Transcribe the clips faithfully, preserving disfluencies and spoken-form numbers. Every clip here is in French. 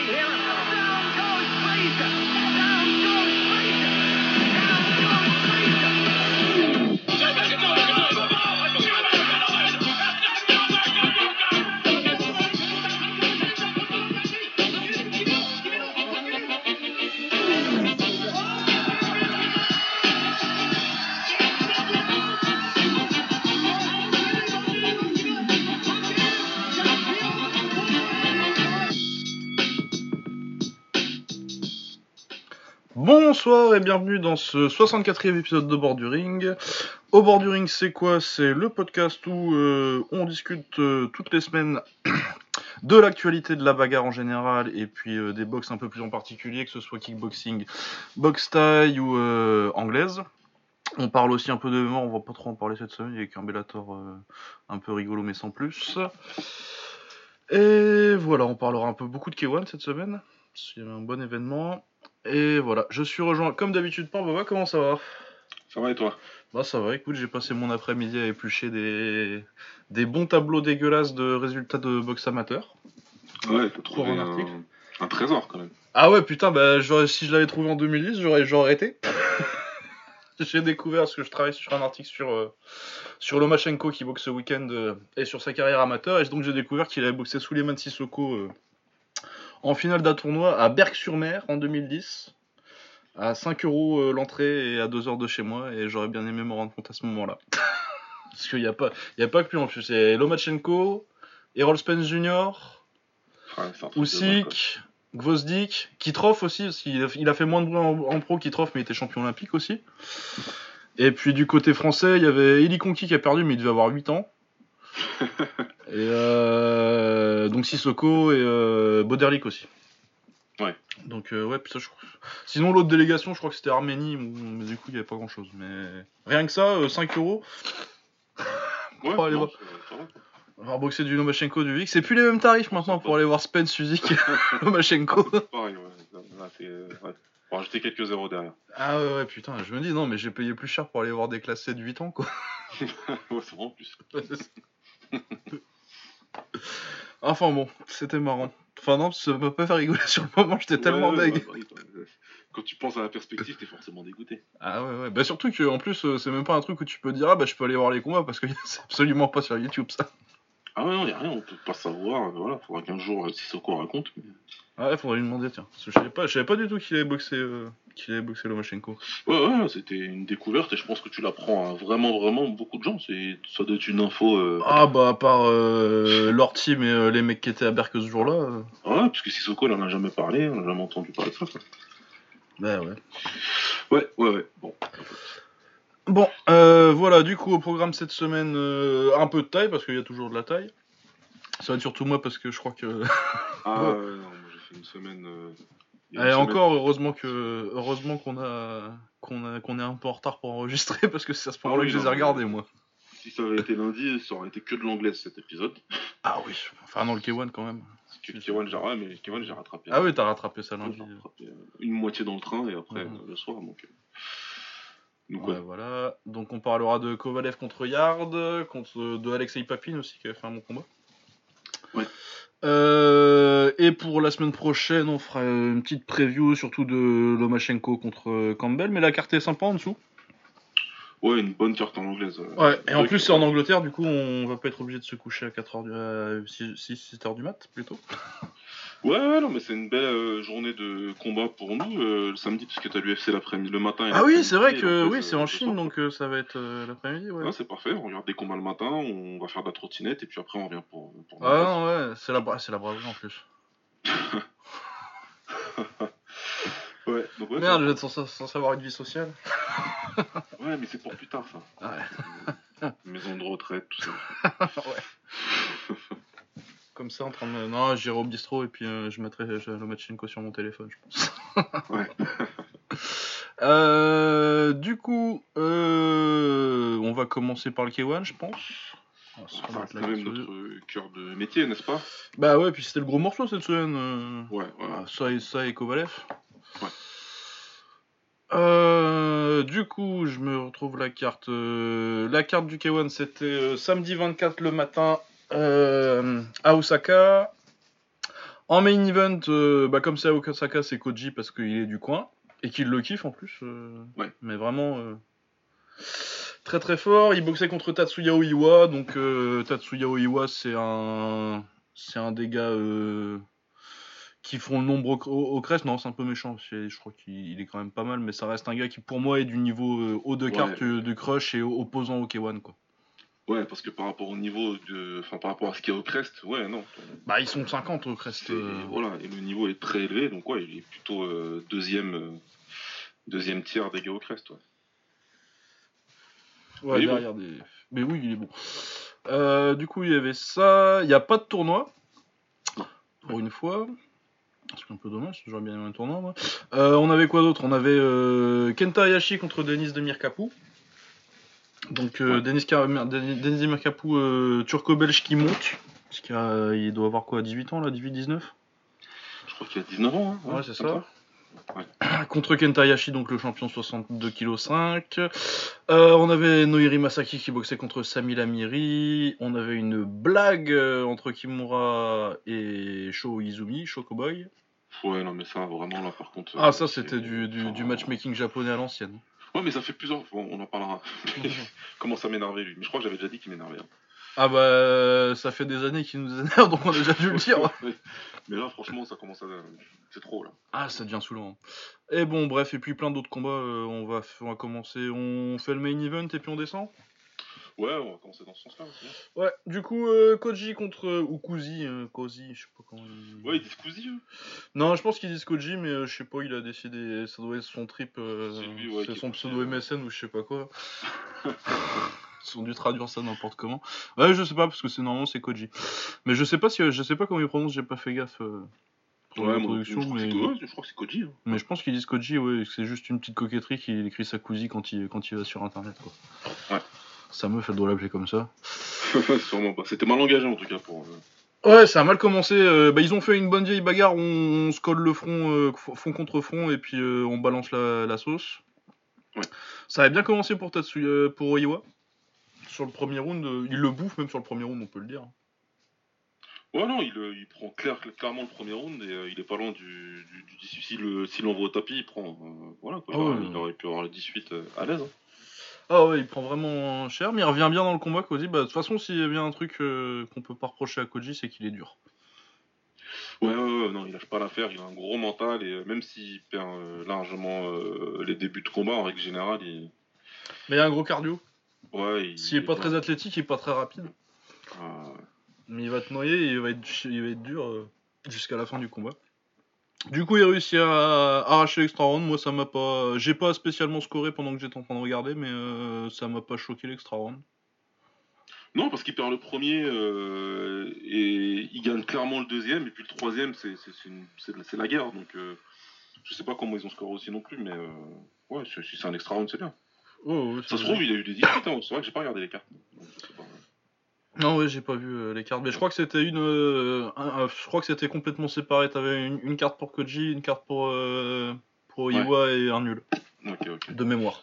Bonsoir et bienvenue dans ce soixante-quatrième épisode de Bord du Ring. Au Bord du Ring, c'est quoi? C'est le podcast où euh, on discute euh, toutes les semaines de l'actualité de la bagarre en général et puis euh, des box un peu plus en particulier, que ce soit kickboxing, boxe thaï ou euh, anglaise. On parle aussi un peu de M M A, on va pas trop en parler cette semaine, il y a qu'un Bellator euh, un peu rigolo mais sans plus. Et voilà, on parlera un peu beaucoup de K un cette semaine, parce qu'il y avait un bon événement. Et voilà, je suis rejoint comme d'habitude par Baba, comment ça va? Ça va et toi? Bah ça va, écoute, j'ai passé mon après-midi à éplucher des... des bons tableaux dégueulasses de résultats de boxe amateur. Ouais, t'as trouvé un un, article. un trésor quand même. Ah ouais, putain, bah si je l'avais trouvé en deux mille dix, j'aurais, j'aurais été. J'ai découvert, parce que je travaille sur un article sur, euh, sur Lomachenko qui boxe ce week-end euh, et sur sa carrière amateur, et donc j'ai découvert qu'il avait boxé Souleymane Sissoko euh, en finale d'un tournoi à Berck-sur-Mer en deux mille dix, à cinq euros euh, l'entrée et à deux heures de chez moi, et j'aurais bien aimé me rendre compte à ce moment-là. Parce qu'il n'y a, pas, y a pas que lui en plus, c'est Lomachenko, Errol Spence junior, Ouais, Usyk, Gvozdyk, Kitrov aussi, parce qu'il a, il a fait moins de bruit en, en pro, Kitrov, mais il était champion olympique aussi. Et puis du côté français, il y avait Eli Conki qui a perdu, mais il devait avoir huit ans. et euh, donc Sissoko et euh, Boderlik aussi. Ouais. Donc euh, ouais, puis ça, je crois... Sinon l'autre délégation, je crois que c'était Arménie, mais du coup il n'y avait pas grand chose. Mais rien que ça, euh, cinq euros. Ouais, pour aller non, voir. ça va. Alors boxer du Lomachenko, du Vic, c'est plus les mêmes tarifs maintenant pour aller voir Spence, Usyk, Lomachenko. C'est pareil, ouais. Là, c'est... Ouais. Pour rajouter quelques zéros derrière. Ah ouais, ouais, putain, je me dis, non, mais j'ai payé plus cher pour aller voir des classes sept huit ans, quoi. Ouais, c'est vraiment plus. Enfin bon, c'était marrant. Enfin non, ça m'a pas fait rigoler sur le moment, j'étais Ouais, tellement ouais, deg. ouais, ouais, ouais. Quand tu penses à la perspective, t'es forcément dégoûté. Ah ouais, ouais. Bah surtout que en plus, euh, c'est même pas un truc où tu peux dire, ah bah je peux aller voir les combats, parce que c'est absolument pas sur YouTube ça. Ah ouais, non, y'a rien, on peut pas savoir. Voilà, faudra qu'un jour Sissoko raconte. Mais... Ah ouais, faudrait lui demander, tiens. Parce que je savais pas, je savais pas du tout qu'il avait boxé, euh, qu'il avait boxé Lomachenko. Ouais, ouais, c'était une découverte et je pense que tu l'apprends à vraiment, vraiment beaucoup de gens. C'est... Ça doit être une info. Euh... Ah bah à part euh, leur team et euh, les mecs qui étaient à Berck ce jour-là. Euh... Ouais, parce que Sissoko, il en a jamais parlé, on a jamais entendu parler de ça, quoi. Bah ouais. Ouais, ouais, ouais, bon. Bon, euh, voilà, du coup, au programme cette semaine, euh, un peu de taille, parce qu'il y a toujours de la taille. Ça va être surtout moi, parce que je crois que... Ah, ouais. euh, non, moi j'ai fait une semaine... Euh... Et une encore, semaine... heureusement que heureusement qu'on a qu'on a qu'on est un peu en retard pour enregistrer, parce que c'est à ce moment-là ah, oui, que je les ai regardés, mais... moi. Si ça avait été lundi, ça aurait été que de l'anglaise, cet épisode. Ah oui, enfin non, le K un quand même. Que le K un, j'ai... Ouais, mais le K un, j'ai rattrapé. Ah oui, t'as rattrapé ça lundi. J'ai rattrapé une moitié dans le train, et après, mm-hmm. le soir, donc... Donc, ouais, ouais. Voilà. Donc on parlera de Kovalev contre Yard, contre de Alexei Papine aussi qui avait fait un bon combat. Ouais. Euh, et pour la semaine prochaine, on fera une petite preview surtout de Lomachenko contre Campbell, mais la carte est sympa en dessous. Ouais, une bonne carte en anglaise. Euh, ouais, et en plus c'est en Angleterre, du coup on va pas être obligé de se coucher à quatre heures du euh, six sept heures du mat plutôt. Ouais, ouais, non, mais c'est une belle euh, journée de combat pour nous euh, le samedi, parce que t'as l'U F C l'après-midi, le matin. Et ah oui, c'est vrai que donc, oui, euh, c'est en Chine, donc euh, ça va être euh, l'après-midi. Ouais, ouais c'est parfait, on regarde des combats le matin, on va faire de la trottinette, et puis après on revient pour. pour ah non, ouais, c'est la, bra- c'est la braverie en plus. ouais, donc ouais, merde, je vais être sans, sans avoir une vie sociale. Ouais, mais c'est pour plus tard ça. Ouais. Maison de retraite, tout ça. Ouais. Comme ça, en train de. Non, j'irai au bistrot et puis euh, je mettrai Lomachenko sur mon téléphone, je pense. Ouais. euh, du coup, euh, on va commencer par le K un, je pense. Ah, c'est quand même notre cœur de métier, n'est-ce pas? Bah ouais, puis c'était le gros morceau cette semaine. Euh... Ouais, ouais. Ah, ça, et, ça et Kovalev. Ouais. Euh, du coup, je me retrouve la carte. Euh, la carte du K un, c'était euh, samedi vingt-quatre le matin euh, à Osaka. En main event, euh, bah, comme c'est à Osaka, c'est Koji parce qu'il est du coin et qu'il le kiffe en plus. euh, Ouais. Mais vraiment euh, très très fort. Il boxait contre Tatsuya Oiwa. Donc euh, Tatsuya Oiwa, c'est un, c'est un des gars euh, qui font le nombre au, au, au crest. Non, c'est un peu méchant. c'est- Je crois qu'il il est quand même pas mal, mais ça reste un gars qui pour moi est du niveau euh, haut de Ouais, carte euh, du Crush et opposant au K un quoi. ouais, parce que par rapport au niveau de. Enfin, par rapport à ce qu'il y a au Crest, ouais, non. Bah ils sont cinquante au crest. C'est. euh. Voilà, et le niveau est très élevé, donc ouais, il est plutôt euh, deuxième, euh, deuxième tiers des gars au Crest, ouais. Ouais, Mais il est bon. derrière des. Mais oui, il est bon. Euh, du coup, il y avait ça. Il n'y a pas de tournoi. Non. Pour une fois. C'est un peu dommage, j'aurais bien aimé un tournoi, moi. Euh, on avait quoi d'autre? On avait euh, Kenta Hayashi contre Denis Demirkapou. Donc, euh, Ouais. Denis, Ka- merde, Denis Denis Demirkapou, euh, turco-belge qui monte. Parce qu'il a- euh, il doit avoir quoi, dix-huit ans là, dix-huit dix-neuf? Je crois qu'il a dix-neuf ans, hein. Ouais, c'est comme ça. Ouais. Contre Kenta Hayashi, donc le champion soixante-deux virgule cinq kilos. Euh, on avait Noiri Masaki qui boxait contre Sami Lamiri. On avait une blague euh, entre Kimura et Sho Izumi, Shokoboy. Ouais, non, mais ça, vraiment, là, par contre. Ah, euh, ça, c'est- c'était du, du, enfin, du matchmaking japonais à l'ancienne. Ouais, mais ça fait plusieurs. Bon, on en parlera. Commence à m'énerver, lui. Mais je crois que j'avais déjà dit qu'il m'énervait. hein. Ah bah, ça fait des années qu'il nous énerve, donc on a déjà dû le dire. Ouais. Mais là, franchement, ça commence à. C'est trop, là. Ah, ça devient saoulant. Et bon, bref, et puis plein d'autres combats. euh, on, va, f- on va commencer. On fait le main event et puis on descend. Ouais, on va commencer dans ce sens-là. c'est bien. Ouais, du coup, euh, Koji contre. euh, ou Kuzi, euh, Kozi, je sais pas comment il. Ouais, ils disent Cousy, eux. Non, je pense qu'ils disent Koji, mais euh, je sais pas, il a décidé. Ça doit être son trip. euh, C'est lui, ouais, c'est qui est son parti, pseudo euh. M S N ou je sais pas quoi. Ils ont dû traduire ça n'importe comment. Ouais, je sais pas, parce que c'est normalement c'est Koji. Mais je sais pas si je sais pas comment ils prononcent, j'ai pas fait gaffe euh, pour Ouais, moi non plus, l'introduction, je crois que mais. c'est ouais, je crois que c'est Koji. hein. Mais je pense qu'ils disent Koji, ouais, et que c'est juste une petite coquetterie qu'il écrit sa Kuzi quand il, quand il va sur internet, quoi. Ouais. Sa meuf, elle doit l'appeler comme ça. Sûrement pas. C'était mal engagé en tout cas pour. euh, Ouais, ça a mal commencé. euh, bah, ils ont fait une bonne vieille bagarre, on, on se colle le front, euh, f- front contre front, et puis euh, on balance la, la sauce. Ouais. Ça avait bien commencé pour Tatsuya, pour Oiwa. Sur le premier round, euh, il le bouffe même sur le premier round, on peut le dire. Ouais, non, il, euh, il prend clair, clairement le premier round et euh, il est pas loin du, du, du dix-huit. S'il le- s'il l'envoie au tapis, il prend. euh, voilà, quoi. Ah Il, aura- ouais. il aurait pu avoir le dix-huit euh, à l'aise. hein. Ah ouais, il prend vraiment cher, mais il revient bien dans le combat, Koji. Bah, de toute façon, s'il y a bien un truc euh, qu'on peut pas reprocher à Koji, c'est qu'il est dur. Ouais, ouais, ouais, non, il lâche pas l'affaire, il a un gros mental et euh, même s'il perd euh, largement euh, les débuts de combat, en règle générale, il. Mais il a un gros cardio. Ouais, il, S'il est il pas bien. très athlétique, il est pas très rapide. Ah, ouais. Mais il va te noyer et il va être, ch- il va être dur euh, jusqu'à la fin du combat. Du coup, il réussit à arracher l'extra round. Moi, ça m'a pas. J'ai pas spécialement scoré pendant que j'étais en train de regarder, mais euh, ça m'a pas choqué l'extra round. Non, parce qu'il perd le premier euh, et il gagne clairement le deuxième, et puis le troisième, c'est c'est- c'est une- c'est- c'est la guerre. Donc, euh, je sais pas comment ils ont scoré aussi non plus, mais euh, ouais, si si c'est un extra round, c'est bien. Oh, ouais, Ça se trouve, il a eu des dix-huit, hein. C'est vrai que j'ai pas regardé les cartes. Donc, je sais pas. Non, ouais, j'ai pas vu euh, les cartes. Mais je crois que c'était une. euh, un- un- je crois que c'était complètement séparé. T'avais une, une carte pour Koji, une carte pour. Euh, pour Ouais. Iwa et un nul. Ok, ok. De mémoire.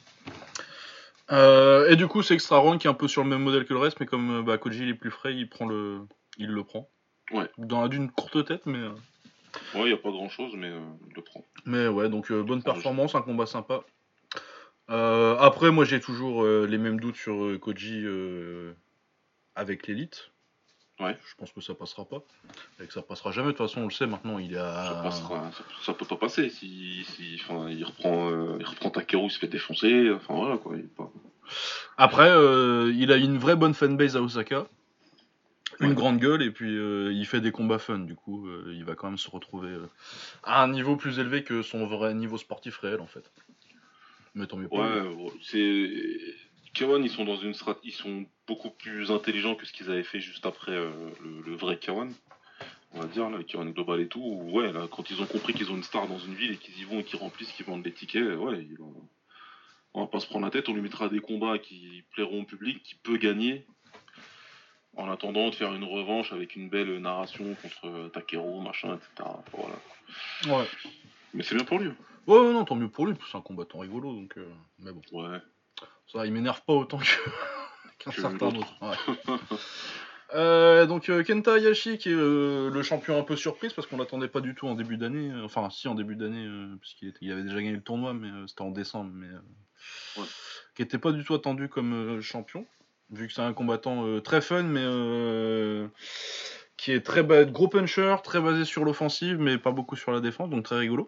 Euh, et du coup, c'est extra round qui est un peu sur le même modèle que le reste, mais comme euh, bah, Koji il est plus frais, il prend le. Il le prend. Ouais. Dans d'une courte tête, mais. euh, Ouais, y a pas grand chose, mais euh, il le prend. Mais ouais, donc euh, bonne prend performance, un combat sympa. Euh, après, moi j'ai toujours euh, les mêmes doutes sur euh, Koji euh, avec l'élite. Ouais. Je pense que ça passera pas. Et que ça passera jamais, de toute façon, on le sait maintenant, il est à. Ça passera, ça, ça peut pas passer. Si, si, enfin, il reprend, euh, il reprend Takeru, il se fait défoncer. Enfin voilà quoi. Il est pas... Après, euh, il a une vraie bonne fanbase à Osaka. Une Ouais. grande gueule, et puis euh, il fait des combats fun, du coup, euh, il va quand même se retrouver euh, à un niveau plus élevé que son vrai niveau sportif réel, en fait. Mais tant mieux pour lui. Ouais, ouais, c'est. Kawan, ils sont dans une strat... ils sont beaucoup plus intelligents que ce qu'ils avaient fait juste après euh, le, le vrai Kawan. On va dire, là, Kawan Global et tout. Où, ouais, là, quand ils ont compris qu'ils ont une star dans une ville et qu'ils y vont et qu'ils remplissent, qu'ils vendent des tickets, ouais, ils vont- on va pas se prendre la tête, on lui mettra des combats qui plairont au public, qui peut gagner. En attendant de faire une revanche avec une belle narration contre euh, Takeru, machin, et cetera. Voilà. Ouais. Mais c'est bien pour lui. Ouais, ouais, non, tant mieux pour lui, c'est un combattant rigolo, donc. euh, Mais bon. Ouais. Ça, il m'énerve pas autant que... qu'un Que certain l'autre. autre. Ouais. Euh, donc euh, Kenta Hayashi qui est euh, le champion un peu surprise parce qu'on l'attendait pas du tout en début d'année. euh, Enfin si en début d'année euh, parce qu'il était- il avait déjà gagné le tournoi mais euh, c'était en décembre mais euh, Ouais. qui était pas du tout attendu comme euh, champion vu que c'est un combattant euh, très fun mais euh, qui est très ba- gros puncher, très basé sur l'offensive mais pas beaucoup sur la défense donc très rigolo.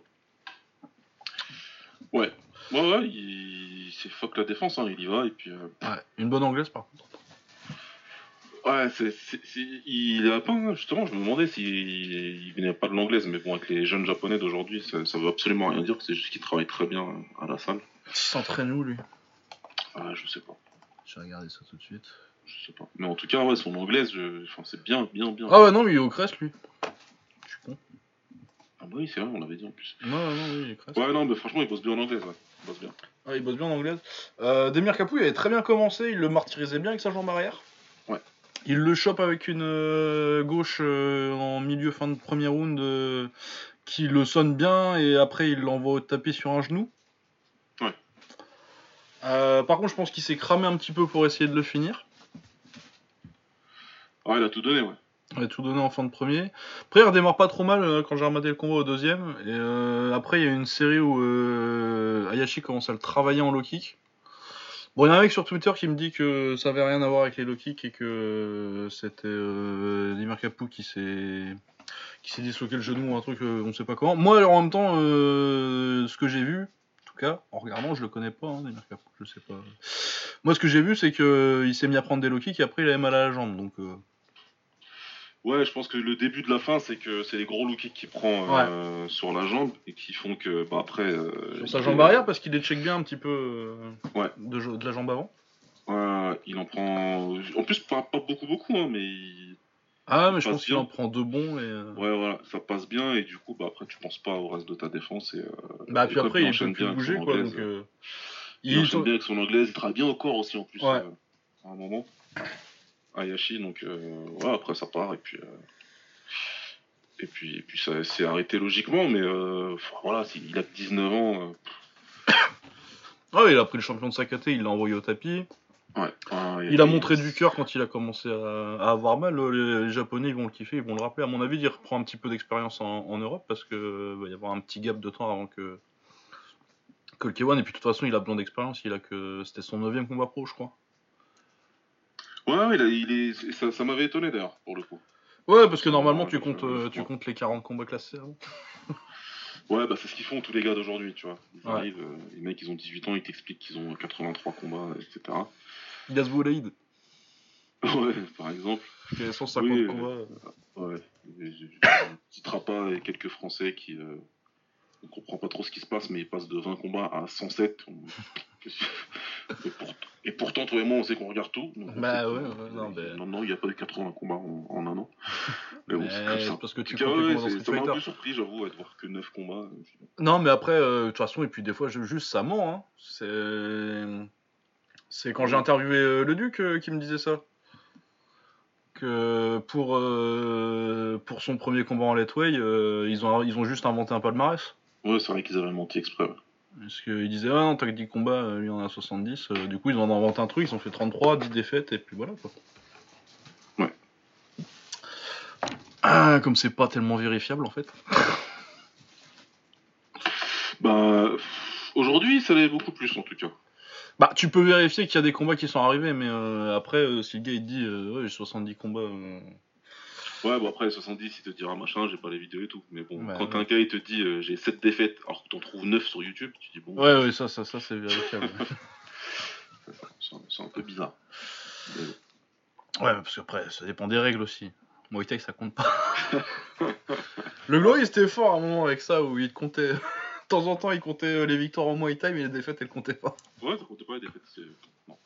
Ouais. Ouais, ouais, il... c'est fuck la défense, hein, il y va, et puis... euh, Ouais, une bonne anglaise par contre. Ouais, c'est, c'est, c'est- il a pas, hein, justement, je me demandais s'il il venait pas de l'anglaise, mais bon, avec les jeunes japonais d'aujourd'hui, ça, ça veut absolument rien dire, c'est juste qu'il travaille très bien à la salle. Il s'entraîne où lui? Ah, je sais pas, Je vais regarder ça tout de suite. je sais pas. Mais en tout cas, ouais, son anglaise, je... enfin, c'est bien, bien, bien. Ah ouais non mais il est au Crest lui. Je suis con. Ah bah oui, c'est vrai, on l'avait dit en plus. Non non non oui il est Crest. Ouais, non, mais franchement, il bosse bien en anglaise, ouais. Il bosse bien. Ah, il bosse bien en anglaise. Euh, Demir Kapoor, il avait très bien commencé, il le martyrisait bien avec sa jambe arrière. Ouais. Il le chope avec une euh, gauche euh, en milieu fin de premier round euh, qui le sonne bien et après il l'envoie au tapis sur un genou. Ouais. Euh, par contre, je pense qu'il s'est cramé un petit peu pour essayer de le finir. Ah, il a tout donné, ouais. Il a tout donné en fin de premier. Après, il redémarre pas trop mal euh, quand j'ai rematé le combat au deuxième. Et euh, après, il y a une série où euh, Hayashi commence à le travailler en low kick. Bon, il y a un mec sur Twitter qui me dit que ça avait rien à voir avec les low kicks et que c'était euh, Dimir Kapoor qui s'est qui s'est disloqué le genou ou un truc, euh, on sait pas comment. Moi, en même temps, euh, ce que j'ai vu, en tout cas, en regardant, je le connais pas, hein, Dimir Kapoor, je sais pas. Moi, ce que j'ai vu, c'est que euh, il s'est mis à prendre des low kicks et après, il avait mal à la jambe, donc. Euh... Ouais, je pense que le début de la fin, c'est que c'est les gros low kicks qu'il prend Ouais. euh, sur la jambe et qui font que, bah après. Euh, Sur sa il jambe est- arrière, parce qu'il les check bien un petit peu euh, Ouais. de, jo- de la jambe avant. Ouais, il en prend. En plus, pas, pas beaucoup, beaucoup, hein, mais il, Ah, il mais je passe pense qu'il en bien. prend deux bons et. euh, Ouais, voilà, ça passe bien et du coup, bah après, tu penses pas au reste de ta défense et, euh, Bah, et puis comme après, il il peut enchaîne plus bien avec son bouger, quoi, anglaise, donc. Euh... il Il... enchaîne bien avec son anglaise, il travaille bien au corps aussi en plus Ouais. euh, à un moment. Hayashi, donc euh, ouais, après ça part et puis. Euh, et puis, et puis ça s'est arrêté logiquement, mais euh, enfin, voilà, s'il- il a que dix-neuf ans. euh, Ah, il a pris le champion de sa caté, il l'a envoyé au tapis. Ouais. Ah, Il a et- montré du cœur quand il a commencé à, à avoir mal. Les, les Japonais ils vont le kiffer, ils vont le rappeler. À mon avis, il reprend un petit peu d'expérience en, en Europe parce que euh, va y avoir un petit gap de temps avant que, que le K un. Et puis de toute façon, il a besoin d'expérience. Il a que c'était son neuvième combat pro, je crois. Ouais, ouais, il, a- il est, ça, ça m'avait étonné d'ailleurs, pour le coup. Ouais, parce que Son normalement, tu neuf, comptes, euh, neuf euh, tu points. comptes les quarante combats classés avant. Ouais, bah c'est ce qu'ils font tous les gars d'aujourd'hui, tu vois. Ils Ouais. arrivent, euh, les mecs, ils ont dix-huit ans, ils t'expliquent qu'ils ont quatre-vingt-trois combats, et cetera. Gaz Boulaïd, Ouais, par exemple. qui avait cent Oui, cinquante euh, combats. ouais. Et je- je- On citera pas les quelques Français qui euh, on comprend pas trop ce qui se passe, mais ils passent de vingt combats à cent sept. On- Et, pour- et pourtant, toi et moi, on sait qu'on regarde tout. Donc on Bah sait ouais, qu'il- ouais, non, ben. non, non, il n'y a pas eu quatre-vingts combats en, en un an. Mais bon, c'est comme Mais ça. c'est parce que En tout tu cas, comptes les ouais, combats dans c'est- Street ça m'a un Fighter. peu surpris, j'avoue, ouais, de voir que neuf combats. euh, Non, mais après, euh, de toute façon, et puis des fois, je, juste ça ment. Hein. C'est. C'est quand j'ai Ouais. interviewé euh, le Duc euh, qui me disait ça. Que pour, euh, pour son premier combat en Lightweight, euh, ils, ont, ils ont juste inventé un palmarès. Ouais, c'est vrai qu'ils avaient menti exprès. Ouais. Parce qu'ils disaient, ah non, t'as que dix combats, euh, lui en a soixante-dix. Euh, du coup, ils en ont inventé un truc, ils ont fait trente-trois, dix défaites, et puis voilà quoi. Ouais. Ah, comme c'est pas tellement vérifiable en fait. Bah, pff, aujourd'hui, ça l'est beaucoup plus en tout cas. Bah, tu peux vérifier qu'il y a des combats qui sont arrivés, mais euh, après, euh, si le gars il te dit, euh, ouais, j'ai soixante-dix combats. euh, Ouais, bon après, soixante-dix, il te dira machin, j'ai pas les vidéos et tout. Mais bon, bah, quand ouais. un gars il te dit euh, j'ai sept défaites alors que t'en trouves neuf sur YouTube, tu dis bon, Ouais, ouais, ça, ça, ça c'est vérifiable. c'est ça, c'est un, c'est un peu bizarre. Mais bon. Ouais, parce qu'après, ça dépend des règles aussi. Muay Thai, ça compte pas. Le Glory, c'était fort à un moment avec ça, où il comptait. De temps en temps, il comptait euh, les victoires en Muay Thai, mais les défaites, elles comptaient pas. Ouais, ça comptait pas les défaites. C'est... Non.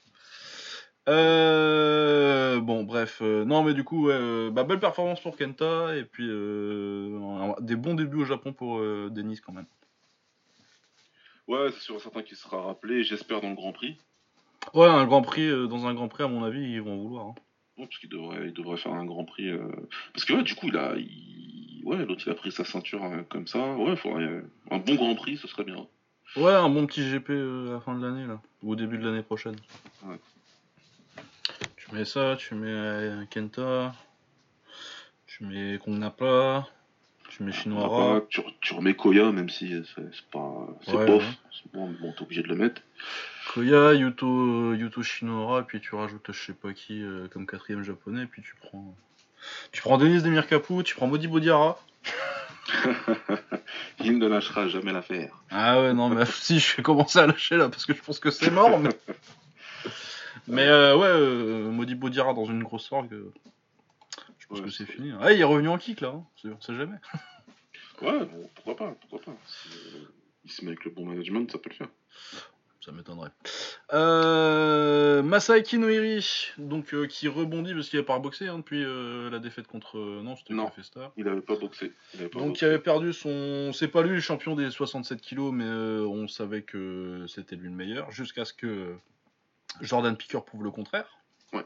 Euh... Bon, bref. euh, Non, mais du coup, ouais, euh, bah, belle performance pour Kenta, et puis euh, un- des bons débuts au Japon pour euh, Denis quand même. Ouais, c'est sûr et certain qu'il sera rappelé, j'espère dans le Grand Prix. Ouais, un Grand Prix, euh, dans un Grand Prix, à mon avis, ils vont vouloir. Hein. Ouais, parce qu'il devrait, il devrait faire un Grand Prix. euh, Parce que ouais, du coup, il a, il... ouais, l'autre il a pris sa ceinture euh, comme ça. Ouais, faudrait euh, un bon Grand Prix, ce serait bien. Ouais, un bon petit G P euh, à la fin de l'année, là. Ou au début de l'année prochaine. Ouais. Tu mets ça, tu mets euh, Kenta, tu mets Kongnapa, tu mets Ah, on n'a Shinwara. pas, tu, tu remets Koya, même si c'est c'est pas, c'est Ouais, ouais. bof. C'est bon, bon, t'es obligé de le mettre. Koya, Yuto, Yuto Shinwara, puis tu rajoutes je sais pas qui euh, comme quatrième japonais, puis tu prends. Tu prends Denis Demir Kapu, tu prends Modi Bodiara. Il ne lâchera jamais l'affaire. Ah ouais, non, mais si, je vais commencer à lâcher là, parce que je pense que c'est mort, mais. Mais Ouais, euh, ouais, euh, Modi Bodiara dans une grosse orgue, euh, je pense ouais, que ce c'est serait- fini. Ah, il est revenu en kick là, hein, c'est- on sait jamais. ouais, bon, pourquoi pas, pourquoi pas. Si, euh, il se met avec le bon management, ça peut le faire. Ça m'étonnerait. Euh, Masaaki Noiri, donc euh, qui rebondit parce qu'il avait pas reboxé hein, depuis euh, la défaite contre. euh, non, c'était Non, Cafesta. il avait pas boxé. Il avait pas Donc, il avait boxé. perdu son. C'est pas lui le champion des soixante-sept kilos, mais euh, on savait que c'était lui le meilleur, jusqu'à ce que Jordan Picker prouve le contraire. Ouais.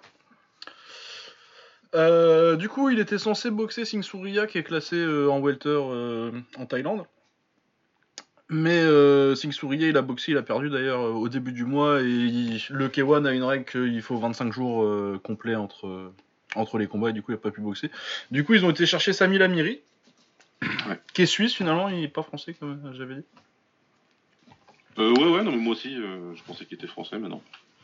Euh, du coup, il était censé boxer Singh Surya, qui est classé euh, en welter euh, en Thaïlande. Mais euh, Singh Surya, il a boxé, il a perdu d'ailleurs euh, au début du mois. Et il- le K un a une règle qu'il faut vingt-cinq jours euh, complets entre, euh, entre les combats, et du coup, il n'a pas pu boxer. Du coup, ils ont été chercher Sami Lamiri, Ouais. qui est suisse finalement, il n'est pas français, comme j'avais dit. Euh, ouais, ouais, non, mais moi aussi, euh, je pensais qu'il était français, mais non.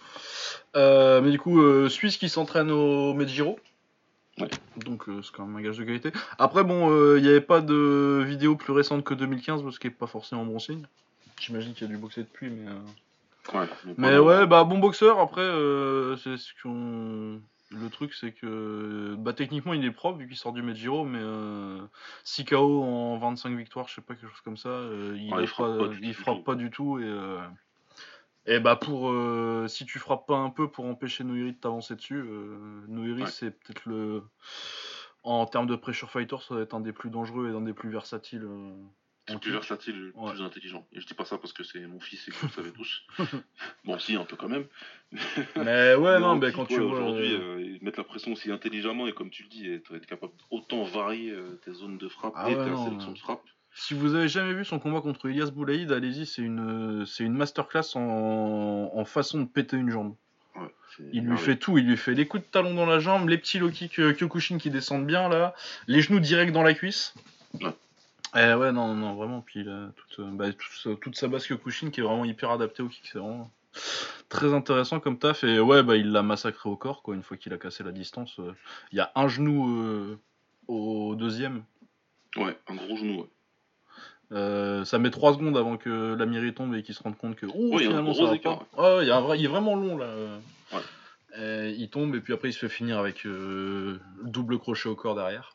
Euh, mais du coup, euh, Suisse qui s'entraîne au Medjiro. Ouais. Donc euh, c'est quand même un gage de qualité. Après, bon, il n'y avait pas de vidéo plus récente que deux mille quinze, ce qui n'est pas forcément bon signe. J'imagine qu'il y a dû boxer depuis, mais. Euh... Ouais, mais pas Mais là. ouais, bah bon boxeur. Après, euh, c'est ce qu'on. Le truc, c'est que bah techniquement, il est propre vu qu'il sort du Medjiro, mais euh, six K O en vingt-cinq victoires, je sais pas quelque chose comme ça. Euh, il, Ouais, a il frappe pas pas, du il tout. frappe pas du tout et. Euh... Et bah pour euh, si tu frappes pas un peu pour empêcher Noiri de t'avancer dessus, euh, Noiri Ouais. c'est peut-être le en termes de pressure fighter, ça va être un des plus dangereux et un des plus versatiles. Euh, C'est en le plus kick. versatile, le Ouais. plus intelligent. Et je dis pas ça parce que c'est mon fils et que vous le savez tous. Bon, si, un peu quand même. Mais ouais, Mais non, en mais quand kick, ouais, tu vois. aujourd'hui, euh, euh, mettre la pression aussi intelligemment et comme tu le dis, être, être capable d'autant varier euh, tes zones de frappe Ah et ouais, ta non. sélection euh, de frappe. Si vous avez jamais vu son combat contre Elias Boulaïd, allez-y, c'est une, c'est une masterclass en, en façon de péter une jambe. Ouais, c'est Il lui fait merveilleux. tout, il lui fait les coups de talon dans la jambe, les petits low kicks euh, Kyokushin qui descendent bien là, les genoux direct dans la cuisse. Ouais. Eh ouais, non, non, vraiment. Puis il a toute, euh, bah, toute, sa- toute sa base Kyokushin qui est vraiment hyper adaptée au kick. C'est vraiment très intéressant comme taf. Et ouais, bah il l'a massacré au corps, quoi, une fois qu'il a cassé la distance. euh. Il y a un genou euh, au deuxième. Ouais, un gros genou, ouais. Euh, ça met trois secondes avant que la mairie tombe et qu'il se rende compte que ouh, Ouais, il y a un finalement ça gros va écart. pas. Ouais, il, y a un vrai- il est vraiment long là. euh. Ouais. Et il tombe et puis après il se fait finir avec euh, double crochet au corps derrière.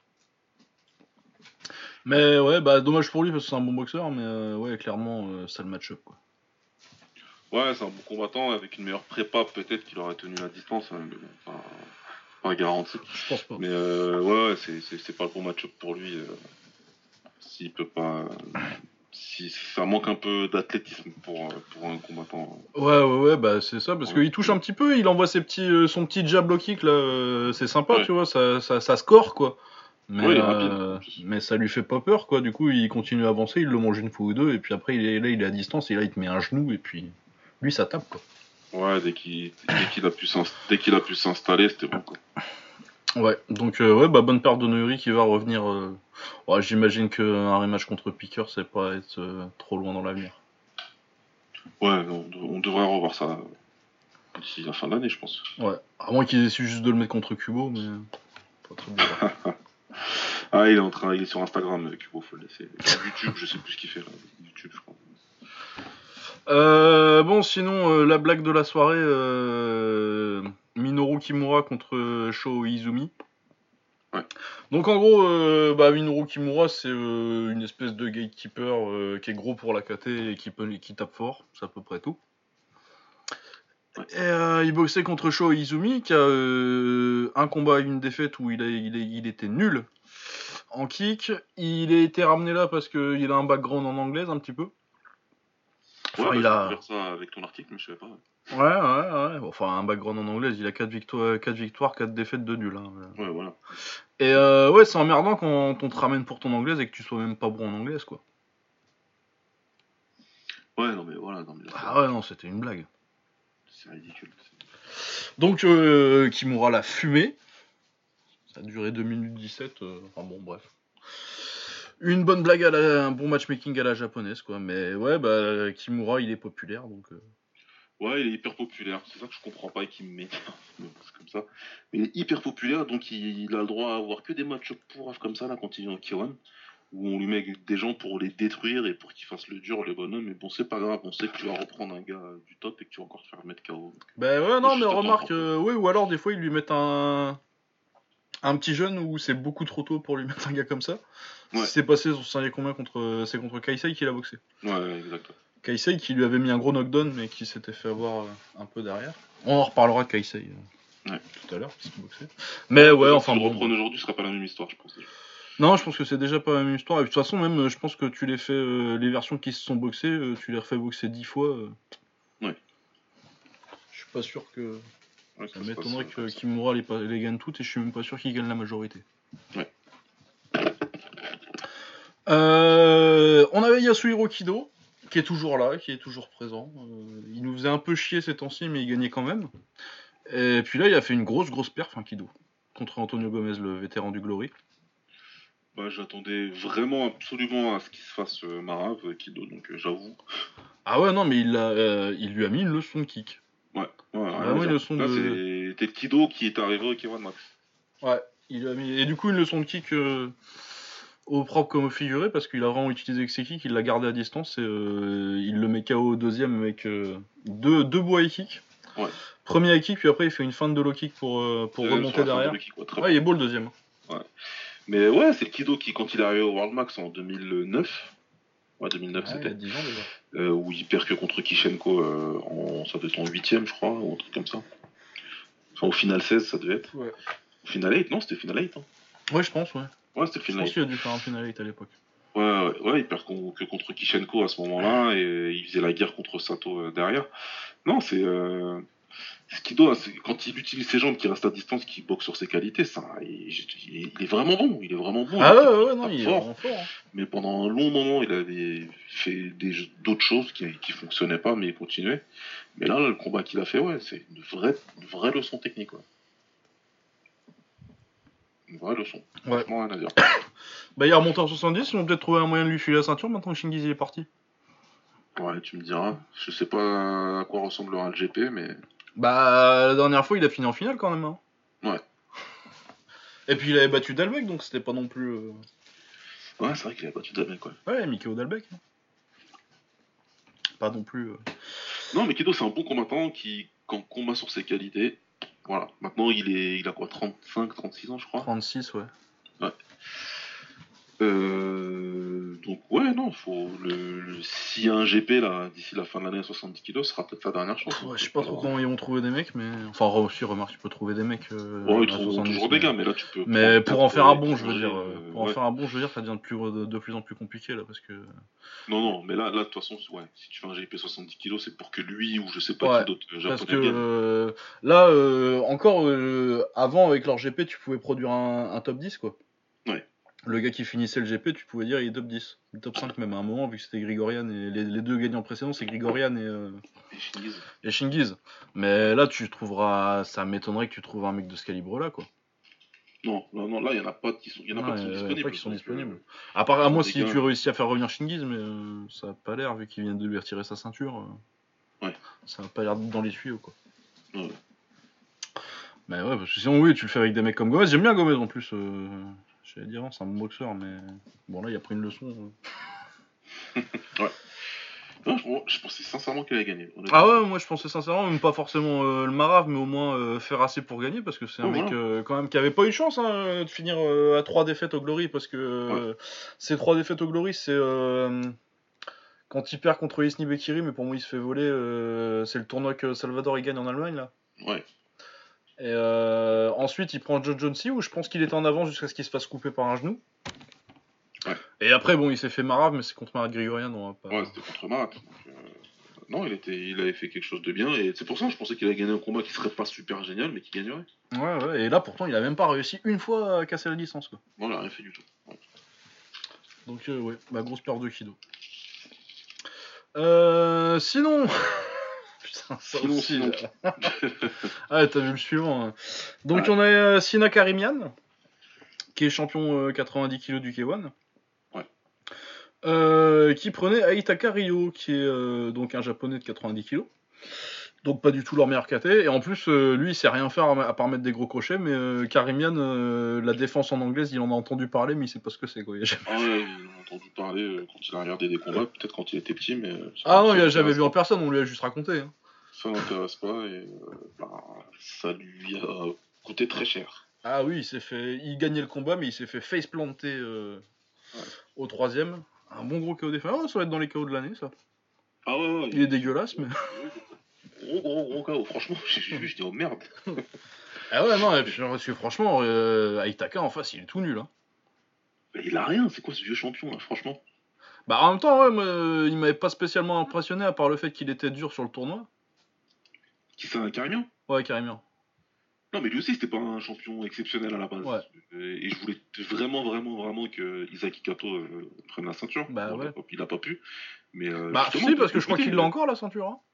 Mais ouais, bah dommage pour lui parce que c'est un bon boxeur, mais euh, ouais, clairement, euh, ça le match-up quoi. Ouais, c'est un bon combattant. Avec une meilleure prépa, peut-être qu'il aurait tenu la distance. Hein, mais bon, pas, pas garanti. Je pense pas. Mais euh, ouais, ouais, c'est, c'est, c'est pas le bon match-up pour lui. euh, s'il peut pas. Si ça manque un peu d'athlétisme pour, euh, pour un combattant. Ouais, ouais, ouais, bah c'est ça, parce euh, qu'il touche un ouais, petit peu, il envoie ses petits, euh, son petit jab low kick là, euh, c'est sympa, ouais, tu vois, ça, ça, ça score quoi. Mais, ouais, il est rapide en euh, plus. mais ça lui fait pas peur quoi, du coup il continue à avancer, il le mange une fois ou deux, et puis après il est là, il est à distance, et là il te met un genou, et puis lui ça tape quoi. Ouais, dès qu'il, dès qu'il a pu s'inst- dès qu'il a pu s'installer, c'était bon quoi. Ouais, donc euh, ouais, bah bonne part de Neuri qui va revenir. euh, ouais, j'imagine qu'un rematch contre Picker, c'est pas être euh, trop loin dans l'avenir. Ouais, on, on devrait revoir ça d'ici la fin de l'année, je pense. Ouais, à moins qu'ils aient su juste de le mettre contre Kubo, mais pas trop bizarre. Ah, il est en train, il est sur Instagram, euh, Kubo, faut le laisser. Sur YouTube, je sais plus ce qu'il fait là. YouTube, je crois. Euh, bon, sinon, euh, la blague de la soirée, euh, Minoru Kimura contre Sho Izumi. Ouais. Donc en gros, euh, bah, Minoru Kimura, c'est euh, une espèce de gatekeeper euh, qui est gros pour la K T et qui, peut, qui tape fort, c'est à peu près tout. Ouais. Et euh, il boxait contre Sho Izumi, qui a euh, un combat et une défaite où il, a, il, est- il était nul en kick. Il a été ramené là parce qu'il a un background en anglaise un petit peu. Ouais, Enfin, bah il j'ai a. découvert ça avec ton article, mais je savais pas. Ouais, ouais, ouais. Enfin, un background en anglaise, il a quatre victoires, quatre victoires, quatre défaites de nul. Hein. Ouais, voilà. Et euh, ouais, c'est emmerdant quand on te ramène pour ton anglaise et que tu sois même pas bon en anglaise, quoi. Ouais, non mais voilà, non mais là, c'est Ah ouais, non, c'était une blague. c'est ridicule. Donc euh, Kimura l'a fumé. Ça a duré deux minutes dix-sept. Euh, enfin bon, bref. Une bonne blague, à la, un bon matchmaking à la japonaise, quoi. Mais ouais, bah Kimura, il est populaire, donc... Euh... Ouais, il est hyper populaire. C'est ça que je comprends pas et qui m'énerve. C'est comme ça. Mais il est hyper populaire, donc il, il a le droit à avoir que des matchs pourraves comme ça, là, quand il vient au K un. Où on lui met des gens pour les détruire et pour qu'il fasse le dur, les bonhommes. Mais bon, c'est pas grave. On sait que tu vas reprendre un gars du top et que tu vas encore te faire mettre K O. Bah ouais, Moi, non, je mais suis attends remarque, encore. euh, oui, ou alors des fois, ils lui mettent un... Un petit jeune où c'est beaucoup trop tôt pour lui mettre un gars comme ça. Ouais. C'est passé sur Saint combien contre. C'est contre Kaisei qu'il a boxé. Ouais, exact. Kaisei qui lui avait mis un gros knockdown mais qui s'était fait avoir euh, un peu derrière. On en reparlera de Kaisei euh, ouais. tout à l'heure, puisqu'il boxait. Mais ouais, si enfin le bon. reprendre aujourd'hui, ce sera pas la même histoire, je pense. Déjà. Non, je pense que c'est déjà pas la même histoire. Et de toute façon, même, je pense que tu les fais. Euh, les versions qui se sont boxées, euh, tu les refais boxer dix fois. Euh... Ouais. Je suis pas sûr que. Ouais, ça, ça m'étonnerait passe, que euh, Kimura les, les gagne toutes et je suis même pas sûr qu'il gagne la majorité. Ouais. Euh, on avait Yasuhiro Kido, qui est toujours là, qui est toujours présent. Euh, il nous faisait un peu chier ces temps-ci, mais il gagnait quand même. Et puis là, il a fait une grosse, grosse perf, hein, Kido, contre Antonio Gomez, le vétéran du Glory. Bah, j'attendais vraiment absolument à ce qu'il se fasse euh, Marave, Kido, donc euh, j'avoue. Ah ouais, non, mais il, a, euh, il lui a mis une leçon de kick. Ouais, ouais, Vraiment une leçon Là, de... c'était Kido qui est arrivé au K un Max. Ouais, il lui a mis... Et du coup, une leçon de kick euh, au propre comme au figuré, parce qu'il a vraiment utilisé ses kicks, il l'a gardé à distance, et euh, il le met K O au deuxième avec euh, deux, deux beaux high kicks. Ouais. Premier high kick, puis après il fait une feinte de low kick pour, euh, pour Deuxième remonter derrière. Kick, ouais, ouais, il est beau le deuxième. Ouais. Mais ouais, c'est Kido qui, quand il est arrivé au World Max en deux mille neuf, ouais, deux mille neuf ouais, c'était, il y a dix ans déjà. Euh, où il perd que contre Kishenko, euh, en, ça devait être en huitième, je crois, ou un truc comme ça. Enfin, au final seize, ça devait être. Ouais. Au final huit, non, c'était final huit. Hein. Ouais, je pense, ouais. Ouais, c'était le Je final pense huit. qu'il a dû faire un final huit à l'époque. Ouais, ouais, ouais, il perd con- que contre Kishenko à ce moment-là, et il faisait la guerre contre Sato euh, derrière. Non, c'est. Euh... Ce qui doit, c'est quand il utilise ses jambes qui restent à distance, qui boxe sur ses qualités, ça, il, il- il est vraiment bon. Il est vraiment bon. Ah il, ouais, ouais, il ouais, non, tape il est fort. vraiment fort. Hein. Mais pendant un long moment, il avait fait des- d'autres choses qui, qui fonctionnaient pas, mais il continuait. Mais là, là, le combat qu'il a fait, ouais, c'est une vraie, une vraie leçon technique. Ouais. Une vraie leçon. Ouais. Franchement, rien à dire. Bah, il est remonté en soixante-dix, ils ont peut-être trouvé un moyen de lui filer la ceinture maintenant que Shingiz est parti. Ouais, tu me diras. Je sais pas à quoi ressemblera le G P, mais. Bah, la dernière fois, il a fini en finale quand même. Hein. Ouais. Et puis il avait battu Dalbec, donc c'était pas non plus. Euh... Ouais, c'est vrai qu'il a battu Dalbec, quoi. Ouais, Mikao Dalbec. Hein. Pas non plus. Euh... Non, mais Kido, c'est un bon combattant qui, quand combat sur ses qualités, voilà. Maintenant, il est, il a quoi, trente-cinq, trente-six ans, je crois. trente-six, ouais. Ouais. Euh, donc ouais, non, faut le, le s'il y a un G P là d'ici la fin de l'année à soixante-dix kilos, ce sera peut-être sa dernière chance. Ouais, je sais pas trop comment ils vont trouver des mecs, mais enfin aussi remarque, tu peux trouver des mecs. Euh, ouais, ils à trouveront toujours mais... des gars, mais là tu peux. Mais pour en faire un bon, je veux dire, dire, euh, pour en ouais. faire un bon, je veux dire, ça devient de plus de, de plus en plus compliqué là, parce que. Non, non, mais là, là de toute façon, ouais, si tu fais un G P soixante-dix kilos, c'est pour que lui ou je sais pas ouais, qui d'autre japonais parce que gagne. euh, là, euh, encore euh, avant avec leur G P, tu pouvais produire un, un top dix quoi. Ouais. Le gars qui finissait le G P, tu pouvais dire il est top dix, top cinq même à un moment, vu que c'était Grigorian et les, les deux gagnants précédents, c'est Grigorian et, euh, Et Shingiz. et Shingiz. Mais là, tu trouveras, ça m'étonnerait que tu trouves un mec de ce calibre-là, quoi. Non, non, non, là, il y en a pas qui sont, y en a non, pas qui sont euh, disponibles. Pas qui sont donc, disponibles. Euh, à part à moi, si gars... tu réussis à faire revenir Shingiz, mais euh, ça a pas l'air, vu qu'il vient de lui retirer sa ceinture. Euh, ouais. Ça a pas l'air dans les tuyaux, quoi. Ouais. Mais ouais, parce que sinon, oui, tu le fais avec des mecs comme Gomez. J'aime bien Gomez en plus. Euh, J'allais dire, c'est un bon boxeur, mais bon, là, il a pris une leçon. Euh... ouais. Non, je, je pensais sincèrement qu'il allait gagner. Ah ouais, moi je pensais sincèrement, même pas forcément euh, le Marave, mais au moins euh, faire assez pour gagner, parce que c'est un oh, mec voilà. euh, quand même qui avait pas eu de chance hein, de finir euh, à trois défaites au Glory, parce que euh, ouais. ces trois défaites au Glory, c'est euh, quand il perd contre Isni Bekiri, mais pour moi il se fait voler, euh, c'est le tournoi que Salvador il gagne en Allemagne là. Ouais. Et euh, ensuite il prend Joe Jonesy, où je pense qu'il était en avance jusqu'à ce qu'il se fasse couper par un genou. Ouais. Et après, bon, il s'est fait Marave, mais c'est contre Marat Grigorian. On va pas... Ouais, c'était contre Marat. Donc, euh... Non, il, était... il avait fait quelque chose de bien. Et c'est pour ça que je pensais qu'il allait gagner un combat qui serait pas super génial, mais qui gagnerait. Ouais, ouais. Et là, pourtant, il a même pas réussi une fois à casser la distance. Quoi. Bon, il a rien fait du tout. Ouais. Donc, euh, ouais, ma grosse perte de Kido. Euh, sinon. Putain. Ça Sinon, aussi, sinon. là. Ah, t'as vu le suivant. Hein. Donc, Ouais. on a euh, Sina Karimian, qui est champion euh, quatre-vingt-dix kilos du K un. Ouais. Euh, qui prenait Aitaka Ryo, qui est euh, donc un japonais de quatre-vingt-dix kilos. Donc pas du tout leur meilleur K T. Et en plus, euh, lui, il sait rien faire à part mettre des gros crochets. Mais euh, Karimian, euh, la défense en anglaise, il en a entendu parler, mais il sait pas ce que c'est. Quoi. Il a jamais- Ah ouais, il en a entendu parler euh, quand il a regardé des combats, peut-être quand il était petit, mais euh, ça, Ah non, ça il a l'intéresse jamais vu en pas. personne, on lui a juste raconté. Hein. Ça l'intéresse pas et euh, bah, ça lui a coûté très cher. Ah oui, il s'est fait. Il gagnait le combat, mais il s'est fait face planter euh, Ouais. au troisième. Un bon gros K O défense. Oh, ça va être dans les K O de l'année, ça. Ah ouais, ouais. Il est dégueulasse, mais. Gros, gros, gros K O. Franchement, j'ai vu, je dis oh merde. Ah ouais, non, et puis, parce que franchement, euh, Aitaka en face, il est tout nul. Hein. Mais il a rien, c'est quoi ce vieux champion là, franchement. Bah en même temps, ouais, moi, euh, il m'avait pas spécialement impressionné, à part le fait qu'il était dur sur le tournoi. Qui c'est un Carignan? Ouais, carrément. Non, mais lui aussi, c'était pas un champion exceptionnel à la base. Ouais. Et je voulais vraiment, vraiment, vraiment que Isaki Kato euh, prenne la ceinture. Bah bon, ouais. Il a, pas, il a pas pu. Mais euh, Bah justement, si, de- parce que de je crois côté, qu'il l'a euh, encore, la ceinture. Hein.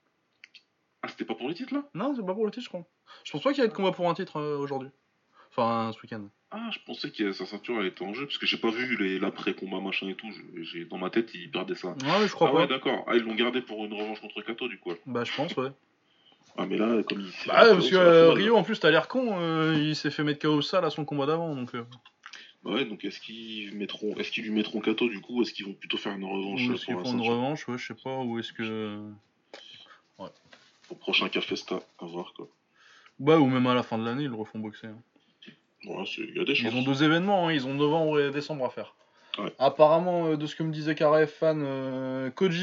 Ah, c'était pas pour le titre là? Non, c'est pas pour le titre, je crois. Je pense pas qu'il y ait de combat pour un titre euh, aujourd'hui. Enfin, ce week-end. Ah, je pensais que sa ceinture elle était en jeu, parce que j'ai pas vu les- l'après-combat machin et tout. je- J'ai, dans ma tête, ils perdaient ça. Ouais, mais je crois Ah pas. ouais, d'accord. Ah, ils l'ont gardé pour une revanche contre Kato du coup. Bah je pense, ouais. Ah, mais là, comme il s'est Bah ouais, fait parce que K O, ça l'a fait euh, mal, Rio, là. en plus, t'as l'air con, euh, il s'est fait mettre K O sale à son combat d'avant, donc... Euh... Bah ouais, donc est-ce qu'ils mettront, est-ce qu'ils lui mettront Kato du coup, ou est-ce qu'ils vont plutôt faire une revanche Ou euh, est-ce pour qu'ils la font une ceinture? revanche, ouais, je sais pas, ou est-ce que... Ouais. Au prochain Cafesta, à voir quoi. Bah, ou même à la fin de l'année, ils le refont boxer. Hein. Voilà, c'est- il y a des chances. Ils ont deux événements, hein, ils ont novembre et décembre à faire. Ouais. Apparemment, euh, de ce que me disait K R F Fan, euh, Koji,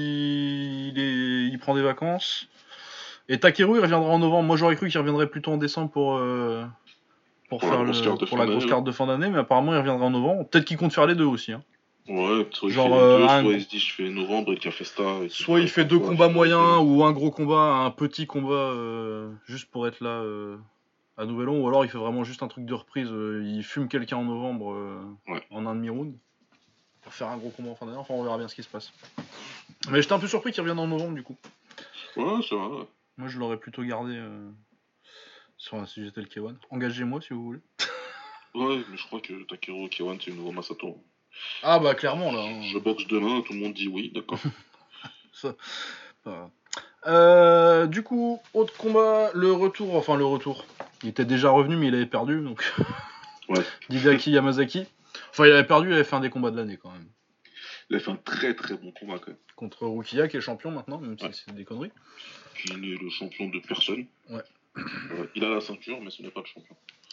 il, il, est... il prend des vacances. Et Takeru, il reviendra en novembre. Moi, j'aurais cru qu'il reviendrait plutôt en décembre pour... Euh... Pour, Pour faire la grosse le... carte de pour fin la grosse d'année, carte de fin d'année, mais apparemment il reviendra en novembre. Peut-être qu'il compte faire les deux aussi. Hein. Ouais, soit il Genre, fait les euh, deux, un- soit il se dit je fais novembre et Cafesta. Et Soit il fait deux combats moyens ou un gros combat, un petit combat euh, juste pour être là euh, à Nouvel An, ou alors il fait vraiment juste un truc de reprise, euh, il fume quelqu'un en novembre euh, Ouais. en un demi-round pour faire un gros combat en fin d'année, enfin on verra bien ce qui se passe. Mais j'étais un peu surpris qu'il revienne en novembre du coup. Ouais, c'est vrai. Ouais. Moi je l'aurais plutôt gardé euh, sur, si j'étais le K un. Engagez-moi si vous voulez. Ouais, mais je crois que Takeru Kiwan c'est le nouveau Masato. Ah bah clairement là. Hein. Je boxe demain, tout le monde dit oui, d'accord. Ça, pas... Euh, du coup, autre combat, le retour, enfin le retour. Il était déjà revenu, mais il avait perdu, donc. Ouais. D'Hideaki Yamazaki. Enfin, il avait perdu, il avait fait un des combats de l'année quand même. Il a fait un très très bon combat quand même. Contre Rukiya, qui est champion maintenant, même Ouais. si c'est des conneries. Qui n'est le champion de personne. Ouais. Ouais. Il a la ceinture, mais ce n'est pas le champion.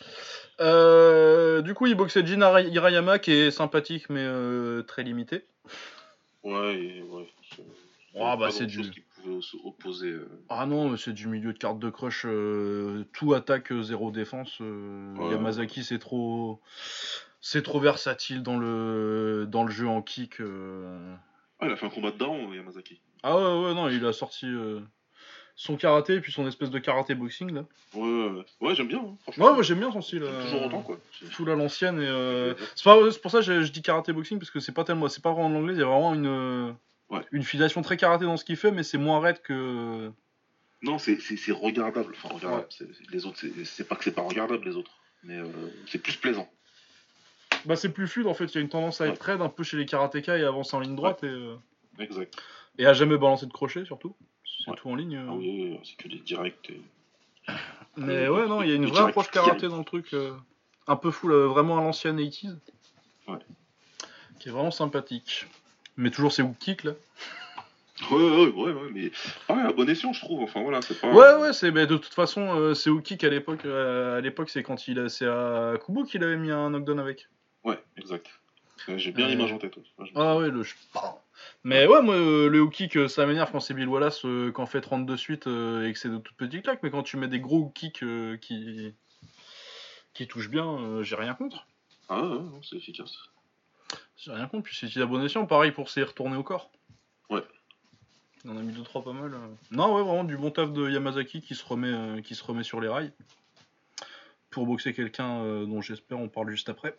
Euh, du coup, il boxait Jin Hara- Hirayama, qui est sympathique, mais euh, très limité. Ouais, et ouais. C'est Ah, bah, pas c'est grand-chose du- qui pouvait se opposer. euh. Ah non, mais c'est du milieu de carte de crush, euh, tout attaque, euh, zéro défense. euh, Ouais. Yamazaki, c'est trop, c'est trop versatile dans le, dans le jeu en kick. euh. Ah, il a fait un combat de daron, Yamazaki. Ah ouais, ouais, non, il a sorti euh, son karaté et puis son espèce de karaté boxing là. Ouais, ouais, ouais. Ouais, j'aime bien, hein, franchement. Ouais, moi j'aime bien son style. J'aime euh, toujours autant, quoi. C'est- Full à l'ancienne et euh, Ouais. c'est pas c'est pour ça que je, je dis karaté boxing parce que c'est pas tellement c'est pas vraiment de l'anglais, il y a vraiment une euh, Ouais. une filiation très karaté dans ce qu'il fait, mais c'est moins raide que Non, c'est c'est- c'est regardable. Enfin, regardable. C'est- Les autres, c'est- c'est pas que c'est pas regardable, les autres. Mais euh, c'est plus plaisant. bah c'est plus fluide en fait, il y a une tendance à être raide un peu chez les karatékas et avancer en ligne droite et euh, Exact. et à jamais balancer de crochet surtout. C'est Ouais. tout en ligne. euh. Ah oui, oui, oui, c'est que des directs. et- Mais Euh, ouais, non, il y a une le vraie direct approche qui karaté arrive. dans le truc euh, un peu full euh, vraiment à l'ancienne eighties. Ouais. Qui est vraiment sympathique. Mais toujours ces hook kicks là. Ouais, ouais, ouais, ouais, mais ah ouais, à bon escient, je trouve. Enfin voilà, c'est pas. Ouais, ouais, c'est mais de toute façon, euh, c'est hook kick à l'époque. euh, à l'époque, c'est quand il a, c'est à Kubo qu'il avait mis un knockdown avec. Ouais, exact. Euh, J'ai bien Euh, l'image en tête. Ouais. Ouais, je me Ah souviens. ouais, le. Mais ouais, moi, euh, le hook kick, euh, ça m'énerve quand c'est Bill Wallace euh, qu'en fait trente de suite euh, et que c'est de toutes petites claques. Mais quand tu mets des gros hook kicks euh, qui qui touchent bien, euh, j'ai rien contre. Ah ouais, ouais, non, c'est efficace. J'ai rien contre. Puis c'est à bon escient, pareil pour ses retourner au corps. Ouais. On en a mis deux trois pas mal. euh. Non, ouais, vraiment du bon taf de Yamazaki qui se remet, euh, qui se remet sur les rails pour boxer quelqu'un euh, dont j'espère on parle juste après.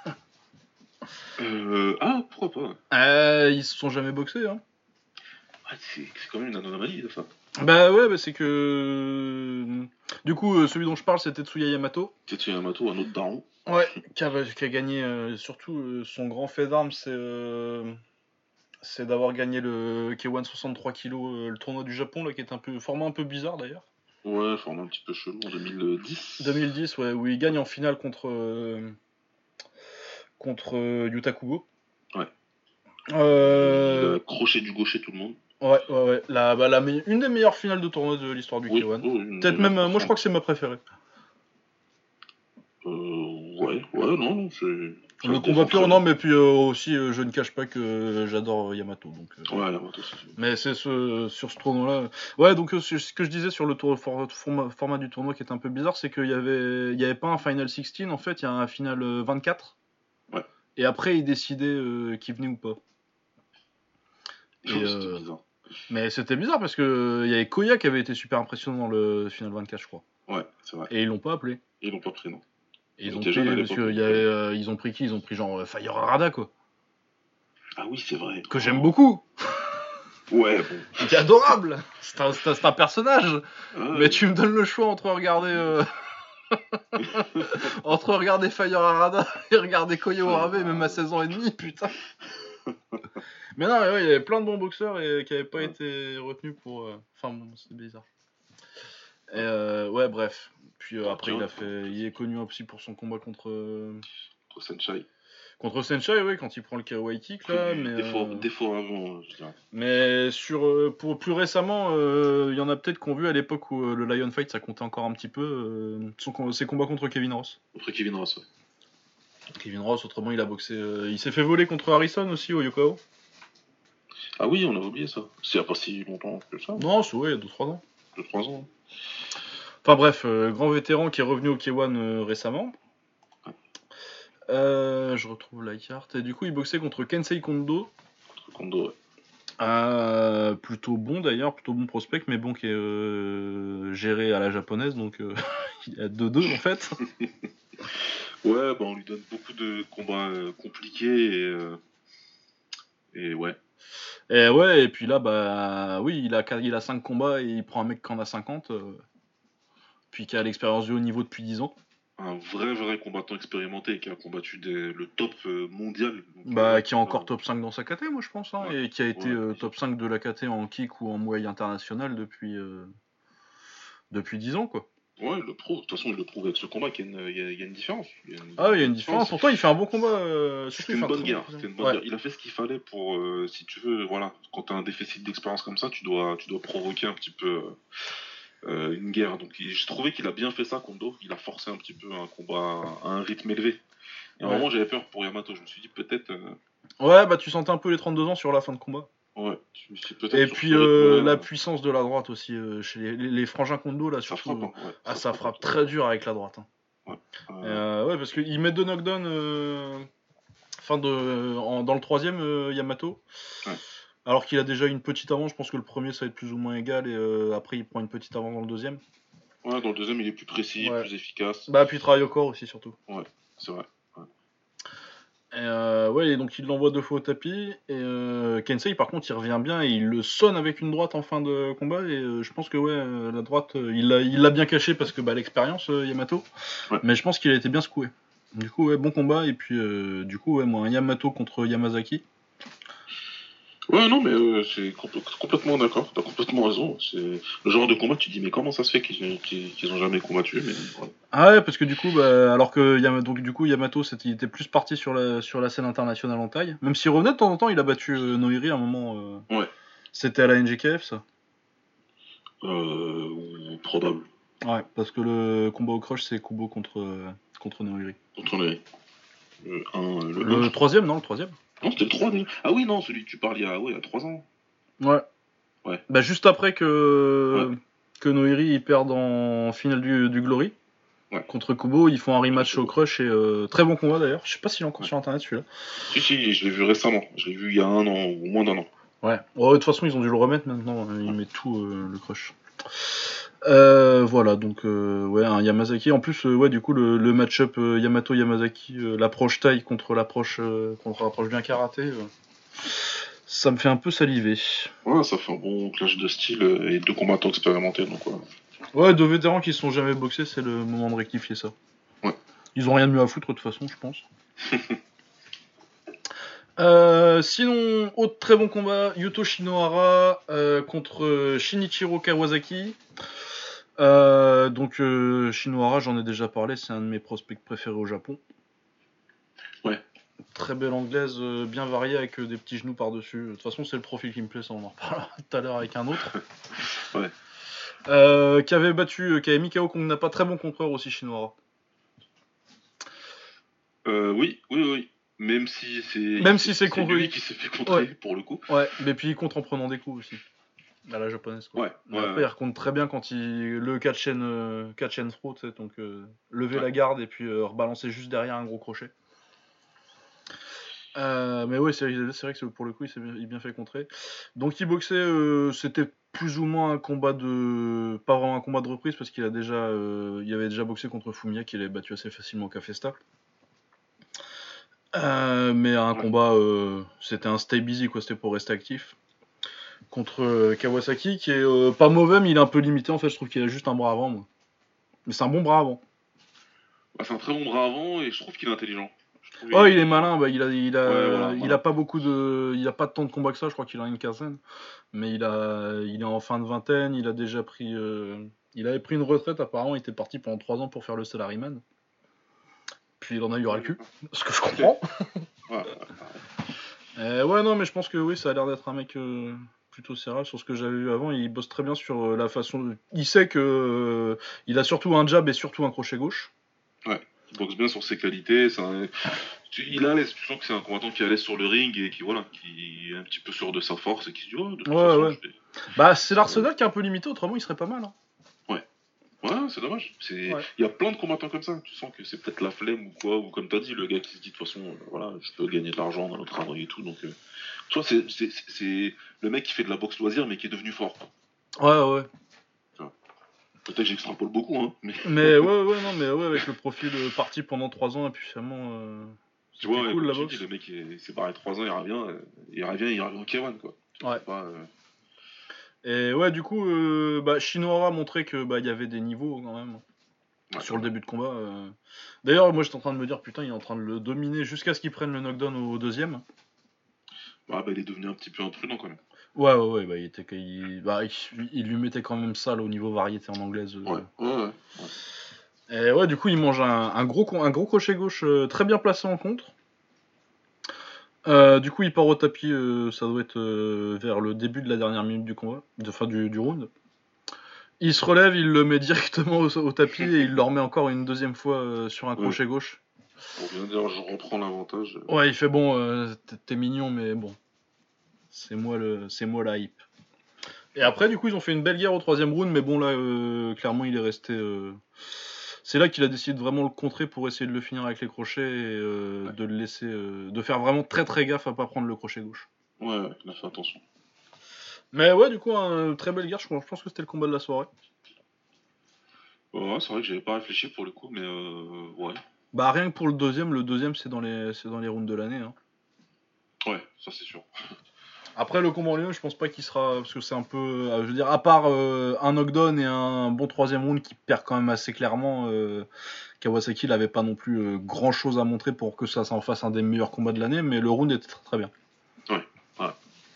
Euh, ah, pourquoi pas. Euh, ils se sont jamais boxés, hein. Ah, c'est c'est quand même une anomalie, ça. Bah ouais, bah c'est que. Du coup, euh, celui dont je parle, c'était Tetsuya Yamato. Tetsuya Yamato, un autre daron. Ouais, qui a, qui a gagné, euh, surtout euh, son grand fait d'armes, c'est euh, c'est d'avoir gagné le K un soixante-trois kilos, euh, le tournoi du Japon, là, qui est un peu format un peu bizarre d'ailleurs. Ouais, format un petit peu chelou en deux mille dix. deux mille dix, ouais, où il gagne en finale contre, euh, contre euh, Yuta Kubo. Ouais. Euh, Il a crochet du gaucher tout le monde. Ouais, ouais, ouais. La, bah, la me- une des meilleures finales de tournoi de l'histoire du Oui, K un. oui, une Peut-être des même, euh, meilleures moi je crois que c'est ma préférée. Euh, ouais, ouais, non, non, c'est. ça Le se combat défend pur, très non, bien. mais puis euh, aussi, euh, je ne cache pas que euh, j'adore euh, Yamato. Donc, euh, Ouais, Yamato, c'est. Mais c'est ce, sur ce tournoi-là. Ouais, donc euh, c'est ce que je disais sur le tour, for- format, format du tournoi qui est un peu bizarre, c'est qu'il y avait, il y avait pas un Final seize, en fait, il y a un Final euh, vingt-quatre. Ouais. Et après, ils décidaient euh, qui venait ou pas. Et, Oh, c'était euh, bizarre. Mais c'était bizarre parce que euh, il y avait Koya qui avait été super impressionnant dans le Final vingt-quatre, je crois. Ouais, c'est vrai. Et ils l'ont pas appelé. Ils l'ont pas pris, non. Et ils Il ont était pris, jeune à parce l'époque. que donc, y avait, euh, euh, ils ont pris qui Ils ont pris genre euh, Fire Arada, quoi. Ah oui, c'est vrai. Que j'aime beaucoup. Ouais, bon. Qui est adorable. C'est un, c'est un- c'est un personnage. Ah, Mais tu me donnes le choix entre regarder, euh, entre regarder Fire Arada et regarder Koya Orabe, même à seize ans et demi, putain. Mais non, mais ouais, il y avait plein de bons boxeurs et qui n'avaient pas Ouais. été retenus pour. euh, Enfin bon, c'était bizarre. Et euh, ouais, bref. Puis euh, Ouais, après, tiens, il a ouais. fait, il est connu aussi pour son combat contre euh, Contre Senshai. contre Senshai, oui, quand il prend le K O kick là. Mais, Des fois, euh, des fois avant, je dirais. mais sur euh, pour plus récemment, euh, il y en a peut-être qui ont vu à l'époque où euh, le Lion Fight ça comptait encore un petit peu. Euh, son com- ses combats contre Kevin Ross. Après Kevin Ross, ouais. Kevin Ross, autrement, il a boxé. euh, il s'est fait voler contre Harrison aussi au Yokao. Ah oui, on a oublié ça. C'est il y a pas si longtemps que ça. Non, c'est ouais, il y a deux trois ans. deux trois ans. Enfin bref, euh, grand vétéran qui est revenu au K un euh, récemment. Euh, je retrouve la carte. Et du coup, il boxait contre Kensei Kondo. Contre Kondo, ouais. Euh, plutôt bon d'ailleurs, plutôt bon prospect, mais bon qui est euh, géré à la japonaise, donc euh, il y a deux deux en fait. Ouais, bah on lui donne beaucoup de combats euh, compliqués et. euh, Et ouais. Et ouais, et puis là, bah oui, il a, il a cinq combats et il prend un mec qui en a cinquante, euh, puis qui a l'expérience du haut niveau depuis dix ans. Un vrai, vrai combattant expérimenté qui a combattu des- le top euh, mondial. Donc, Bah, euh, qui est encore euh, top cinq dans sa caté, moi je pense, hein, Ouais, et qui a été ouais. euh, top cinq de la caté en kick ou en muay international depuis, euh, depuis dix ans, quoi. Ouais, il le prouve. De toute façon, il le prouve avec ce combat qu'il y a une, il y a- il y a une différence. Il y a une, Ah, il y a une différence. Pourtant, il fait un bon combat. Euh, surtout, C'était il fait une un bonne très guerre. bon combat. C'était une bonne Ouais. guerre. Il a fait ce qu'il fallait pour, euh, si tu veux, voilà, quand tu as un déficit d'expérience comme ça, tu dois, tu dois provoquer un petit peu euh, une guerre. Donc, il- j'ai trouvé qu'il a bien fait ça, Kondo. Il a forcé un petit peu un combat à un rythme élevé. Et à un Ouais. moment, j'avais peur pour Yamato. Je me suis dit peut-être, euh, Ouais, bah tu sentais un peu les trente-deux ans sur la fin de combat. ouais, je me suis dit peut-être Et sur puis ce euh, rythme-là, la puissance de la droite aussi, euh, chez les, les, les frangins Kondo, là, ça surtout. frappe. euh, Hein, ouais, ah, ça frappe hein. très dur avec la droite. Hein. Ouais. Euh, Euh, ouais, parce qu'ils mettent deux knockdowns euh, fin de, en- dans le troisième, euh, Yamato. Ouais. Alors qu'il a déjà une petite avance, je pense que le premier ça va être plus ou moins égal, et euh, après il prend une petite avance dans le deuxième. Ouais, dans le deuxième, il est plus précis, Ouais. plus efficace. Bah, puis il travaille au corps aussi, surtout. Ouais, c'est vrai. Et euh, ouais, et donc il l'envoie deux fois au tapis. Et euh, Kensei, par contre, il revient bien et il le sonne avec une droite en fin de combat. Et euh, je pense que ouais, euh, la droite, euh, il l'a il l'a bien caché parce que bah, l'expérience, euh, Yamato. Ouais. Mais je pense qu'il a été bien secoué. Du coup, ouais, bon combat. Et puis, euh, du coup, ouais, moi, un Yamato contre Yamazaki. Ouais, non, mais euh, c'est compl- complètement d'accord. T'as complètement raison. C'est le genre de combat, tu te dis, mais comment ça se fait qu'ils qu'ils, qu'ils ont jamais combattu mais, ouais. Ah ouais, parce que du coup, bah, alors que Yama- donc, du coup, Yamato, c'était, il était plus parti sur la, sur la scène internationale en taille. Même s'il revenait de temps en temps, il a battu euh, Noiri à un moment. euh, Ouais. C'était à la N G K F, ça. Euh, ou probable. Ouais, parce que le combat au crush, c'est Kubo contre, euh, contre Noiri. Contre les. Le un, le, Le un, je troisième, non, le troisième. crois. Non, c'était le trois déjà. Ah oui, non, celui que tu parles il y a, ouais, il y a trois ans. Ouais. Ouais. Bah, juste après que, Ouais. que Noiri il perd en finale du, du Glory. Ouais. Contre Kubo, ils font un rematch Kubo. au crush et euh, très bon combat d'ailleurs. Je sais pas s'il est encore Ouais. sur internet celui-là. Si, si, je l'ai vu récemment. Je l'ai vu il y a un an, ou moins d'un an. Ouais. Ouais, de toute façon, ils ont dû le remettre maintenant. Ils mettent tout euh, le crush. Euh, voilà, donc euh, ouais, un Yamazaki. En plus, euh, ouais, du coup, le, le match-up euh, Yamato-Yamazaki, euh, l'approche taille contre l'approche euh, contre l'approche bien karaté, euh, Ça me fait un peu saliver. Ouais, ça fait un bon clash de style euh, et deux combattants expérimentés, donc ouais. Ouais, deux vétérans qui se sont jamais boxés, c'est le moment de rectifier ça. Ouais. Ils ont rien de mieux à foutre de toute façon, je pense. Euh, sinon, autre très bon combat, Yuto Shinohara euh, contre Shinichiro Kawasaki. Euh, donc euh, Shinohara, j'en ai déjà parlé, c'est un de mes prospects préférés au Japon. Ouais. Très belle anglaise, euh, bien variée avec euh, des petits genoux par-dessus. De toute façon, c'est le profil qui me plaît, ça on en reparlera tout à l'heure avec un autre. Ouais. Euh, qui avait battu, euh, qui avait mis K O Kong n'a pas très bon contreur aussi Shinohara. Euh, oui, oui, oui. Même si c'est. Même si c'est contre lui lui qui s'est fait contrer Ouais. pour le coup. Ouais, mais puis il contre en prenant des coups aussi. À la japonaise quoi. Ouais. Mais ouais, après, ouais. il raconte très bien quand il. Le catch and, euh, catch and throw, tu sais, donc euh, lever Ouais. la garde et puis euh, rebalancer juste derrière un gros crochet. Euh, mais oui, c'est c'est vrai que pour le coup, il s'est bien, il est bien fait contrer. Donc il boxait, euh, c'était plus ou moins un combat de. Pas vraiment un combat de reprise parce qu'il a déjà, euh, il avait déjà boxé contre Fumiya qu'il avait battu assez facilement au Cafesta. Euh, mais un Ouais. combat, euh, c'était un stay busy quoi, c'était pour rester actif. Contre euh, Kawasaki qui est euh, pas mauvais, mais il est un peu limité en fait. Je trouve qu'il a juste un bras avant, moi. Mais c'est un bon bras avant. Bah, c'est un très bon bras avant et je trouve qu'il est intelligent. Je trouve Oh, il est malin, bah, il a, il a, Ouais, voilà, il malin. a pas beaucoup de, il a pas tant de combats que ça. Je crois qu'il en a une quinzaine, mais il a, il est en fin de vingtaine. Il a déjà pris, euh, il avait pris une retraite apparemment. Il était parti pendant trois ans pour faire le salaryman. Puis il en a eu ras le cul, ce que je comprends. Ouais, ouais. Euh, ouais, non, mais je pense que oui, ça a l'air d'être un mec euh, plutôt sérieux sur ce que j'avais vu avant. Il bosse très bien sur euh, la façon. de- Il sait que euh, il a surtout un jab et surtout un crochet gauche. Ouais. Il boxe bien sur ses qualités. C'est un- tu- Il est à l'aise. Tu sens que c'est un combattant qui est à l'aise sur le ring et qui voilà, qui est un petit peu sûr de sa force et qui se dit oh, de toute Ouais, façon, ouais. je vais. Bah, c'est Ça- l'arsenal qui est un peu limité. Autrement, il serait pas mal. Hein. Ouais, c'est dommage. C'est, Ouais. il y a plein de combattants comme ça. Tu sens que c'est peut-être la flemme ou quoi, ou comme t'as dit, le gars qui se dit de toute façon, euh, voilà, je peux gagner de l'argent dans notre travail et tout. Donc, euh, tu vois, c'est, c'est, c'est- c'est le mec qui fait de la boxe loisir, mais qui est devenu fort. Ouais, ouais. Peut-être que j'extrapole beaucoup, hein, mais Mais ouais, ouais, non, mais ouais, avec le profil euh, parti pendant trois ans et puis finalement, euh, tu c'était vois, cool comme la tu dis, boxe. le mec il s'est barré trois ans, il revient, euh, il revient, il revient au K un, quoi. Ouais. C'est pas, euh, Et ouais, du coup, euh, bah, Shinohara montrait que bah il y avait des niveaux quand même ouais, sur le ouais. début de combat. euh. D'ailleurs, moi j'étais en train de me dire putain, il est en train de le dominer jusqu'à ce qu'il prenne le knockdown au deuxième. Ah, bah, il est devenu un petit peu imprudent quand même. Ouais, ouais, ouais, bah il était, il, bah, il, il lui mettait quand même ça là, au niveau variété en anglaise. euh. Ouais, ouais, ouais. ouais. Et ouais, du coup, il mange un, un gros, un gros crochet gauche euh, très bien placé en contre. Euh, du coup, il part au tapis, euh, ça doit être euh, vers le début de la dernière minute du combat, de fin du, du round. Il se relève, il le met directement au, au tapis et il le remet encore une deuxième fois euh, sur un Ouais. crochet gauche. Pour bien dire, je reprends l'avantage. euh, Ouais, il fait bon, euh, t'es- t'es mignon, mais bon, c'est moi le, c'est moi la hype. Et après, du coup, ils ont fait une belle guerre au troisième round, mais bon là, euh, clairement, il est resté. euh, C'est là qu'il a décidé de vraiment le contrer pour essayer de le finir avec les crochets et euh, Ouais. de le laisser, euh, de faire vraiment très très gaffe à pas prendre le crochet gauche. Ouais, ouais, il a fait attention. Mais ouais, du coup, une très belle guerre. Je pense je pense que c'était le combat de la soirée. Ouais, c'est vrai que j'avais pas réfléchi pour le coup, mais euh, ouais. Bah rien que pour le deuxième, le deuxième c'est dans les, c'est dans les rounds de l'année. Hein. Ouais, ça c'est sûr. Après le combat en lui-même, je pense pas qu'il sera, parce que c'est un peu, euh, je veux dire, à part euh, un knockdown et un bon troisième round qui perd quand même assez clairement, euh, Kawasaki n'avait pas non plus euh, grand chose à montrer pour que ça s'en fasse un des meilleurs combats de l'année, mais le round était très, très bien. Ouais, ouais.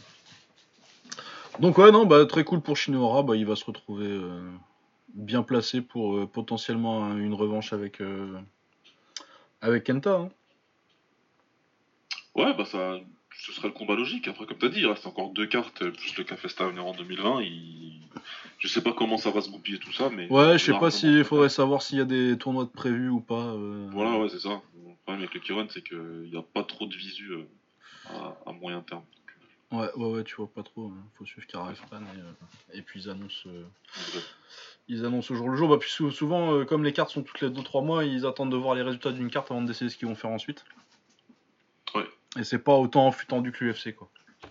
Donc ouais, non, bah très cool pour Shinohara, bah il va se retrouver euh, bien placé pour euh, potentiellement une revanche avec euh, avec Kenta. Hein. Ouais, bah ça, ce serait le combat logique. Après, comme t'as dit, il reste encore deux cartes, euh, plus le Cafesta à venir en deux mille vingt. Il... Je sais pas comment ça va se goupiller tout ça, mais Ouais, il je peut sais pas largement s'il se faudrait faire. savoir s'il y a des tournois de prévus ou pas. euh. Voilà, ouais, c'est ça. Le problème avec le Kiron, c'est qu'il n'y a pas trop de visu euh, à, à moyen terme. Ouais, ouais, ouais, tu vois pas trop. Hein. Faut suivre Karafan et, euh, et puis ils annoncent, euh, Exact. ils annoncent au jour le jour. Bah, puis sou- souvent, euh, comme les cartes sont toutes les deux trois mois, ils attendent de voir les résultats d'une carte avant de décider ce qu'ils vont faire ensuite. Ouais. Et c'est pas autant en flux tendu que l'U F C quoi.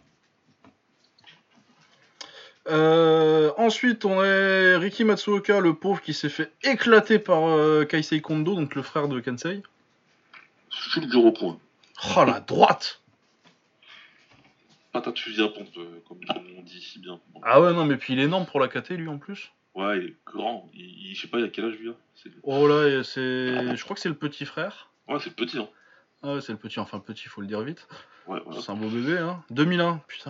Euh, ensuite, on a Riki Matsuoka, le pauvre qui s'est fait éclater par euh, Kaisei Kondo, donc le frère de Kensei. Fulgure au point. Oh la droite. patate fusil à pompe, euh, comme on dit si bien. Bon. Ah ouais, non, mais puis il est énorme pour la K T, lui, en plus. Ouais, il est grand. Il, il- je sais pas, il a quel âge lui là. C'est... Oh là, et c'est... Je crois que c'est le petit frère. Ouais, c'est petit, hein. Ah ouais, c'est le petit, enfin petit, faut le dire vite. Ouais, voilà. C'est un beau bébé, hein. deux mille un, putain.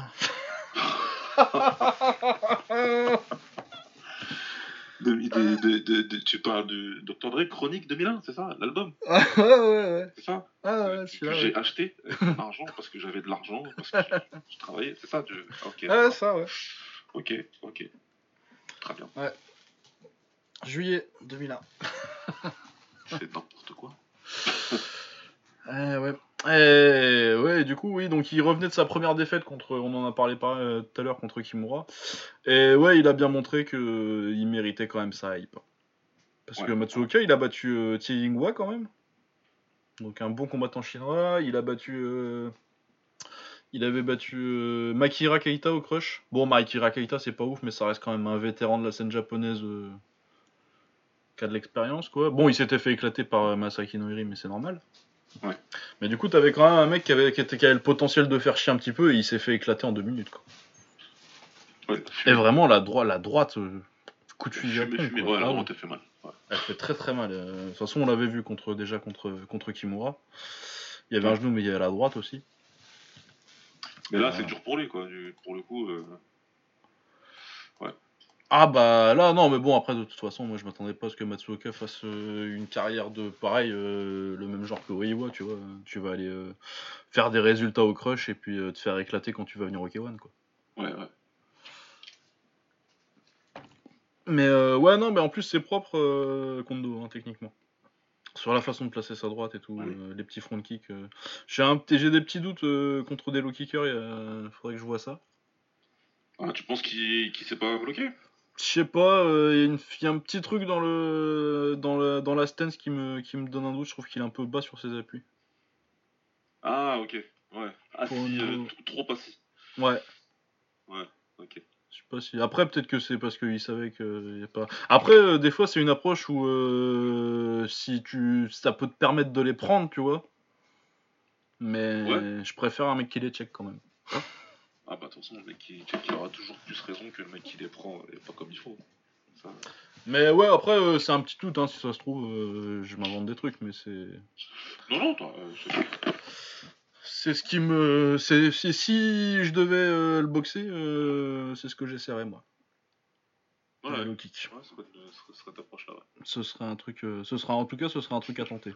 De, de, de, de, de- tu parles de docteur Dre, Chronique deux mille un, c'est ça, l'album? Ah ouais, ouais, ouais. C'est ça? Ah ouais, Que, celui-là, que j'ai ouais. acheté avec mon argent parce que j'avais de l'argent, parce que je, je travaillais, c'est ça? Tu... Ok, Ah, d'accord. ça, ouais. Ok, ok. Très bien. Ouais. Juillet deux mille un. C'est n'importe quoi. Eh ouais. Et ouais, du coup, oui, donc il revenait de sa première défaite contre, on en a parlé pas euh, tout à l'heure, contre Kimura. Et ouais, il a bien montré que euh, il méritait quand même sa hype. Parce Ouais. que Matsuoka, il a battu euh, Tie Yinghua quand même. Donc un bon combattant chinois. Il a battu. euh, Il avait battu euh, Makira Keita au crush. Bon, Makira Keita, c'est pas ouf, mais ça reste quand même un vétéran de la scène japonaise euh, qui a de l'expérience, quoi. Bon, il s'était fait éclater par euh, Masaki Noiri, mais c'est normal. Ouais. Mais du coup, t'avais quand même un mec qui avait, qui, était, qui avait le potentiel de faire chier un petit peu et il s'est fait éclater en deux minutes, quoi. Ouais, Et vraiment, la, droi- la droite, euh, coup de fusil à fumé, pompe, fumé. quoi. Ouais, Ah là, ouais. vraiment, t'as fait mal. Ouais. Elle fait très très mal. euh. De toute façon, on l'avait vu contre, déjà contre, contre Kimura. Il y avait Ouais. un genou, mais il y avait la droite aussi. Mais là, Euh, c'est dur pour lui, quoi. Du- Pour le coup. euh, Ah bah là, non, mais bon, après, de toute façon, moi je m'attendais pas à ce que Matsuoka fasse euh, une carrière de pareil, euh, le même genre que Weiwa, tu vois. Tu vas aller euh, faire des résultats au crush et puis euh, te faire éclater quand tu vas venir au K un, quoi. Ouais, ouais. Mais euh, ouais, non, mais en plus, c'est propre euh, Kondo, hein, techniquement. Sur la façon de placer sa droite et tout, Ouais. euh, les petits front kicks. euh. J'ai un petit- j'ai des petits doutes euh, contre des low kickers, il faudrait que je vois ça. Ah, tu penses qu'il qu'il s'est pas bloqué? Je sais pas, euh, il y, a une- y a un petit truc dans le dans la, dans la stance qui me, qui me donne un doute, je trouve qu'il est un peu bas sur ses appuis. Ah, ok. Ouais. Pour un Assis, euh, niveau- t- trop assis. Ouais, Ouais, ok. je sais pas si. Après, peut-être que c'est parce qu'il savait que y a pas. Après, euh, des fois, c'est une approche où euh, si tu, ça peut te permettre de les prendre, tu vois. Mais Ouais. je préfère un mec qui les check quand même. Ah, bah, de toute façon, le mec qui, qui aura toujours plus raison que le mec qui les prend et pas comme il faut. Ça... Mais ouais, après, euh, c'est un petit doute, hein, si ça se trouve, euh, je m'invente des trucs, mais c'est. Non, non, toi, euh, c'est- C'est ce qui me. C'est, c'est- si je devais euh, le boxer, euh, c'est ce que j'essaierais, moi. ouais, Le ouais. low kick. Ouais, ça serait, ce serait cette approche-là, ouais. Ce serait un truc. euh, ce sera, en tout cas, ce serait un truc à tenter.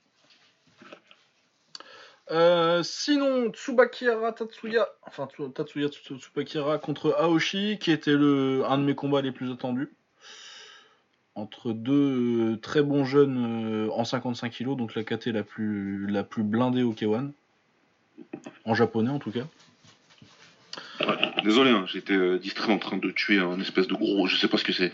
Euh, sinon, Tsubakira Tatsuya, enfin Tsu- Tatsuya Tsu- Tsubakira contre Aoshi, qui était le, un de mes combats les plus attendus. Entre deux euh, très bons jeunes euh, en cinquante-cinq kilos, donc la K T la plus, la plus blindée au K un. En japonais en tout cas. Ouais. Désolé, hein, j'étais euh, distrait en train de tuer un espèce de gros, je sais pas ce que c'est.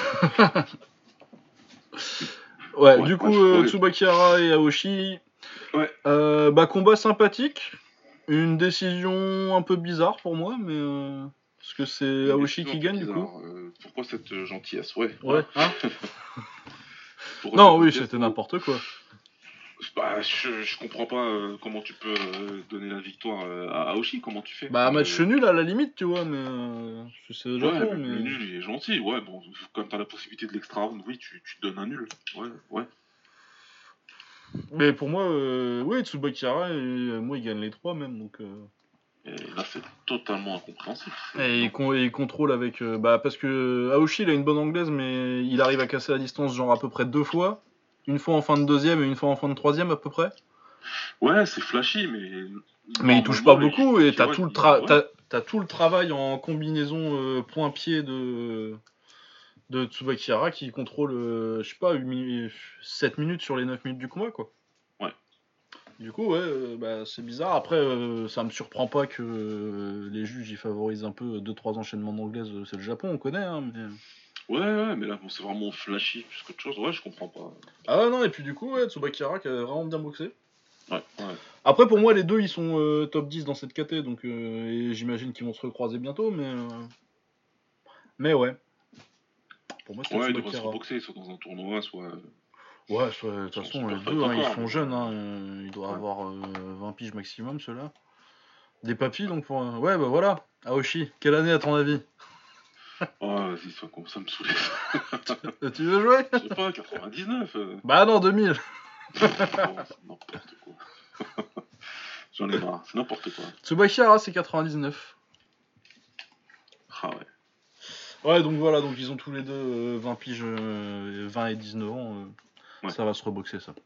Ouais, Ouais, du coup, bref, euh, ouais. Tsubakira et Aoshi. Ouais. Euh, bah, combat sympathique. Une décision un peu bizarre pour moi, mais. euh, Parce que c'est Une Aoshi décision qui un peu gagne du coup. bizarre. Euh, pourquoi cette euh, gentillesse? Ouais. Ouais, hein. Pourquoi Non, cette oui, gentillesse? c'était Oh, n'importe quoi. bah, je, je comprends pas euh, comment tu peux euh, donner la victoire euh, à Aoshi, comment tu fais? Bah, match Euh, nul à la limite, tu vois, mais. euh, parce que c'est le Ouais, Japon, même le mais. nul, il est gentil. Ouais, bon, comme t'as la possibilité de l'extra round, oui, tu, tu donnes un nul. Ouais, ouais. Mais pour moi, euh, oui, Tsubakira, et, euh, moi, il gagne les trois même, donc. euh, Et là, c'est totalement incompréhensible. C'est- Et il, non. con- et il contrôle avec. euh, bah, parce que Aoshi, il a une bonne anglaise, mais il arrive à casser la distance, genre à peu près deux fois. Une fois en fin de deuxième et une fois en fin de troisième, à peu près. Ouais, c'est flashy, mais. Mais il touche pas Normalement, beaucoup, les et t'as Kiwan, tout, le ils- tra- ouais. t'as, t'as tout le travail en combinaison euh, point-pied de. de Tsubakira qui contrôle, euh, je sais pas, huit mi- sept minutes sur les neuf minutes du combat, quoi. Ouais. Du coup, ouais, euh, bah, c'est bizarre. Après, euh, ça me surprend pas que euh, les juges y favorisent un peu deux trois enchaînements d'anglaise. C'est le Japon, on connaît, hein, mais. Ouais, ouais, mais là, bon, c'est vraiment flashy plus qu'autre chose. Ouais, je comprends pas. Ah ouais, non, et puis du coup, ouais, Tsubakira qui a vraiment bien boxé. Ouais, ouais. Après, pour moi, les deux, ils sont euh, top dix dans cette K T, donc euh, et j'imagine qu'ils vont se recroiser bientôt, mais. euh, Mais ouais. Pour moi, c'est Ouais, ils devraient se Tsubakira. reboxer, soit dans un tournoi, soit. Ouais, soit- de toute soit en façon, les super fight deux, hein, ils encore. sont Mais... jeunes, hein, euh, ils doivent Ouais. avoir euh, vingt piges maximum, ceux-là. Des papilles, donc pour. un- Ouais, bah voilà. Aoshi, quelle année à ton avis? Oh, vas-y, ça commence à me saouler. Euh, Tu veux jouer? Je sais pas, quatre-vingt-dix-neuf. euh. Bah non, deux mille. Oh, c'est n'importe quoi. J'en ai marre, c'est n'importe quoi. Tsubaki Hara, c'est quatre-vingt-dix-neuf. Ah ouais. Ouais, donc voilà, donc ils ont tous les deux euh, vingt piges, euh, vingt et dix-neuf ans. euh, Ouais. Ça va se reboxer, ça.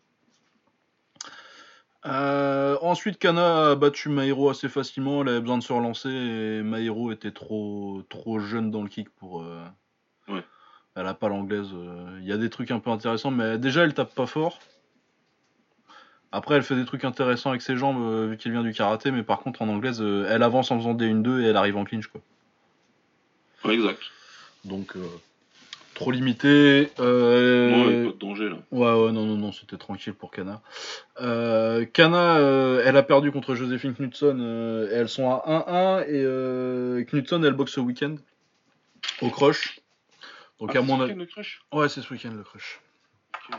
Euh, ensuite, Kana a battu Mairo assez facilement. Elle avait besoin de se relancer et Mairo était trop, trop jeune dans le kick pour. euh, Ouais. Elle a pas l'anglaise. euh, Il y a des trucs un peu intéressants, mais déjà elle tape pas fort. Après, elle fait des trucs intéressants avec ses jambes euh, vu qu'elle vient du karaté, mais par contre en anglaise, euh, elle avance en faisant des un deux et elle arrive en clinch quoi. Ouais, exact. Donc euh, trop limité. Non, il n'y a Euh, pas de danger là. Ouais, ouais, non, non, non, c'était tranquille pour Kana. Euh, Kana, euh, elle a perdu contre Joséphine Knudson. euh, et elles sont à un un. Et euh, Knudson, elle boxe ce week-end au crush. Donc Ah, à c'est ce mon week-end avis. le crush. Ouais, c'est ce week-end le crush. Ok.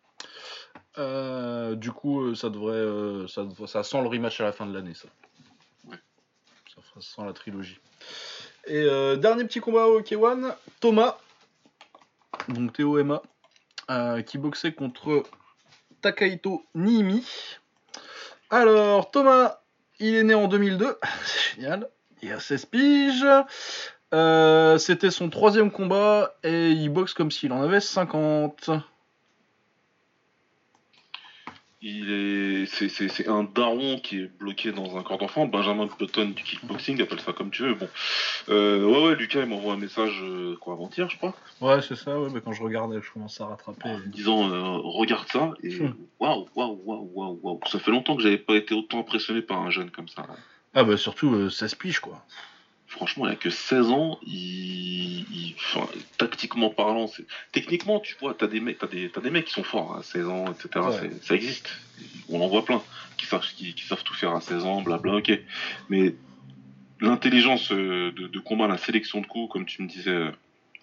Euh, du coup, euh, ça devrait. euh, ça, devrait- ça sent le rematch à la fin de l'année, ça. Ouais. Ça fera- ça sent la trilogie. Et euh, dernier petit combat au K un. Thomas, donc T O M A, euh, qui boxait contre Takahito Niimi. Alors, Thomas, il est né en deux mille deux. C'est génial. Il a seize piges. Euh, C'était son troisième combat et il boxe comme s'il en avait cinquante. Il est, c'est, c'est, c'est un daron qui est bloqué dans un corps d'enfant. Benjamin Button du kickboxing, appelle ça comme tu veux. Bon, euh, ouais, ouais, Lucas, il m'envoie un message euh, quoi avant-hier, je crois, Ouais, c'est ça. Ouais, mais quand je regarde, je commence à rattraper. en me disant euh, regarde ça et waouh, waouh, waouh, waouh, waouh. Ça fait longtemps que j'avais pas été autant impressionné par un jeune comme ça. Ah bah surtout euh, seize piges quoi. Franchement, il a que seize ans, il, il- enfin, tactiquement parlant, c'est... techniquement, tu vois, t'as des mecs, t'as des, t'as des mecs qui sont forts à seize ans, et cetera. Ouais. C'est- ça existe. On en voit plein qui savent, qui, qui savent tout faire à seize ans, blabla, ok. Mais l'intelligence euh, de, de combat, la sélection de coups, comme tu me disais euh,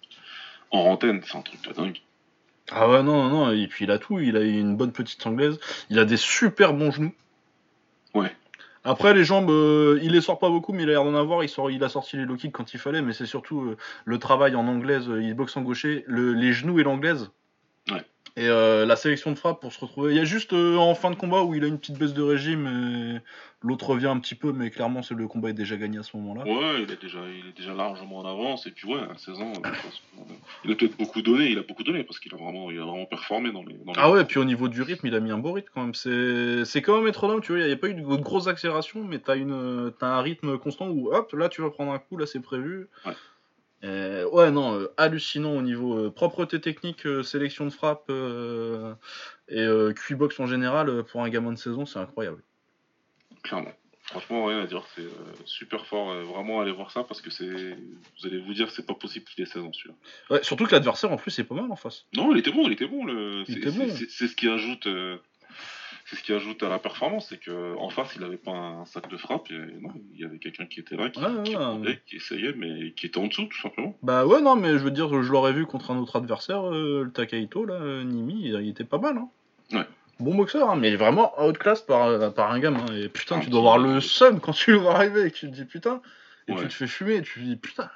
en antenne, c'est un truc de dingue. Ah ouais, non, non, non. Et puis il a tout. Il a une bonne petite anglaise. Il a des super bons genoux. Ouais, Après, les jambes, euh, il les sort pas beaucoup, mais il a l'air d'en avoir. Il, sort, il a sorti les low kicks quand il fallait, mais c'est surtout euh, le travail en anglaise. euh, Il boxe en gaucher, le- les genoux et l'anglaise. ouais. Et euh, la sélection de frappe pour se retrouver. Il y a juste euh, en fin de combat où il a une petite baisse de régime et l'autre revient un petit peu, mais clairement, c'est le combat est déjà gagné à ce moment-là. Ouais, il est déjà, il est déjà largement en avance, et puis ouais, à seize ans, euh, de toute façon, euh, il a peut-être beaucoup donné, il a beaucoup donné, parce qu'il a vraiment, il a vraiment performé dans les, dans les Ah ouais, jeux. et puis au niveau du rythme, il a mis un beau rythme quand même. C'est, c'est quand même métronome, tu vois. Il n'y a pas eu de de grosses accélérations, mais t'as, une... t'as un rythme constant où hop, là tu vas prendre un coup, là c'est prévu. Ouais. Et ouais, non, euh, hallucinant au niveau euh, propreté technique, euh, sélection de frappe euh, et euh, Q box en général euh, pour un gamin de saison, c'est incroyable. Clairement. Franchement, rien à dire, c'est euh, super fort. euh, vraiment, allez voir ça parce que c'est. Vous allez vous dire, c'est pas possible qu'il ait seize ans celui-là. Ouais, surtout que l'adversaire en plus est pas mal en face. Non, il était bon, il était bon. Le... Il C'est était c'est- bon. c'est- c'est ce qui ajoute. euh, C'est ce qui ajoute à la performance, c'est que en face, il avait pas un sac de frappe. Et non, il y avait quelqu'un qui était là, qui, Ouais, qui ouais, ouais. rendait, qui essayait, mais qui était en dessous, tout simplement. Bah ouais, non, mais je veux dire, je l'aurais vu contre un autre adversaire, euh, le Takahito, là, euh, Nimi, il, il était pas mal. Hein. Ouais. Bon boxeur, hein, mais vraiment outclass par, euh, par un gamin. Et putain, Un tu dois petit- avoir le seum quand tu le vois arriver et que tu te dis putain, et Ouais. tu te fais fumer et tu te dis putain.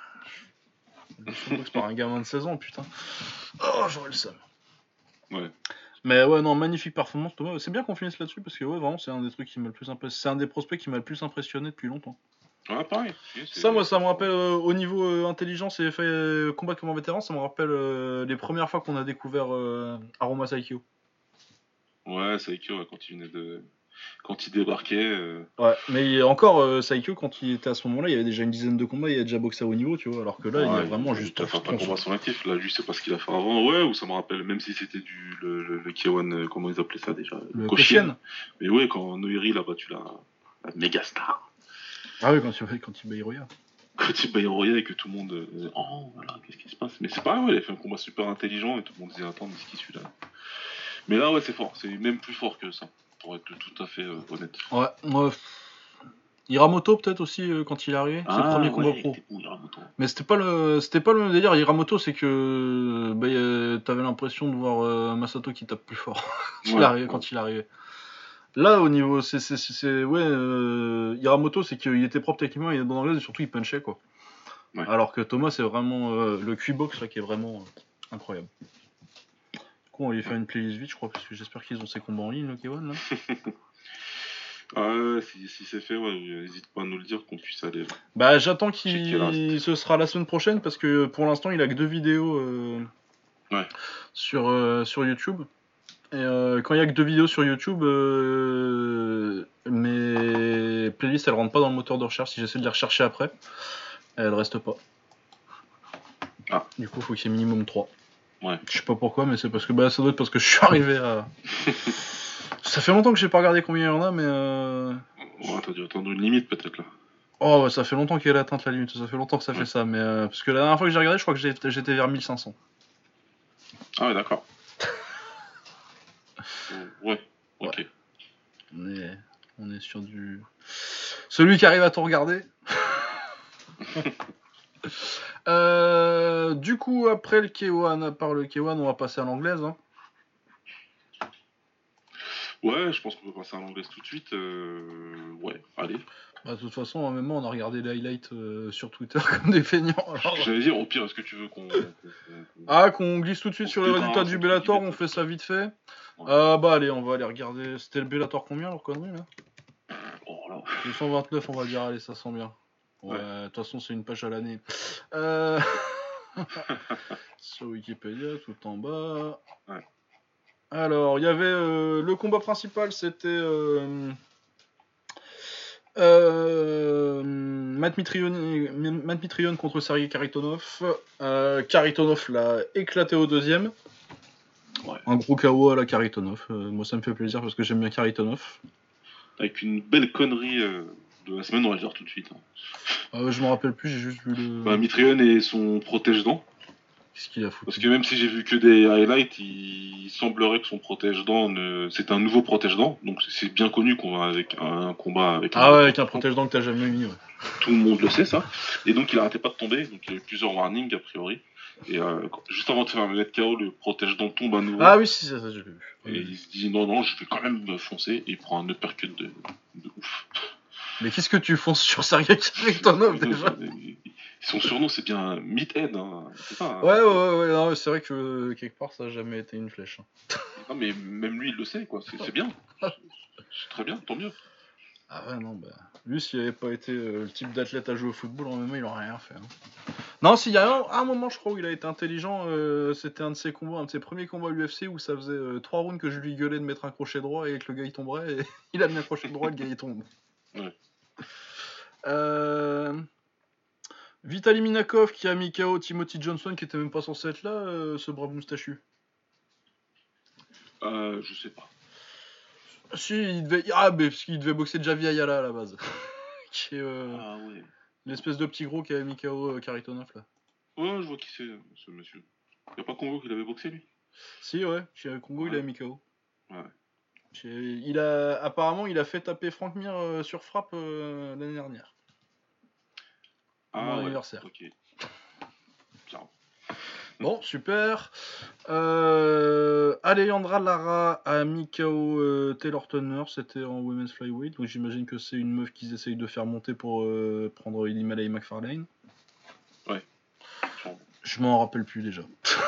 Je boxe par un gamin de seize ans, putain. Oh, j'aurais le seum. Ouais. Mais ouais, non, magnifique performance, Thomas. C'est bien qu'on finisse là-dessus parce que ouais, vraiment, c'est un des trucs qui m'a le plus impressionné. C'est un des prospects qui m'a le plus impressionné depuis longtemps. Ouais, pareil. Si, c'est- Ça, moi, ça me c'est- rappelle euh, au niveau euh, intelligence et fait euh, combat comme un vétéran, ça me rappelle euh, les premières fois qu'on a découvert euh, Aroma Saikyo. Ouais, Saikyo, ouais, quand il venait de. Quand il débarquait. euh, Ouais, mais encore, euh, Saikyo, quand il était à ce moment-là, il y avait déjà une dizaine de combats, il a déjà boxé à haut niveau, tu vois, alors que là, il y a Ouais, vraiment il juste a fait un tronçon. combat sur l'actif. Là, lui, c'est pas ce qu'il a fait avant. Ouais, ou ça me rappelle, même si c'était du le, le, le K un, euh, comment ils appelaient ça déjà Le Koshien. Koshien. Mais ouais, quand Noiri a battu la, la méga star. Ah oui, quand il, quand il bat Hiroya. Quand il bat Hiroya et que tout le monde. euh, oh, voilà, qu'est-ce qui se passe? Mais c'est pareil, ouais, il a fait un combat super intelligent et tout le monde disait attends, mais c'est qui celui-là? Mais là, ouais, c'est fort. C'est même plus fort que ça, pour être tout à fait euh, honnête. Ouais, ouais. Hiramoto peut-être aussi euh, quand il est arrivé, c'est le premier combat ouais, pro. il était bon, Hiramoto. Mais c'était pas le c'était pas le même délire. Hiramoto, c'est que bah, euh, t'avais l'impression de voir euh, Masato qui tape plus fort quand, il Ouais, arrivait, ouais. quand il arrivait. Là, au niveau. C'est, c'est, c'est, c'est- ouais, euh, Hiramoto, c'est qu'il était propre techniquement, il est bon anglais et surtout il punchait, quoi. Ouais. Alors que Thomas, c'est vraiment euh, le Q-box là qui est vraiment euh, incroyable. Du coup, on va lui faire Ouais. une playlist vite, je crois, parce que j'espère qu'ils ont ces combats en ligne, le K un là. Ah ouais, si, si c'est fait, ouais, n'hésite pas à nous le dire qu'on puisse aller Bah, j'attends checker le qu'il. reste. Ce sera la semaine prochaine parce que pour l'instant, il a que deux vidéos euh, Ouais. sur, euh, sur YouTube. Et euh, quand il y a que deux vidéos sur YouTube, euh, mes playlists elles rentrent pas dans le moteur de recherche. Si j'essaie de les rechercher après, elles restent pas. Ah. Du coup, il faut qu'il y ait minimum trois. Ouais. Je sais pas pourquoi, mais c'est parce que bah, ça doit être parce que je suis arrivé à. Ça fait longtemps que j'ai pas regardé combien il y en a, mais. Euh... Ouais, t'as dû attendre une limite peut-être là. Oh, ouais, ça fait longtemps qu'elle a atteint la limite. Ça fait longtemps que ça Ouais. fait ça, mais euh, parce que la dernière fois que j'ai regardé, je crois que j'étais, j'étais vers mille cinq cents. Ah ouais, d'accord. Ouais, ok. Ouais. On est, on est sur du. Celui qui arrive à tout regarder. euh, du coup, après le K un, à part le K un, on va passer à l'anglaise. Hein. Ouais, je pense qu'on peut passer à l'anglaise tout de suite. Euh... Ouais, allez. Bah, de toute façon, même moi, on a regardé les highlights euh, sur Twitter comme des feignants. Alors... J'allais dire, au pire, est-ce que tu veux qu'on. qu'on, qu'on... Ah, qu'on glisse tout de suite on sur les résultats du Bellator, on guillemets, fait ça vite fait. Ouais. Ah, bah, allez, on va aller regarder. C'était le Bellator combien, leur connerie là Oh là. deux cent vingt-neuf, on va dire, allez, ça sent bien. Ouais, de Ouais. toute façon, c'est une page à l'année. Euh... Sur Wikipédia, tout en bas. Ouais. Alors, il y avait euh, le combat principal, c'était euh, euh, Matt Mitrione, Matt Mitrione contre Sergei Karitonov. Euh, Karitonov l'a éclaté au deuxième. Ouais. Un gros K O à la Karitonov. Euh, moi, ça me fait plaisir parce que j'aime bien Karitonov. Avec une belle connerie euh, de la semaine, on va le dire tout de suite. Hein. Euh, je me rappelle plus, j'ai juste vu le. Bah, Mitrione et son protège-dents. Qu'est-ce qu'il a foutu ? Parce que même si j'ai vu que des highlights, il semblerait que son protège-dents, ne... c'est un nouveau protège-dents. Donc c'est bien connu qu'on va avec un combat avec un. Ah ouais, avec un protège-dents que t'as jamais mis, ouais. Tout le monde le sait, ça. Et donc il arrêtait pas de tomber. Donc il y a eu plusieurs warnings, a priori. Et euh, juste avant de faire me mettre K O, le protège-dents tombe à nouveau. Ah oui, si, ça, ça j'ai vu. Et il se dit non, non, je vais quand même foncer. Et il prend un uppercut de, de ouf. Mais qu'est-ce que tu fonces sur Sergei Karitonov déjà ? Son surnom, c'est bien Meathead, hein. C'est ça, hein. Ouais, ouais, ouais, ouais, non, c'est vrai que euh, quelque part ça a jamais été une flèche. Hein. Non, mais même lui, il le sait, quoi. C'est, c'est bien. C'est très bien, tant mieux. Ah ouais, non, bah. Lui, s'il avait pas été euh, le type d'athlète à jouer au football, en même il aurait rien fait. Hein. Non, s'il y a un, un moment, je crois, où il a été intelligent, euh, c'était un de ses combats, un de ses premiers combats U F C où ça faisait euh, trois rounds que je lui gueulais de mettre un crochet droit et que le gars il tomberait, et il a mis un crochet droit et le gars il tombe. Ouais. Euh. Vitaly Minakov qui a mis K O Timothy Johnson qui était même pas censé être là, euh, ce brave moustachu. Euh, je sais pas. Si, il devait. Ah, mais parce qu'il devait boxer Javi Ayala à la base. qui est euh, Ah ouais. l'espèce de petit gros qui avait mis K O euh, Karitonov là. Ouais, je vois qui c'est, ce monsieur. Y'a pas Congo qui l'avait boxé, lui? Si, ouais, chez Congo Ouais. il a mis K O. Ouais. Chez- Il a... Apparemment, il a fait taper Frank Mir euh, sur frappe euh, l'année dernière. Ah Mon ouais. anniversaire. Ok. Bien. Bon, super. Euh... Alejandra Lara a mis K O euh, Taylor Turner, c'était en Women's Flyweight, donc j'imagine que c'est une meuf qu'ils essayent de faire monter pour euh, prendre Ilima-Lei McFarlane. Ouais. Sûrement. Je m'en rappelle plus déjà.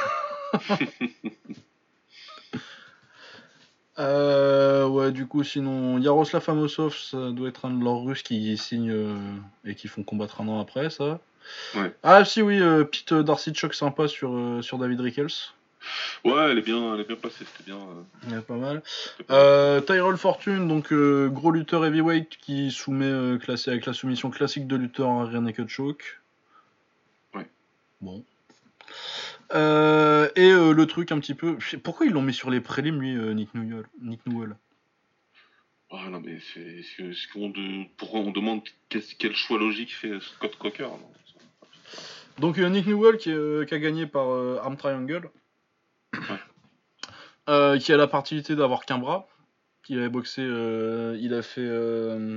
euh, ouais, du coup, sinon, Yaroslav Amosov, ça doit être un de leurs Russes qui signent euh, et qui font combattre un an après, ça. Ouais. Ah, si, oui, euh, petite euh, Darcy de choc sympa sur, euh, sur David Rickels. Ouais, elle est bien, elle est bien passée, c'était bien. Euh... Ouais, pas mal. C'était pas Euh, Tyrell Fortune, donc euh, gros lutteur heavyweight qui soumet euh, classé avec la soumission classique de lutteur à rear naked choke. Ouais. Bon. Euh, et euh, le truc un petit peu. Pourquoi ils l'ont mis sur les prélims, lui, euh, Nick Newell, Nick Newell Ah non, mais c'est. c'est, c'est qu'on de... Pourquoi on demande qu'est-ce, quel choix logique fait Scott Coker, non? Donc euh, Nick Newell qui, euh, qui a gagné par euh, Arm Triangle. Ouais. Euh, qui a la particularité d'avoir qu'un bras. Il avait boxé. Euh, il a fait. Euh,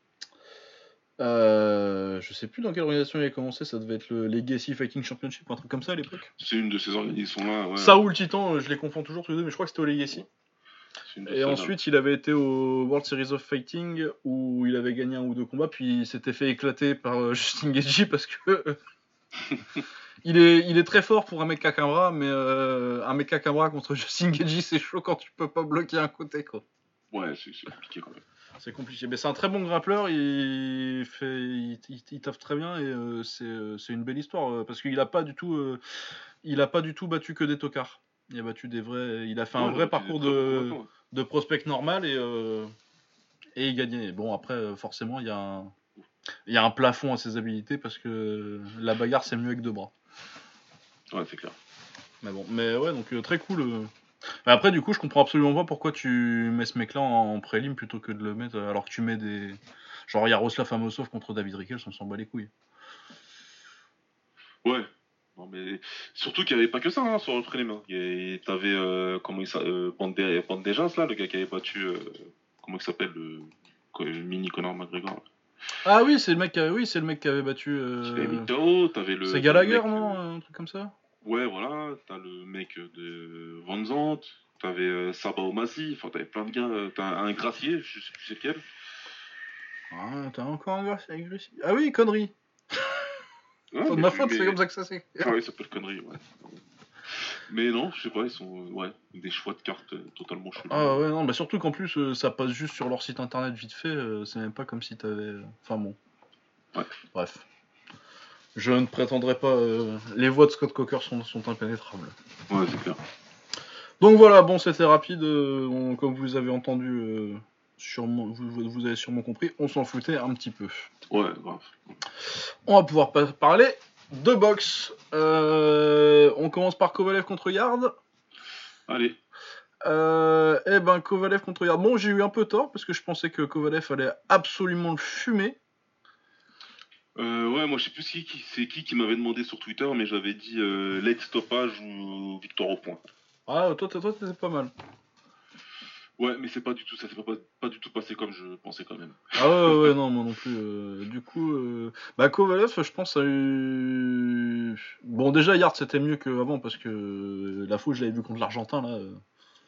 Euh, je sais plus dans quelle organisation il a commencé, ça devait être le Legacy Fighting Championship, un truc comme ça à l'époque. C'est une de ces organisations-là, ouais. Ça ou le Titan, je les confonds toujours tous les deux, mais je crois que c'était au Legacy. C'est une de Et celles-là. ensuite, il avait été au World Series of Fighting où il avait gagné un ou deux combats, puis il s'était fait éclater par euh, Justin Gaethje parce que il est, il est très fort pour un mec à bras, mais euh, un mec à bras contre Justin Gaethje, c'est chaud quand tu peux pas bloquer un côté, quoi. Ouais, c'est c'est compliqué quand même. C'est compliqué. Mais c'est un très bon grappleur, il fait, il, il, il taffe très bien et euh, c'est, euh, c'est une belle histoire euh, parce qu'il a pas du tout, euh, il a pas du tout battu que des tocards. Il a battu des vrais, il a fait Ouais, un il a vrai battu des parcours très bons de, combattants. Ouais. de prospect normal et euh, et il gagnait. Bon après, euh, forcément, il y a un, il y a un plafond à ses habilités parce que la bagarre c'est mieux avec deux bras. Ouais, c'est clair. Mais bon, mais ouais, donc euh, très cool. euh. Mais après, du coup, je comprends absolument pas pourquoi tu mets ce mec-là en, en prélim plutôt que de le mettre euh, alors que tu mets des. Genre Yaroslav Amosov contre David Rickels, on s'en bat les couilles. Ouais. Non, mais surtout qu'il n'y avait pas que ça hein, sur le prélim. Hein. Il y a- T'avais, euh, comment il s'appelle, euh, Bande- Bandejas, là, le gars qui avait battu, euh, comment il s'appelle, le, quoi, le mini Conor McGregor. Là. Ah oui, c'est le mec qui avait, oui, c'est le mec qui avait battu. Qui l'avait mis Euh... K O, t'avais le, C'est t'as le Gallagher, mec, non euh, Un truc comme ça ouais, voilà, t'as le mec de Van Zandt, t'avais euh, Sabah Omassi, enfin t'avais plein de gars, euh, t'as un Gracier, je sais plus c'est lequel. Ah, t'as encore un gars avec lui. Ah oui, connerie. Ouais, C'est de mais, ma tu- faute, c'est mais... comme ça que ça s'est. Ah ouais, ça s'appelle connerie, ouais. Mais non, je sais pas, ils sont, euh, ouais, des choix de cartes euh, totalement chelous. Ah ouais, non, bah surtout qu'en plus, euh, ça passe juste sur leur site internet vite fait, euh, c'est même pas comme si t'avais. euh, Enfin bon. Ouais. Bref. Je ne prétendrai pas. euh, Les voix de Scott Coker sont, sont impénétrables. Ouais, c'est clair. Donc voilà, bon, c'était rapide. euh, on- comme vous avez entendu, euh, sûrement, vous, vous avez sûrement compris, on s'en foutait un petit peu. Ouais, grave. On va pouvoir pa- parler de boxe. Euh, on commence par Kovalev contre Yard. Allez. Euh, eh ben, Kovalev contre Yard. Bon, j'ai eu un peu tort parce que je pensais que Kovalev allait absolument le fumer. Euh, ouais, moi je sais plus qui, qui- c'est qui qui m'avait demandé sur Twitter, mais j'avais dit euh, late stoppage ou victoire au point. Ah, toi, toi, toi, t'étais pas mal. Ouais, mais c'est pas du tout, ça s'est pas, pas du tout passé comme je pensais quand même. Ah ouais, ouais, ouais, non, moi non plus. euh, du coup, euh, bah Kovalev, je pense, a eu. Bon, déjà, Yard, c'était mieux qu'avant parce que euh, la fois, je l'avais vu contre l'Argentin, là. euh,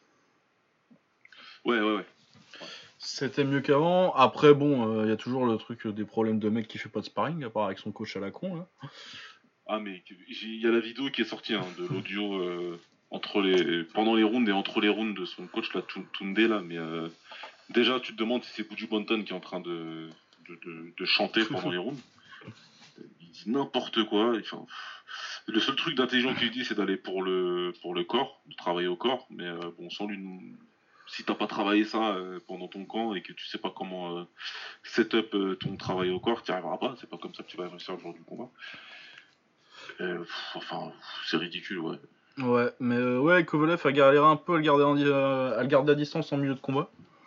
Ouais, ouais, ouais. C'était mieux qu'avant. Après, bon, il y a toujours le truc euh, des problèmes de mec qui fait pas de sparring, à part avec son coach à la con, là. Ah, mais il y a la vidéo qui est sortie hein, de l'audio euh, entre les, pendant les rounds et entre les rounds de son coach, là, Tunde, là, mais euh, déjà tu te demandes si c'est Buju Banton qui est en train de, de, de, de chanter pendant les rounds. Il dit n'importe quoi. Enfin, le seul truc d'intelligent qu'il dit, c'est d'aller pour le, pour le corps, de travailler au corps. Mais euh, bon, sans lui, si t'as pas travaillé ça euh, pendant ton camp et que tu sais pas comment euh, set up euh, ton travail au corps, t'y arriveras pas. C'est pas comme ça que tu vas réussir le jour du combat. Euh, pff, enfin, pff, c'est ridicule, ouais. Ouais, mais euh, ouais, Kovalev a galéré un peu à le garder, en di- euh, à le garder à distance en milieu de combat.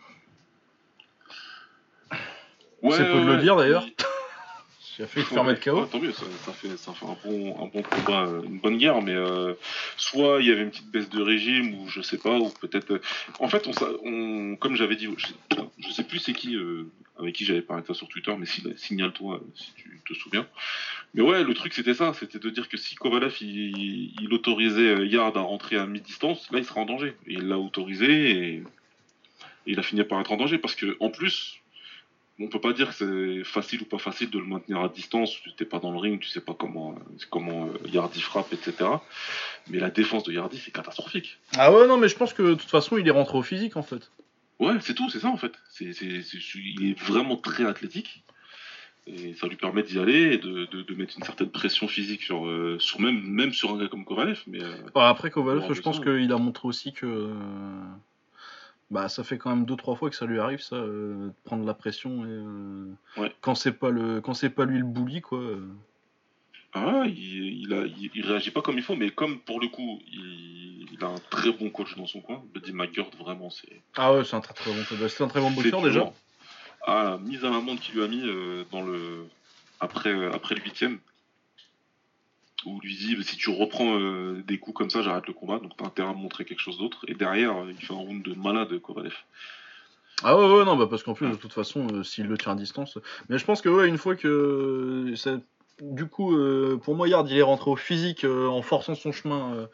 Ouais, C'est peu de ouais, le ouais. dire d'ailleurs. Il- Il a failli le faire Ouais, mettre K O. ouais, tant mieux, ça, ça fait, ça fait un, bon, un bon combat, euh, une bonne guerre, mais euh, soit il y avait une petite baisse de régime, ou je sais pas, ou peut-être. euh, En fait, on, sa- on, comme j'avais dit, je, je sais plus c'est qui euh, avec qui j'avais parlé de ça sur Twitter, mais si- signale-toi euh, si tu te souviens. Mais ouais, le truc c'était ça, c'était de dire que si Kovalev il, il autorisait euh, Yard à rentrer à mi-distance, là il serait en danger. Et il l'a autorisé et, et il a fini par être en danger parce que en plus. On peut pas dire que c'est facile ou pas facile de le maintenir à distance. Tu n'es pas dans le ring, tu sais pas comment, comment euh, Yardy frappe, et cetera. Mais la défense de Yardy, c'est catastrophique. Ah ouais, non, mais je pense que de toute façon, il est rentré au physique en fait. Ouais, c'est tout, c'est ça en fait. C'est, c'est, c'est- il est vraiment très athlétique. Et ça lui permet d'y aller et de, de, de mettre une certaine pression physique sur, euh, sur même, même sur un gars comme Kovalev. Mais euh, Bah, après, il Kovalev, aura je pense besoin. qu'il a montré aussi que. euh, Bah, ça fait quand même deux trois fois que ça lui arrive, ça, euh, de prendre la pression et. euh, Ouais. Quand c'est pas le, quand c'est pas lui le bully, quoi. euh. Ah, il, il, a, il, il réagit pas comme il faut, mais comme pour le coup, il, il a un très bon coach dans son coin. Buddy McGirt, vraiment, c'est, Ah ouais, c'est un très très bon, bah, c'est un très bon c'est boxeur du déjà. lourd. Ah, la mise à l'amende qu'il lui a mis euh, dans le après euh, après le huitième, où il lui dit si tu reprends euh, des coups comme ça, j'arrête le combat. Donc t'as intérêt à me montrer quelque chose d'autre. Et derrière, euh, il fait un round de malade Kovalev. Ah ouais, ouais, non, bah parce qu'en plus, de toute façon, euh, s'il le tient à distance. Mais je pense que, ouais, une fois que. ça- Du coup, euh, pour moi, Yard, il est rentré au physique euh, en forçant son chemin euh,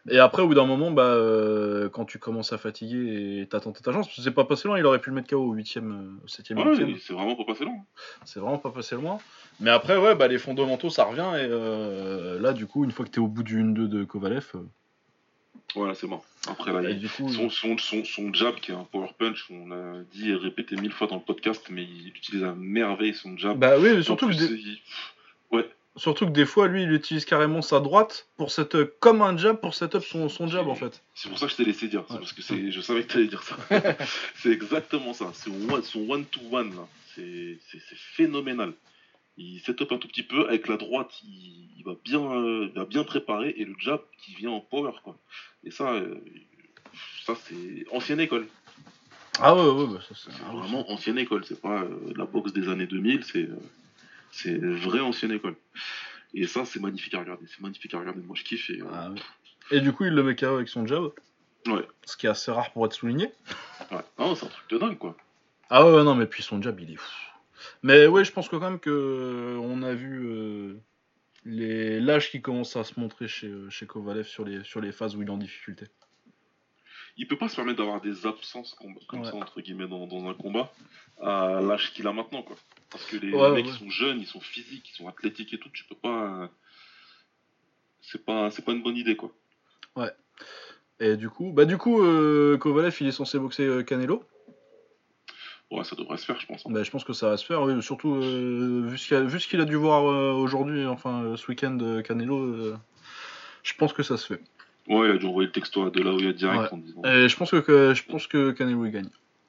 Et après, au bout d'un moment, bah, euh, quand tu commences à fatiguer et t'as tenté ta chance, parce que c'est pas passé loin, il aurait pu le mettre K O au huitième, au septième, Ouais, huitième. c'est vraiment pas passé long. C'est vraiment pas passé loin. Mais après, ouais, bah, les fondamentaux, ça revient. Et euh, là, du coup, une fois que t'es au bout du un deux de Kovalev, euh, Voilà, c'est mort. Après, là, et il- du coup, son, son, son, son jab, qui est un power punch, on l'a dit et répété mille fois dans le podcast, mais il utilise à merveille son jab. bah oui, mais Et en surtout que, plus, des... il... ouais, surtout que des fois, lui, il utilise carrément sa droite pour set comme un jab pour setup son, son jab en c'est fait. c'est pour ça que je t'ai laissé dire. C'est Ouais. parce que c'est, je savais que t'allais dire ça. C'est exactement ça. Son one, son one to one là, c'est c'est- c'est phénoménal. Il set up un tout petit peu avec la droite, il, il va bien, euh, il va bien préparer et le jab qui vient en power quoi. Et ça, euh, ça c'est ancienne école. Ah ouais, ouais, bah ça c'est C'est un ouf, ça. vraiment ancienne école. C'est pas euh, la boxe des années deux mille, c'est euh, c'est vraie ancienne école. Et ça, c'est magnifique à regarder. C'est magnifique à regarder. Moi, je kiffe. Et, euh, Ah ouais. Et du coup, il le met K O avec son jab, ouais, ce qui est assez rare pour être souligné. ouais. Non, c'est un truc de dingue quoi. Ah ouais, ouais, non, mais puis son jab, il est fou. Mais ouais, je pense que quand même que euh, on a vu euh, les l'âge qui commence à se montrer chez, euh, chez Kovalev sur les, sur les phases où il est en difficulté. Il peut pas se permettre d'avoir des absences comme, comme Ouais. ça entre guillemets dans, dans un combat à l'âge qu'il a maintenant quoi. Parce que les, les Ouais, mecs ouais. ils sont jeunes, ils sont physiques, ils sont athlétiques et tout. Tu peux pas. C'est pas, c'est pas une bonne idée quoi. Ouais. Et du coup, bah du coup, euh, Kovalev, il est censé boxer euh, Canelo. Ouais, ça devrait se faire, je pense. Hein. Bah, je pense que ça va se faire, oui, surtout euh, vu ce qu'il a, vu ce qu'il a dû voir euh, aujourd'hui, enfin euh, ce week-end, euh, Canelo, euh, je pense que ça se fait. Ouais, il a dû envoyer le texto à De La Hoya Ouais. direct en disant. Et je pense que, que je pense que Canelo il gagne.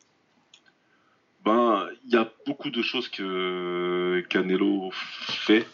Ben, il y a beaucoup de choses que Canelo fait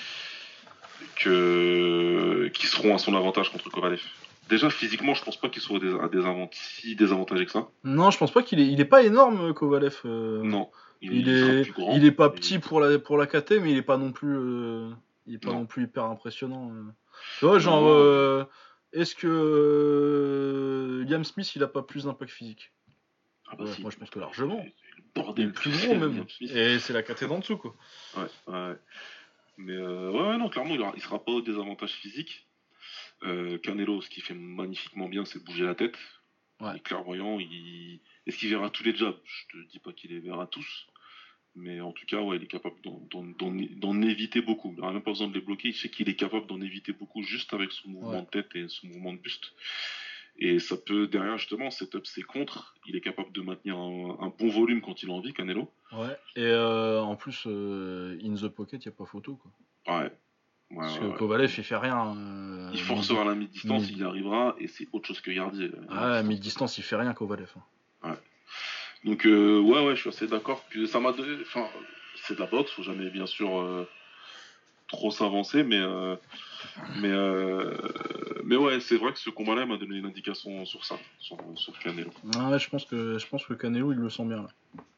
que... qui seront à son avantage contre Kovalev. Déjà, physiquement, je pense pas qu'il soit à des, à des avant- si désavantagé que ça. Non, je pense pas qu'il est, il est pas énorme Kovalev. euh, Non, il, il il sera est, plus grand. il est pas Et... petit pour la pour la K T, mais il est pas non plus, euh, il est pas Non, non plus hyper impressionnant. euh. Tu vois, genre, non. euh, euh, est-ce que euh, Liam Smith il a pas plus d'impact physique? Ah bah Ouais, si, moi je pense que largement. le Il est bordel plus que gros c'est même. Liam Smith. Et c'est la K T d'en dessous quoi. Ouais, ouais. Mais euh, ouais, ouais, non, clairement, il, aura- il sera pas au désavantage physique. Euh, Canelo, ce qu'il fait magnifiquement bien, c'est bouger la tête. Ouais. Il est clairvoyant. Il... Est-ce qu'il verra tous les jabs? Je te dis pas qu'il les verra tous. Mais en tout cas, ouais, il est capable d'en, d'en- d'en- d'en éviter beaucoup. Il n'a même pas besoin de les bloquer. Je sais qu'il est capable d'en éviter beaucoup juste avec son mouvement Ouais. de tête et son mouvement de buste. Et ça peut, derrière, justement, setup ses contres. Il est capable de maintenir un, un bon volume quand il a envie, Canelo. Ouais. Et euh, en plus, euh, in the pocket, y a pas photo quoi. Ouais. Ouais, Parce ouais, que ouais. Kovalev il fait rien. Euh, Il midi, forcera la mi-distance, il midi. y arrivera, et c'est autre chose que Yardi. euh, la Ah, mi-distance. mi-distance il fait rien Kovalev. Ouais. Donc, euh, ouais, ouais, je suis assez d'accord que ça m'a donné. Enfin, c'est de la boxe, faut jamais, bien sûr, euh, trop s'avancer, mais. euh, mais, euh, mais ouais, c'est vrai que ce combat-là m'a donné une indication sur ça, sur, sur Canelo. Ah ouais, je pense que je pense que Canelo il le sent bien là.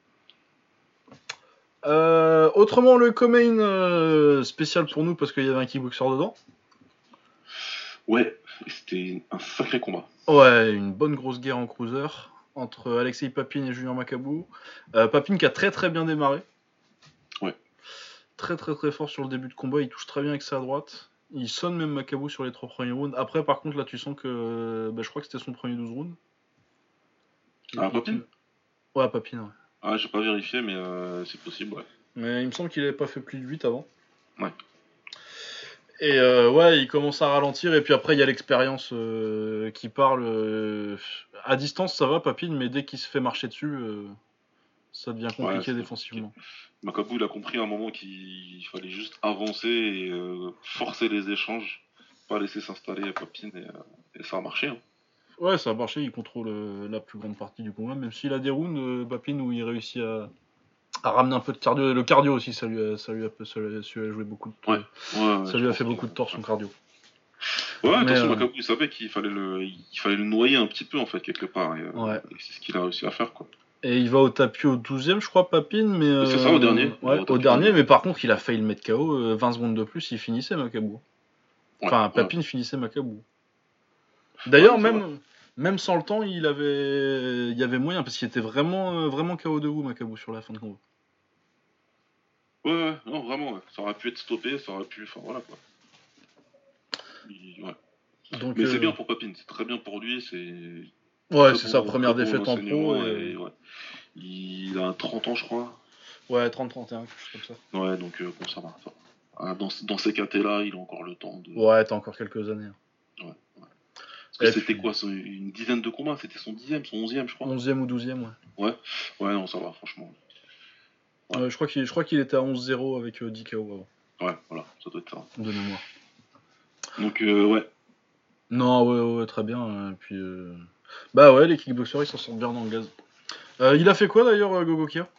Euh, autrement, le co-main euh, spécial pour nous parce qu'il y avait un kickboxer dedans. Ouais, c'était un sacré combat. Ouais, une bonne grosse guerre en cruiser entre Alexei Papine et Julien Macabou. Euh, Papine qui a très très bien démarré. Ouais. Très très très fort sur le début de combat, il touche très bien avec sa droite. Il sonne même Macabou sur les trois premiers rounds. Après, par contre, là, tu sens que bah, je crois que c'était son premier douze rounds. Ah, Et Papine que... Ouais, Papine, ouais. Ah, j'ai pas vérifié, mais euh, c'est possible, ouais. Mais il me semble qu'il avait pas fait plus de huit avant. Ouais. Et euh, ouais, il commence à ralentir, et puis après, il y a l'expérience euh, qui parle. euh, À distance, ça va, Papine, mais dès qu'il se fait marcher dessus, euh, ça devient Ouais, compliqué c'est compliqué. défensivement. Macabou, il a compris à un moment qu'il fallait juste avancer et euh, forcer les échanges, pas laisser s'installer Papine, et, euh, et ça a marché. Hein. Ouais, ça a marché, il contrôle euh, la plus grande partie du combat, même s'il a des rounds, euh, Papine, où il réussit à, à ramener un peu de cardio. Le cardio aussi, ça lui a, ça lui a, ça lui a, ça lui a joué beaucoup de, Ouais, ouais, ouais, ça je lui a pense fait qu'il beaucoup a- de tort, son cardio. Ouais, de toute Mais façon, euh, Macabou, il savait qu'il fallait le, il fallait le noyer un petit peu, en fait, quelque part, et, euh, ouais. et c'est ce qu'il a réussi à faire, quoi. Et il va au tapis au douzième, je crois, Papine, mais C'est ça, au euh, dernier. Il va ouais, au au tapis au dernier, dernier. mais par contre, il a failli le mettre K O. euh, vingt secondes de plus, il finissait Macabou. Ouais, Enfin, ouais. Papine finissait Macabou. Ouais, D'ailleurs, non, c'est vrai. même, même sans le temps, il avait, il y avait moyen parce qu'il était vraiment, euh, vraiment K O debout, Macabou, sur la fin de combat. Ouais, ouais, non, vraiment, ouais. Ça aurait pu être stoppé, ça aurait pu. Enfin, voilà, quoi. Il- ouais. Donc, Mais c'est euh, bien pour Papine, c'est très bien pour lui, c'est ouais, très c'est sa bon, première très bon défaite en pro. enseignement, Et... et ouais. Il a trente ans, je crois. Ouais, trente trente et un, quelque chose comme ça. Ouais, donc euh, bon, ça va. Ça va. Ah, dans, dans ces catés-là, il a encore le temps de. Ouais, t'as encore quelques années. Hein. Ouais, ouais. Parce que Et c'était puis, quoi, son- une dizaine de combats? C'était son dixième, son onzième, je crois. onzième ou douzième, ouais. Ouais, ouais, non, ça va, franchement. Ouais, Ouais, je crois qu'il je crois qu'il était à onze zéro avec euh, dix K O avant, ouais, voilà, ça doit être ça. de mémoire. Donc, euh, ouais. Non, ouais, ouais, ouais, très bien. hein, Et puis, euh, bah ouais, les kickboxers, ils s'en sortent bien dans le gaz. Euh, il a fait quoi d'ailleurs, euh, Gogo Kia?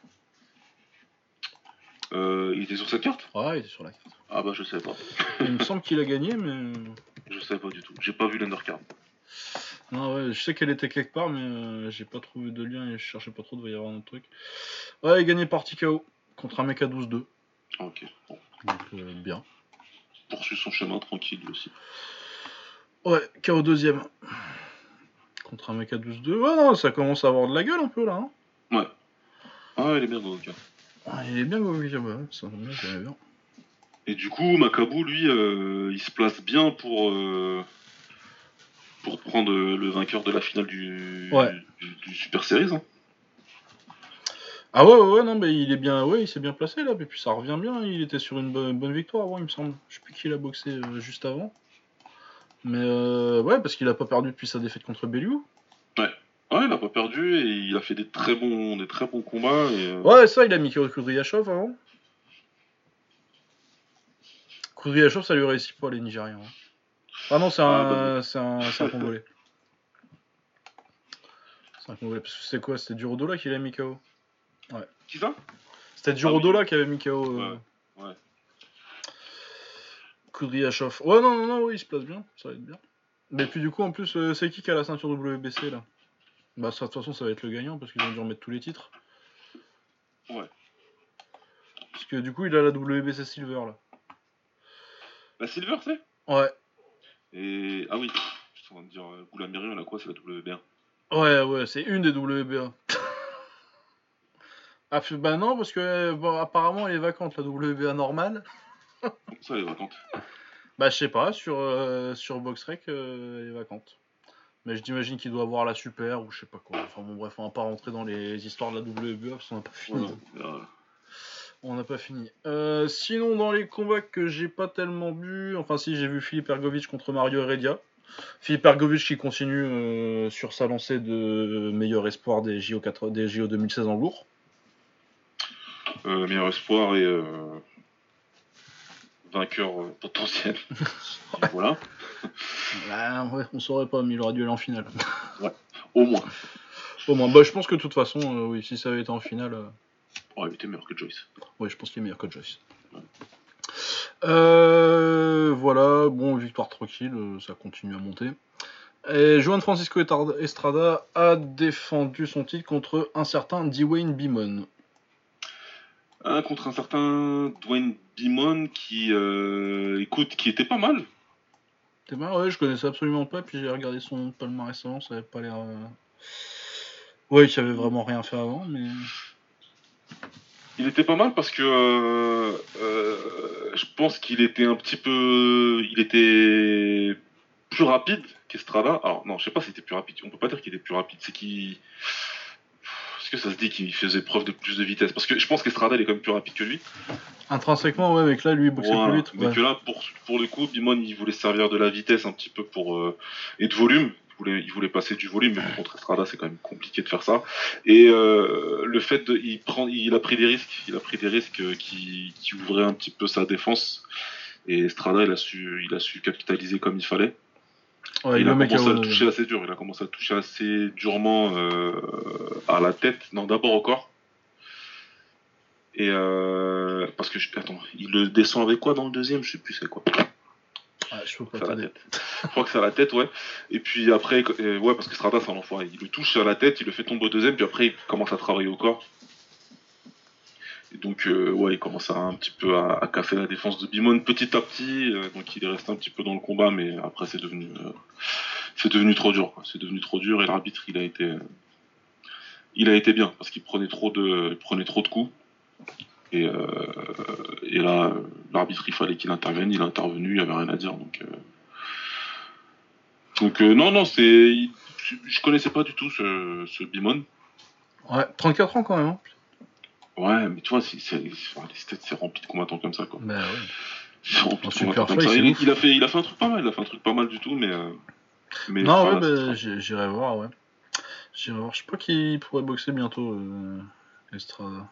Euh, il était sur cette carte? Ah, il était sur la carte. Ah bah, je sais pas. Il me semble qu'il a gagné, mais. Je sais pas du tout. J'ai pas vu l'undercard. Non, ouais, je sais qu'elle était quelque part, mais euh, j'ai pas trouvé de lien et je cherchais pas trop, devait y avoir un autre truc. Ouais, il a gagné par T K O contre un mec à douze deux. Ok, bon. Donc, euh, bien. Poursuit son chemin tranquille lui aussi. Ouais, K O deuxième. Contre un mec à douze deux. Ouais, non, ça commence à avoir de la gueule un peu là. Hein. Ouais. Ah, il est bien, Gogoka. Ah, il est bien, Gogo Kia, ouais, ça bien, j'aimais bien. Et du coup, Makabu, lui, euh, il se place bien pour, euh, pour prendre euh, le vainqueur de la finale du, Ouais. du, du Super Series. Hein. Ah ouais, ouais, ouais, non, mais il est bien, ouais, il s'est bien placé là, et puis ça revient bien. Il était sur une bonne, bonne victoire avant, il me semble. Je sais plus qui il a boxé euh, juste avant. Mais euh, ouais, parce qu'il a pas perdu depuis sa défaite contre Bellew. Ouais. Ouais, il a pas perdu et il a fait des très bons, des très bons combats. Et, euh, Ouais, ça, il a mis Kudryashov avant. Kudryashov, ça lui réussit pas, les Nigérians. hein. Ah non, c'est Ah, bah, un, c'est un, c'est un Congolais. C'est un Congolais. Parce que c'est quoi? C'était Durodola qui l'a mis K O. Ouais. qui ça? C'était Ah oui. Durodola qui avait mis K O. Euh, Ouais. Ouais. Kudryashov. Ouais, non, non, non, ouais, il se place bien. Ça va être bien. Mais puis du coup, en plus, euh, c'est qui qui a la ceinture W B C là? Bah, ça, de toute façon, ça va être le gagnant parce qu'ils ont dû remettre tous les titres. Ouais. Parce que du coup, il a la W B C Silver là. La Silver, c'est? Ouais. Et. Ah oui. Je suis en train de dire, euh, Goulamirian, là, quoi, c'est la W B un. Ouais, ouais, c'est une des W B A. ah, puis- bah non, parce que bon, apparemment, elle est vacante la W B A normale. Ça, elle est vacante. Bah, je sais pas, sur, euh, sur BoxRec, euh, elle est vacante. Mais je t'imagine qu'il doit avoir la super ou je sais pas quoi. Enfin bon, bref, on va pas rentrer dans les histoires de la W B A parce qu'on n'a pas fini. Voilà. Euh, On n'a pas fini. Euh, sinon, dans les combats que j'ai pas tellement vu, enfin si, j'ai vu Philippe Ergovic contre Mario Heredia. Philippe Ergovic qui continue euh, sur sa lancée de meilleur espoir des J O, quatre, des J O deux mille seize en lourd. euh, meilleur espoir et euh, vainqueur euh, potentiel. Voilà. Bah, ouais, on saurait pas, mais il aurait dû aller en finale. Au moins. Au moins, bah, je pense que de toute façon, euh, oui, si ça avait été en finale, euh, Oh, il était meilleur que Joyce. ouais, je pense qu'il est meilleur que Joyce. Ouais. Euh, voilà, bon, victoire tranquille, euh, ça continue à monter. Et Juan Francisco Estrada a défendu son titre contre un certain Dwayne Beamon. Un contre un certain Dwayne Beamon qui, euh, écoute, qui était pas mal. T'es bien, ouais, je connaissais absolument pas, puis j'ai regardé son palmarès avant, ça avait pas l'air. Euh... Ouais, il avait vraiment rien fait avant, mais. Il était pas mal parce que euh, euh, je pense qu'il était un petit peu, il était plus rapide qu'Estrada. Alors non, je sais pas s'il était plus rapide. On peut pas dire qu'il était plus rapide. C'est qu'il, est-ce que ça se dit qu'il faisait preuve de plus de vitesse? Parce que je pense qu'Estrada il est quand même plus rapide que lui. Intrinsèquement, ouais, mais que là, lui, il boxait Voilà. plus vite. Mais Ouais. que là, pour, pour le coup, Bimon, il voulait servir de la vitesse un petit peu pour euh, et de volume. Il voulait, il voulait passer du volume, mais contre Estrada, c'est quand même compliqué de faire ça. Et euh, le fait de, il prend, il a pris des risques. Il a pris des risques euh, qui, qui ouvraient un petit peu sa défense. Et Estrada, il a su, il a su capitaliser comme il fallait. Ouais, Et il le a mec commencé a à le toucher assez dur. Il a commencé à le toucher assez durement euh, à la tête. Non, d'abord au corps. Et euh, parce que je, attends, il le descend avec quoi dans le deuxième? Je sais plus c'est quoi. Ouais, je peux pas C'est à la t'aider. tête. Je crois que c'est à la tête, ouais. Et puis après, euh, ouais, parce que Strada, c'est un enfoiré. Il le touche à la tête, il le fait tomber au deuxième, puis après, il commence à travailler au corps. Et donc, euh, ouais, il commence à un petit peu à, à casser la défense de Bimon petit à petit. Euh, donc, il est resté un petit peu dans le combat, mais après, c'est devenu, euh, c'est devenu trop dur. quoi. C'est devenu trop dur, et l'arbitre, il a été, euh, il a été bien parce qu'il prenait trop de, il prenait trop de coups. Et, euh, et là, l'arbitre, il fallait qu'il intervienne. Il a intervenu, il n'y avait rien à dire. Donc, euh, Donc euh, non, non, c'est... Je connaissais pas du tout ce, ce Bimon. Ouais, trente-quatre ans quand même. Hein. Ouais, mais tu vois, c'est, c'est, enfin, les stats, c'est rempli de combattants comme ça, quoi. Bah ouais. C'est rempli En de combattants comme Superfly, ça. c'est Il, ouf. il a fait, il a fait un truc pas mal, il a fait un truc pas mal du tout, mais... Euh, mais Non, enfin, ouais, là, ça bah, sera... j'ai- j'irai voir, ouais. J'irai voir. Je sais pas qui pourrait boxer bientôt, euh, Estrada.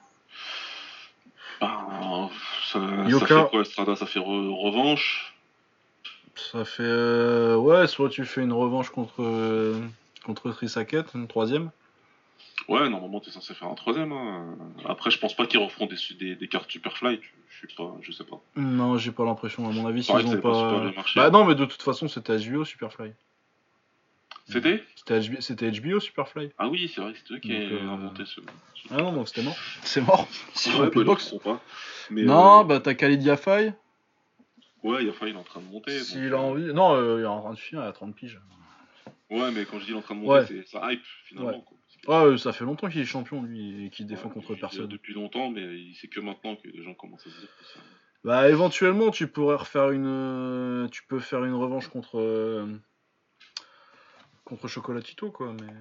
Ah, ça, ça fait Yoka, quoi, Estrada? Ça fait re- revanche? ça fait... euh, ouais, soit tu fais une revanche contre, euh, contre Trisaket, une troisième. Ouais, normalement, t'es censé faire un troisième. Hein. Après, je pense pas qu'ils referont des, des, des cartes Superfly. Je sais pas, je sais pas. Non, j'ai pas l'impression. À mon avis, Pareil s'ils que ça ont n'avait pas super pas... bien marché. Bah Hein. non, mais de toute façon, c'était H B O, Superfly. C'était C'était H B O, c'était H B O, Superfly. Ah oui, c'est vrai que c'est eux qui Donc, ont euh... inventé ce, ce Ah non, truc-là. donc c'était mort. C'est mort. Ils feront Ouais, plus bah de ils le boxe. feront pas. Mais Non, euh, bah t'as Khalid Yafai. ouais, Yafa, il est en train de monter. Donc, S'il a euh, envie... Non, euh, il est en train de finir à trente piges. ouais, mais quand je dis il est en train de monter, Ouais, c'est ça hype ouais. finalement. Quoi. Parce que, Ouais, euh, ça fait longtemps qu'il est champion, lui, et qu'il ouais, défend contre depuis, personne. depuis longtemps, mais c'est que maintenant que les gens commencent à se dire que ça. Bah, éventuellement, tu pourrais refaire une... euh, Tu peux faire une revanche contre... euh, contre Chocolatito, quoi, mais...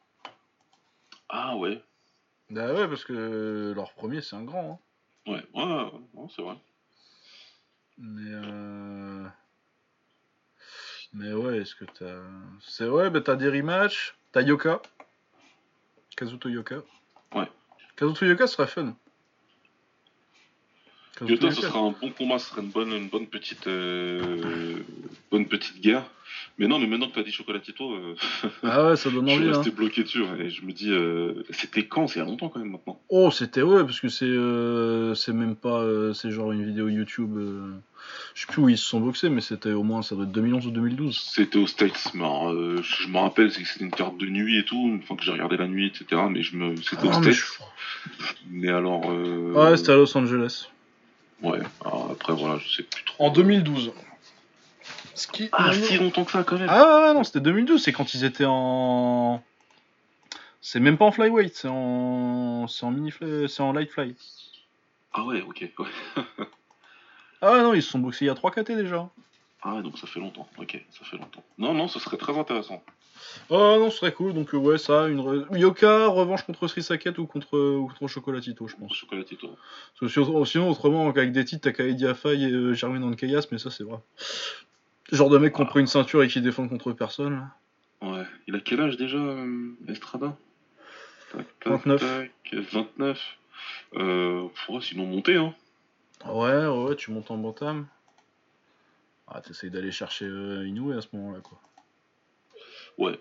Ah ouais, Bah ouais, parce que leur premier, c'est un grand, hein. ouais, ouais, ouais, ouais, c'est vrai. Mais euh... Mais ouais, est-ce que t'as... C'est ouais, bah t'as des rematchs, t'as Yoka, Kazuto Yoka. Ouais. Kazuto Yoka serait fun. Kazuto Yota, ce Yoka. sera un bon combat, ce serait une bonne, une bonne petite, euh, bonne petite guerre. Mais non, mais maintenant que tu as dit Chocolatito, euh, Ah ouais, ça donne je suis envie, hein. resté bloqué dessus. Ouais, et je me dis, euh, c'était quand? C'est il y a longtemps quand même maintenant. Oh, c'était ouais, parce que c'est euh, c'est même pas... euh, c'est genre une vidéo YouTube... euh, Je sais plus où ils se sont boxés, mais c'était au moins, ça doit être deux mille onze ou deux mille douze. C'était aux States. Mais alors, euh, je me rappelle, c'est que c'était une carte de nuit et tout, enfin que j'ai regardé la nuit, et cetera. Mais je me, c'était aux Ah, mais States. je... Mais alors, Ouais, euh... c'était à Los Angeles. ouais. Alors après, voilà, je sais plus trop. En deux mille douze. Ce qui... Ah, non, non. si longtemps que ça quand même. Ah ouais, non, c'était deux mille douze, c'est quand ils étaient en... C'est même pas en flyweight, c'est en... C'est en mini fly... C'est en light fly. Ah ouais, ok. Ouais. Ah ouais, non, ils se sont boxés il y a trois K T déjà. Ah ouais, donc ça fait longtemps. Ok, ça fait longtemps. Non, non, ce serait très intéressant. Ah non, ce serait cool, donc euh, ouais, ça, une... re- Yoka, revanche contre Srisaket ou contre, ou contre Chocolatito, je pense. Chocolatito. Parce que si- sinon, autrement, avec des titres, t'as Khalid Yafai et euh, Jermaine Ankayas, mais ça, c'est vrai. Genre de mec qui ont pris une ceinture et qui défendent contre personne, là. Ouais. Il a quel âge déjà, euh, Estrada? Tac, tac, vingt-neuf. tac. vingt-neuf. Euh, faudra sinon monter, hein. Ouais, ouais, ouais, tu montes en bantam. Ah, t'essayes d'aller chercher euh, Inoue à ce moment-là, quoi. Ouais.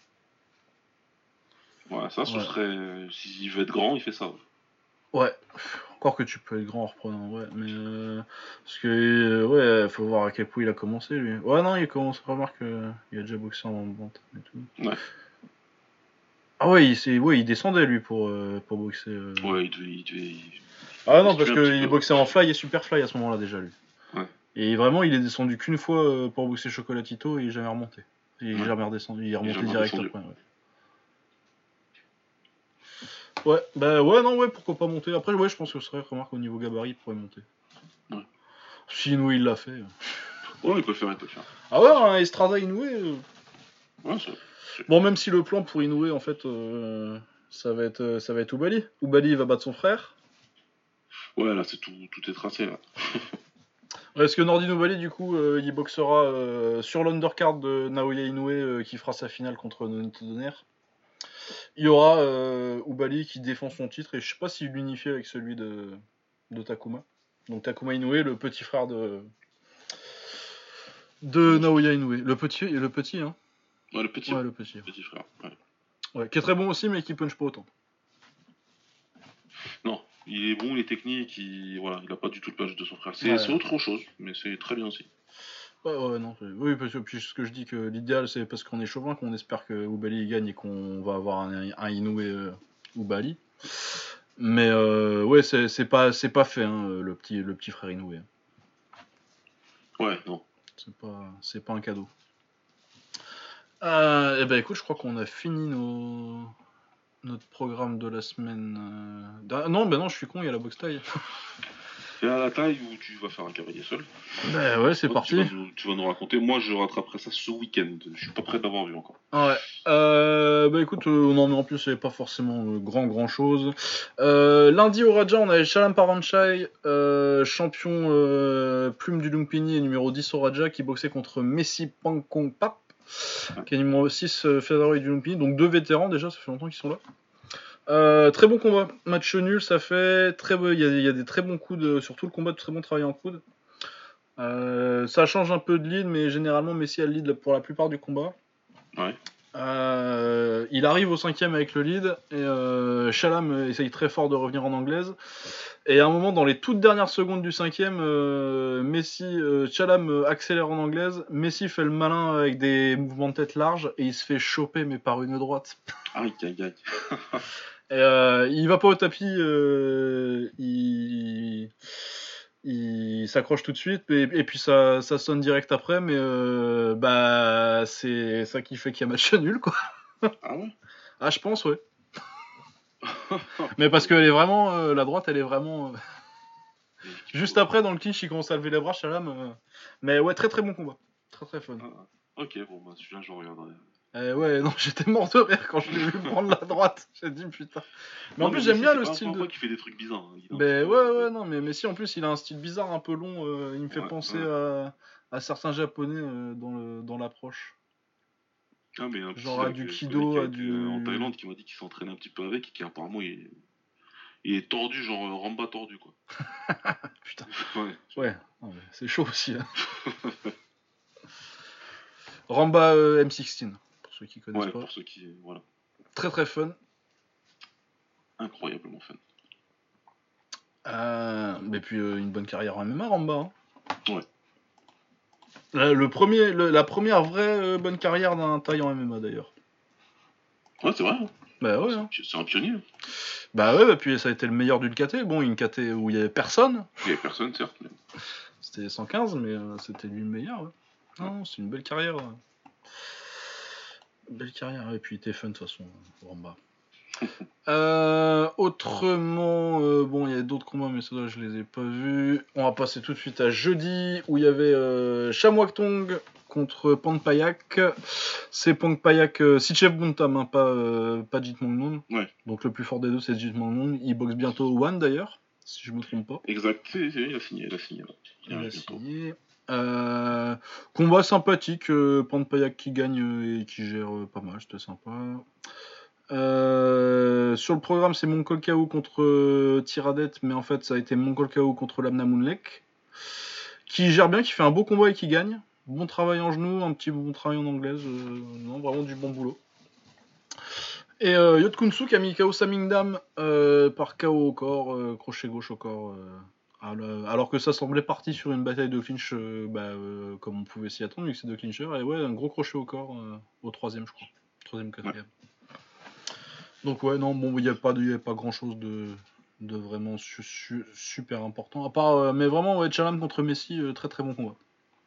Ouais, ça, ce Ouais. serait. S'il veut être grand, il fait ça. Ouais. Encore que tu peux être grand en reprenant, ouais. Mais euh, parce que euh, ouais, faut voir à quel point il a commencé lui. Ouais, non, il commence. Remarque, euh, il a déjà boxé en bantam et tout. Ouais. Ah ouais, il, c'est, ouais, il descendait lui pour, euh, pour boxer. euh. Ouais, il devait. Il devait... il- Ah non, il se parce tue un petit qu'il peu. boxait en fly et super fly à ce moment-là déjà lui. Ouais. Et vraiment, il est descendu qu'une fois euh, pour boxer Chocolatito et il est jamais remonté. Il est Ouais. jamais redescendu, il est remonté jamais direct redescendu. après. Ouais. Ouais, bah ouais, non, ouais, pourquoi pas monter. Après, ouais, je pense que ce serait, remarque, au niveau gabarit, il pourrait monter. Ouais. Si Inoue il l'a fait. euh. Ouais, il peut faire, il peut faire. Ah ouais, un Estrada Inoue. euh, Ouais, ça. Bon, même si le plan pour Inoue, en fait, euh, ça va être, euh, ça va être Oubali. Oubali, il va battre son frère. Ouais, là, c'est tout, tout est tracé, là. Est-ce que Nordin Oubali, du coup, euh, il boxera euh, sur l'undercard de Naoya Inoue, euh, qui fera sa finale contre Nonito Donner. Il y aura euh, Oubali qui défend son titre, et je sais pas s'il l'unifie avec celui de, de Takuma. Donc Takuma Inoue, le petit frère de, de Naoya Inoue. Le petit, le petit, hein. Ouais, le petit. Ouais, le petit. Petit frère. Ouais. Ouais, qui est très bon aussi, mais qui punch pas autant. Non, il est bon, il est technique, il, voilà, il a pas du tout le punch de son frère. C'est Ouais. c'est autre chose, mais c'est très bien aussi. Ouais, ouais, non. c'est- Oui, parce que puis ce que je dis que l'idéal, c'est parce qu'on est chauvin qu'on espère que Oubali gagne et qu'on va avoir un, un Inoue euh, Oubali. Mais euh, ouais, c'est c'est pas, c'est pas fait, hein, le, petit, le petit frère Inoue. Ouais, non. C'est pas, c'est pas un cadeau. Euh, et ben écoute, je crois qu'on a fini nos... notre programme de la semaine. euh, d'un- Non, ben non, je suis con, il y a la boxe taille. T'es à la taille où tu vas faire un cavalier seul. Bah ouais, c'est Toi, parti. Tu vas, nous, tu vas nous raconter. Moi, je rattraperai ça ce week-end. Je suis pas prêt d'avoir vu encore. Ouais. Euh, bah écoute, euh, non mais en plus il n'y avait pas forcément euh, grand grand chose. Euh, lundi au Raja, on avait Shalam Paranchai, euh, champion euh, plume du Lumpini et numéro dix au Raja, qui boxait contre Messi Pangkongpap, qui est numéro six euh, featherweight du Lumpini. Donc deux vétérans déjà, ça fait longtemps qu'ils sont là. Euh, très bon combat, match nul, ça fait très beau. Il y, a- il y a des très bons coudes, de- sur tout le combat, de très bon travail en coude. Euh, ça change un peu de lead, mais généralement Messi a le lead pour la plupart du combat. Ouais. Euh, il arrive au cinquième avec le lead et euh, Shalam essaye très fort de revenir en anglaise. Et à un moment, dans les toutes dernières secondes du cinquième, euh, Messi, euh, Shalam accélère en anglaise. Messi fait le malin avec des mouvements de tête larges et il se fait choper, mais par une droite. Aïe, aïe, aïe. Et, euh, il va pas au tapis, euh, il, il s'accroche tout de suite et, et puis ça, ça sonne direct après, mais euh, bah c'est ça qui fait qu'il y a match nul quoi. Ah ouais. Ah je pense ouais. Mais parce qu'elle est vraiment, euh, la droite elle est vraiment. euh, Juste après dans le clinch il commence à lever les bras Shalam, euh, mais ouais très très bon combat, très très fun. Ah, ok, bon bah celui-là je regarderai. Euh, ouais non j'étais mort de rire quand je l'ai vu prendre la droite, j'ai dit putain. Mais Non, en plus mais j'aime Messi, bien c'est le pas la style première de. fois qu'il fait des trucs bizarres. Hein. Il a un Ben petit ouais, peu- ouais, non, mais Messi en plus il a un style bizarre, un peu long. euh, il me fait Ouais, penser ouais. à, à certains japonais euh, dans, le, dans l'approche. Ah, mais un petit Genre à là, du que je connais qui kido, a à été euh, en du. Thaïlande qui m'a dit qu'il s'entraînait un petit peu avec et qui apparemment il est, il est tordu, genre euh, Ramba tordu quoi. Putain, Ouais. ouais, non, mais c'est chaud aussi. Hein. Ramba euh, M seize, pour ceux qui connaissent Ouais, pas. pour ceux qui. Voilà. Très très fun. Incroyablement fun. Euh, mais puis euh, une bonne carrière en M M A, Ramba. Hein. Ouais. Euh, le premier, le- la première vraie euh, bonne carrière d'un Thaï en M M A d'ailleurs. Ouais, c'est vrai. Hein. Bah ouais, C'est un, hein. pi- c'est un pionnier. Bah ouais, bah puis ça a été le meilleur d'une K T. Bon, une K T où il y avait personne. Il y avait personne, certes. Mais... C'était cent quinze, mais euh, c'était lui le meilleur. Ouais. Non, c'est une belle carrière. Ouais. Belle carrière, et puis il était fun de toute façon, Ramba. Euh, autrement, euh, bon, il y a d'autres combats, mais ceux-là, je les ai pas vus. On va passer tout de suite à jeudi, où il y avait euh, Shamwaktong contre Pangpayak. C'est Pangpayak, euh, Sichev Buntam, hein, pas, euh, pas Jit Mongnon. Ouais. Donc le plus fort des deux, c'est Jit Mongnon. Il boxe bientôt One d'ailleurs, si je me trompe pas. Exact, c'est, c'est, il a signé, il a signé. Ouais. Il, Il arrive a bientôt. signé. Euh, combat sympathique, euh, Pangpayak qui gagne euh, et qui gère euh, pas mal, c'était sympa. Euh, sur le programme, c'est Mongkol K O contre euh, Tiradet, mais en fait, ça a été Mongkol K O contre Lamna Moonlek, qui gère bien, qui fait un beau combat et qui gagne. Bon travail en genou, un petit bon travail en anglaise, euh, non, vraiment du bon boulot. Et euh, Yotkunsu qui a mis K O Samingdam euh, par K O au corps, euh, crochet gauche au corps. Euh, alors que ça semblait parti sur une bataille de clinch, euh, bah, euh, comme on pouvait s'y attendre, vu que c'est deux clinchers. Et ouais, un gros crochet au corps euh, au troisième, je crois. Troisième, quatrième. Ouais. Donc ouais, non, bon, il n'y a pas, y a pas grand chose de, de vraiment su, su, super important. À part, euh, mais vraiment, ouais, Chalam contre Messi, euh, très très bon combat.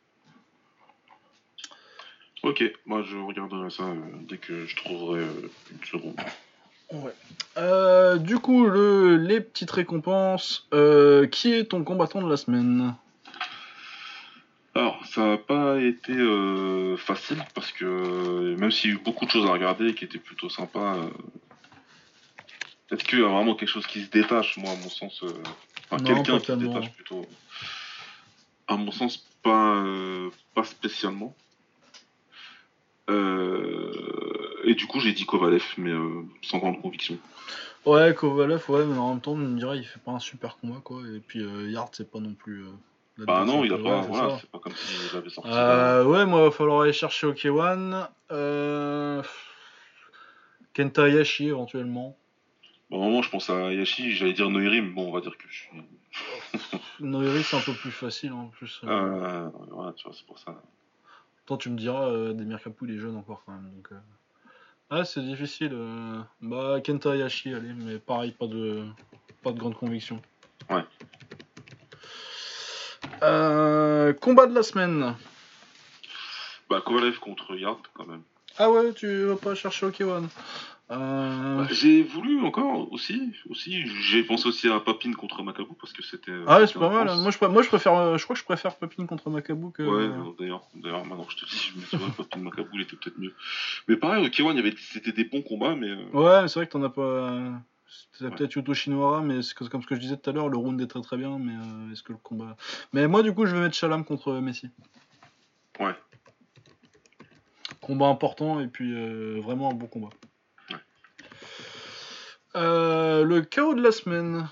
Ok, moi je regarderai ça euh, dès que je trouverai euh, une seconde. Ouais. Euh, du coup, le, les petites récompenses. Euh, qui est ton combattant de la semaine? Alors, ça n'a pas été euh, facile parce que euh, même s'il y a eu beaucoup de choses à regarder et qui étaient plutôt sympas, euh, peut-être qu'il y a vraiment quelque chose qui se détache, moi, à mon sens. euh, Enfin, Non, quelqu'un pas qui se tellement. détache plutôt. À mon sens, pas, euh, pas spécialement. Euh, Et du coup, j'ai dit Kovalev, mais euh, sans grande conviction. Ouais, Kovalev, ouais, mais en même temps, on me dirait, il fait pas un super combat, quoi. Et puis, euh, Yard, c'est pas non plus. Euh, Bah non, il a ouais, pas. c'est Voilà, ça. c'est pas comme s'il avait sorti là. Euh, ouais, moi, il va falloir aller chercher Okewan. Euh... Kenta Hayashi, éventuellement. Bon, au moment, je pense à Yashi, j'allais dire Noiri, mais bon, on va dire que je suis. Noiri, c'est un peu plus facile, en plus. Euh... Euh, voilà, tu vois, c'est pour ça. Toi, tu me diras, euh, Demir Kapoor, il est jeune encore, quand même. Donc, euh... Ah, c'est difficile. Euh... Bah, Kenta Hayashi, allez, mais pareil, pas de, pas de grande conviction. Ouais. Euh... Combat de la semaine. Bah, Kovalev contre Yard, quand même. Ah ouais, tu vas pas chercher Okewan. Euh... Bah, j'ai voulu encore aussi, aussi. J'ai pensé aussi à Papine contre Makabu parce que c'était. Ah ouais, c'est c'était pas en mal. France. Moi, je, pr- moi, je préfère. euh, Je crois que je préfère Papine contre Makabu que. Ouais, euh, d'ailleurs, d'ailleurs, maintenant que je te dis, je me dis, ouais, Papine Makabu, il était peut-être mieux. Mais pareil, au K un, il y avait, c'était des bons combats, mais. euh, Ouais, mais c'est vrai que t'en as pas. C'était Ouais. peut-être Yuto Shinora, mais c'est comme ce que je disais tout à l'heure, le round est très très bien, mais euh, est-ce que le combat. Mais moi, du coup, je vais mettre Shalam contre Messi. Ouais. Combat important et puis euh, vraiment un bon combat. Ouais. Euh, le K O de la semaine.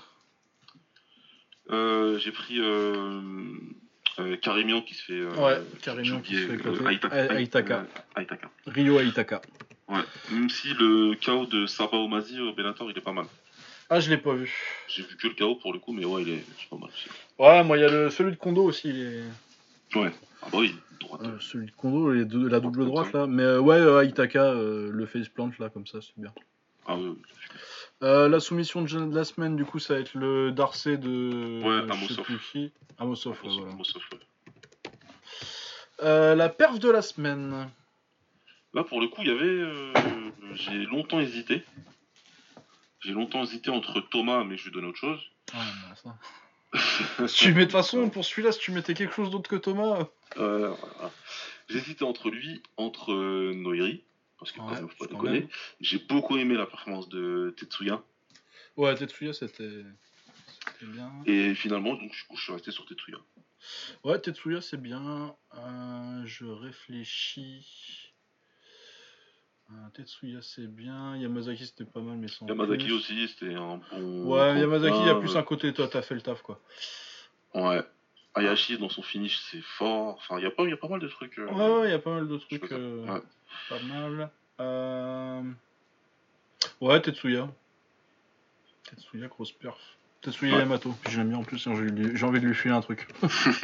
Euh, j'ai pris euh, euh, Karimian qui se fait. Euh, Ouais, j'ai- Karimian j'ai qui se oublié, fait euh, éclater. Aitaka. A- Aitaka. euh, Aitaka. Ryo Aitaka. Ouais. Même si le K O de Sabah Omazi au Bellator, il est pas mal. Ah, je l'ai pas vu. J'ai vu que le K O pour le coup, mais ouais, il est, c'est pas mal aussi. Ouais, moi, il y a le, celui de Kondo aussi. Il est... Ouais. Ah bah oui, droite. euh, celui de Kondo, il est de, la Droite double comme droite ça. là. Mais euh, ouais, euh, Aitaka, euh, le face plant là, comme ça, c'est bien. Ah oui, oui. Euh, la soumission de de la semaine, du coup, ça va être le Darcé de. Ouais, Je sais Amosov. plus qui. Amosov, ouais, Amosov, voilà. Amosov, ouais. Euh, la perf de la semaine. Là, pour le coup, il y avait. euh, j'ai longtemps hésité. J'ai longtemps hésité entre Thomas, mais je lui donne autre chose. Ouais, bah, ça. Si tu mets de toute façon, pour celui-là, si tu mettais quelque chose d'autre que Thomas. Euh, voilà. J'hésitais entre lui, entre euh, Noiri, parce que quand Ouais, même, faut pas quand déconner. même. J'ai beaucoup aimé la performance de Tetsuya. Ouais, Tetsuya, c'était. C'était bien. Et finalement, donc, du coup, je suis resté sur Tetsuya. Ouais, Tetsuya, c'est bien. Euh, je réfléchis. Euh, Tetsuya, c'est bien. Yamazaki, c'était pas mal, mais sans Yamazaki plus. aussi, c'était un bon. Ouais, combat, Yamazaki, il y a plus euh, un côté, toi, t'as fait le taf, quoi. Ouais. Hayashi, dans son finish, c'est fort. Enfin, il y, a pas- y a pas mal de trucs. euh, Ouais, ouais, il y a pas mal de je trucs. fais ça. euh, Ouais. Pas mal. Euh... Ouais, Tetsuya. Tetsuya, grosse perf. Tetsuya Ouais. Yamato. Puis je l'aime bien en plus, hein, j'ai lui- j'ai envie de lui filer un truc.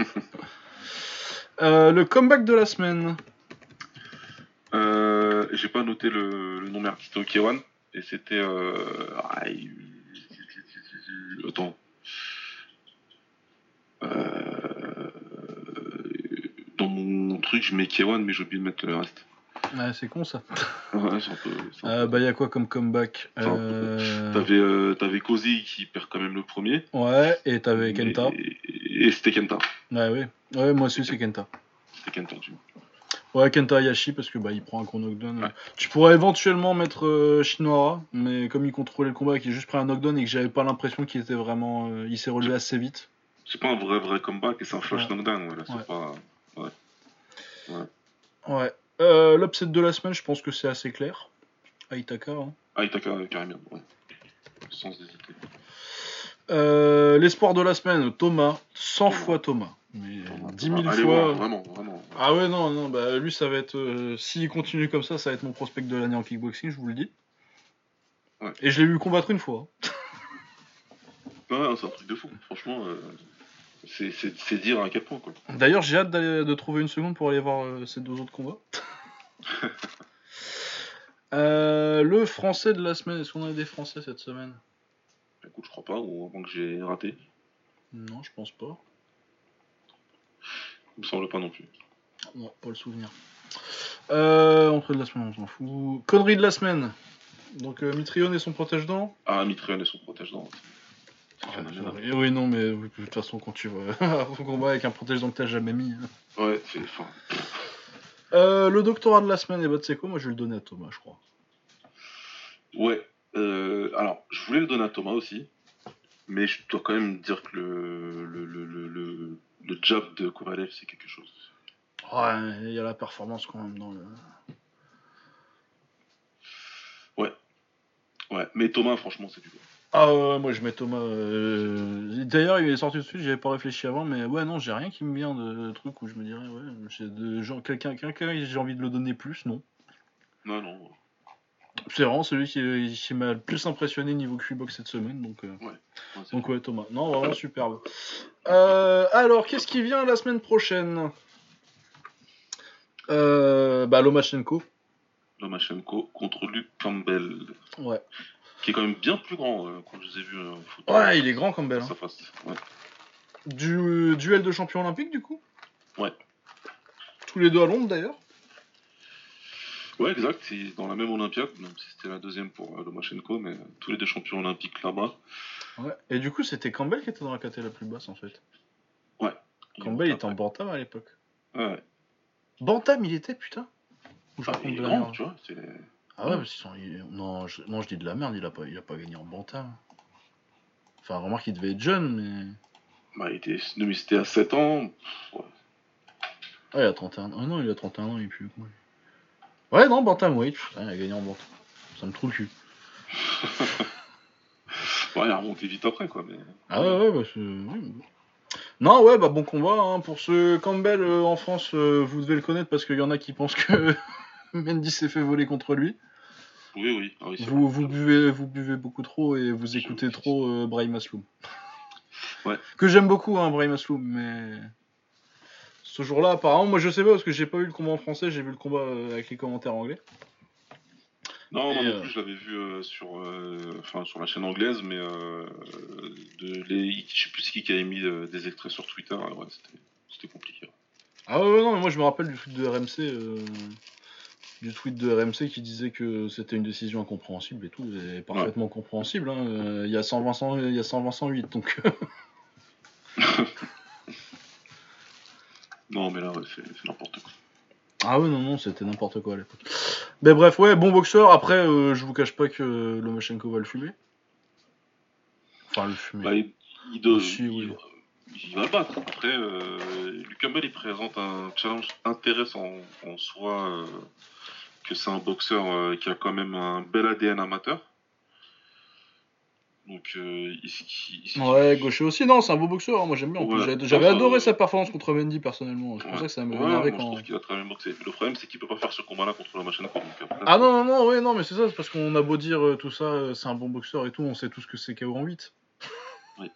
Euh, le comeback de la semaine. Euh, j'ai pas noté le, le nom, mais c'était au K un. Et c'était. Euh... ah, il- Attends. Euh... Dans mon truc, je mets K un, mais j'ai oublié de mettre le reste. Ouais, c'est con ça. Ouais, c'est un peu. c'est un Euh, peu- bah, il y a quoi comme comeback c'est un peu con. euh... T'avais, euh, t'avais Kozi qui perd quand même le premier. Ouais, et t'avais Kenta. Et, et c'était Kenta. Ouais, oui. Ouais, moi aussi, c'est Kenta. C'était Kenta, tu vois. Ouais, Kenta Hayashi, parce que bah, il prend un gros knockdown. Ouais. Tu pourrais éventuellement mettre euh, Shinora, mais comme il contrôlait le combat et qu'il a juste pris un knockdown et que j'avais pas l'impression qu'il était vraiment. euh, il s'est relevé assez vite. C'est pas un vrai vrai comeback et c'est un flash Ouais. knockdown. Ouais, là, c'est Ouais. pas. Ouais. Ouais. Ouais. Euh, L'upset de la semaine, je pense que c'est assez clair. Aitaka. Hein. Ah, Itaka, carrément, ouais. Sans hésiter. Euh, L'espoir de la semaine, Thomas. cent fois Thomas. Mais Thomas, dix Thomas. mille Allez fois. voir, vraiment, vraiment. Ah ouais, non, non, bah lui, ça va être. euh, S'il continue comme ça, ça va être mon prospect de l'année en kickboxing, je vous le dis. Ouais. Et je l'ai vu combattre une fois. Ouais, c'est un truc de fou. Franchement, euh, c'est, c'est, c'est dire à quel point, quoi. D'ailleurs, j'ai hâte d'aller- de trouver une seconde pour aller voir euh, ces deux autres combats. Euh, le français de la semaine, est-ce qu'on a des français cette semaine? Écoute, je crois pas, ou avant que j'ai raté. Non, je pense pas. Il me semble pas non plus. Non, pas le souvenir. Euh, entrée de la semaine, on s'en fout. Connerie de la semaine. Donc euh, Mitrione et son protège-dents. Ah, Mitrione et son protège-dents. Ah, et oui, non, mais de toute façon, quand tu vas un combat avec un protège-dents que t'as jamais mis. hein. Ouais, c'est. Enfin, Euh, le doctorat de la semaine, et bah, tu sais quoi, moi je vais le donner à Thomas, je crois. ouais. Euh, alors, je voulais le donner à Thomas aussi. Mais je dois quand même dire que le, le, le, le, le, le jab de Kovalev, c'est quelque chose. Ouais, il y a la performance quand même dans le. Ouais. Ouais. Mais Thomas, franchement, c'est du bon. Ah ouais, moi je mets Thomas. euh, D'ailleurs, il est sorti tout de suite, j'avais pas réfléchi avant, mais ouais, non, j'ai rien qui me vient de trucs où je me dirais, ouais, j'ai de gens, quelqu'un, quelqu'un, j'ai envie de le donner plus, non. Non, non. C'est vraiment celui qui, qui m'a le plus impressionné niveau Q-Box cette semaine, donc. euh, Ouais. Ouais, c'est Donc bon. ouais, Thomas. Non, vraiment superbe. Euh, alors, qu'est-ce qui vient la semaine prochaine euh, Bah, Lomachenko. Lomachenko contre Luke Campbell. Ouais. Qui est quand même bien plus grand euh, quand je les ai vus en photo. Ouais, il est grand Campbell. Face Hein. à face. Ouais. Du euh, duel de champion olympique, du coup Ouais. Tous les deux à Londres, d'ailleurs. Ouais, exact, c'est dans la même Olympiade, même si c'était la deuxième pour euh, Lomachenko, mais tous les deux champions olympiques là-bas. Ouais. Et du coup, c'était Campbell qui était dans la catégorie la plus basse en fait. Ouais. Il est Campbell monté était en après. bantam à l'époque. Ouais. Bantam, il était, putain. Ou je Bah, raconte il de est la grand, merde. tu vois. C'est... Ah ouais, Ouais. parce qu'ils sont. ils- Non, je... non, je dis de la merde, il a pas, il a pas gagné en bantam. Enfin, remarque, il devait être jeune, mais. Bah, il était... non, mais c'était à sept ans. Ouais. Ouais, il a trente et un ans. Ah non, il a trente et un ans, il est plus vieux que moi. Ouais, non, bantam, oui. Putain, il a gagné en bantam. Ça me trouve le cul. Ouais, il a remonté vite après, quoi. Mais... Ah ouais. ouais, ouais, bah c'est. Oui. Non, ouais, bah bon combat. Hein. Pour ce Campbell euh, en France, euh, vous devez le connaître parce qu'il y en a qui pensent que Mendy s'est fait voler contre lui. Oui, oui. Ah, oui, c'est vrai. Vous, vous, J'avoue. buvez, vous buvez beaucoup trop et vous J'avoue, écoutez effectivement. trop euh, Brahim Asloum. Ouais. Que j'aime beaucoup, hein, Brahim Asloum, mais ce jour-là, apparemment, moi je sais pas parce que j'ai pas eu le combat en français, j'ai vu le combat euh, avec les commentaires anglais. Non, Et moi non euh, plus, je l'avais vu euh, sur, euh, enfin, sur la chaîne anglaise, mais euh, de, les, je sais plus qui qui avait mis euh, des extraits sur Twitter. euh, Ouais, c'était, c'était compliqué. Ah ouais, ouais, non, mais moi je me rappelle du tweet de R M C, euh, du tweet de R M C qui disait que c'était une décision incompréhensible et tout, et Ouais. parfaitement compréhensible. Hein. Euh, Il y a cent vingt, cent- il y a cent vingt, cent huit, donc. Non, mais là, ouais, c'est, c'est n'importe quoi. Ah ouais, non, non, c'était n'importe quoi à l'époque. Mais bref, ouais, bon boxeur. Après, euh, je vous cache pas que Lomachenko va le fumer. Enfin, le fumer. Bah, il, il, doit- Aussi, il oui. va, il va le battre. Après, euh, Luke Campbell, il présente un challenge intéressant en soi, euh, que c'est un boxeur euh, qui a quand même un bel A D N amateur. Donc, euh, il, il, Ouais, il, gaucher aussi, non, c'est un beau boxeur, hein, moi j'aime bien. En plus, ouais, j'avais non, j'avais ça, adoré sa performance contre Mendy personnellement. C'est pour ouais, ça que ça m'avait ouais, énervé moi je trouve quand. qu'il a très bien boxé. Le problème, c'est qu'il peut pas faire ce combat-là contre la machine à donc après, Ah bon. non, non, non, ouais, non, mais c'est ça, c'est parce qu'on a beau dire euh, tout ça, euh, c'est un bon boxeur et tout, on sait tous que c'est K O en huit. Oui.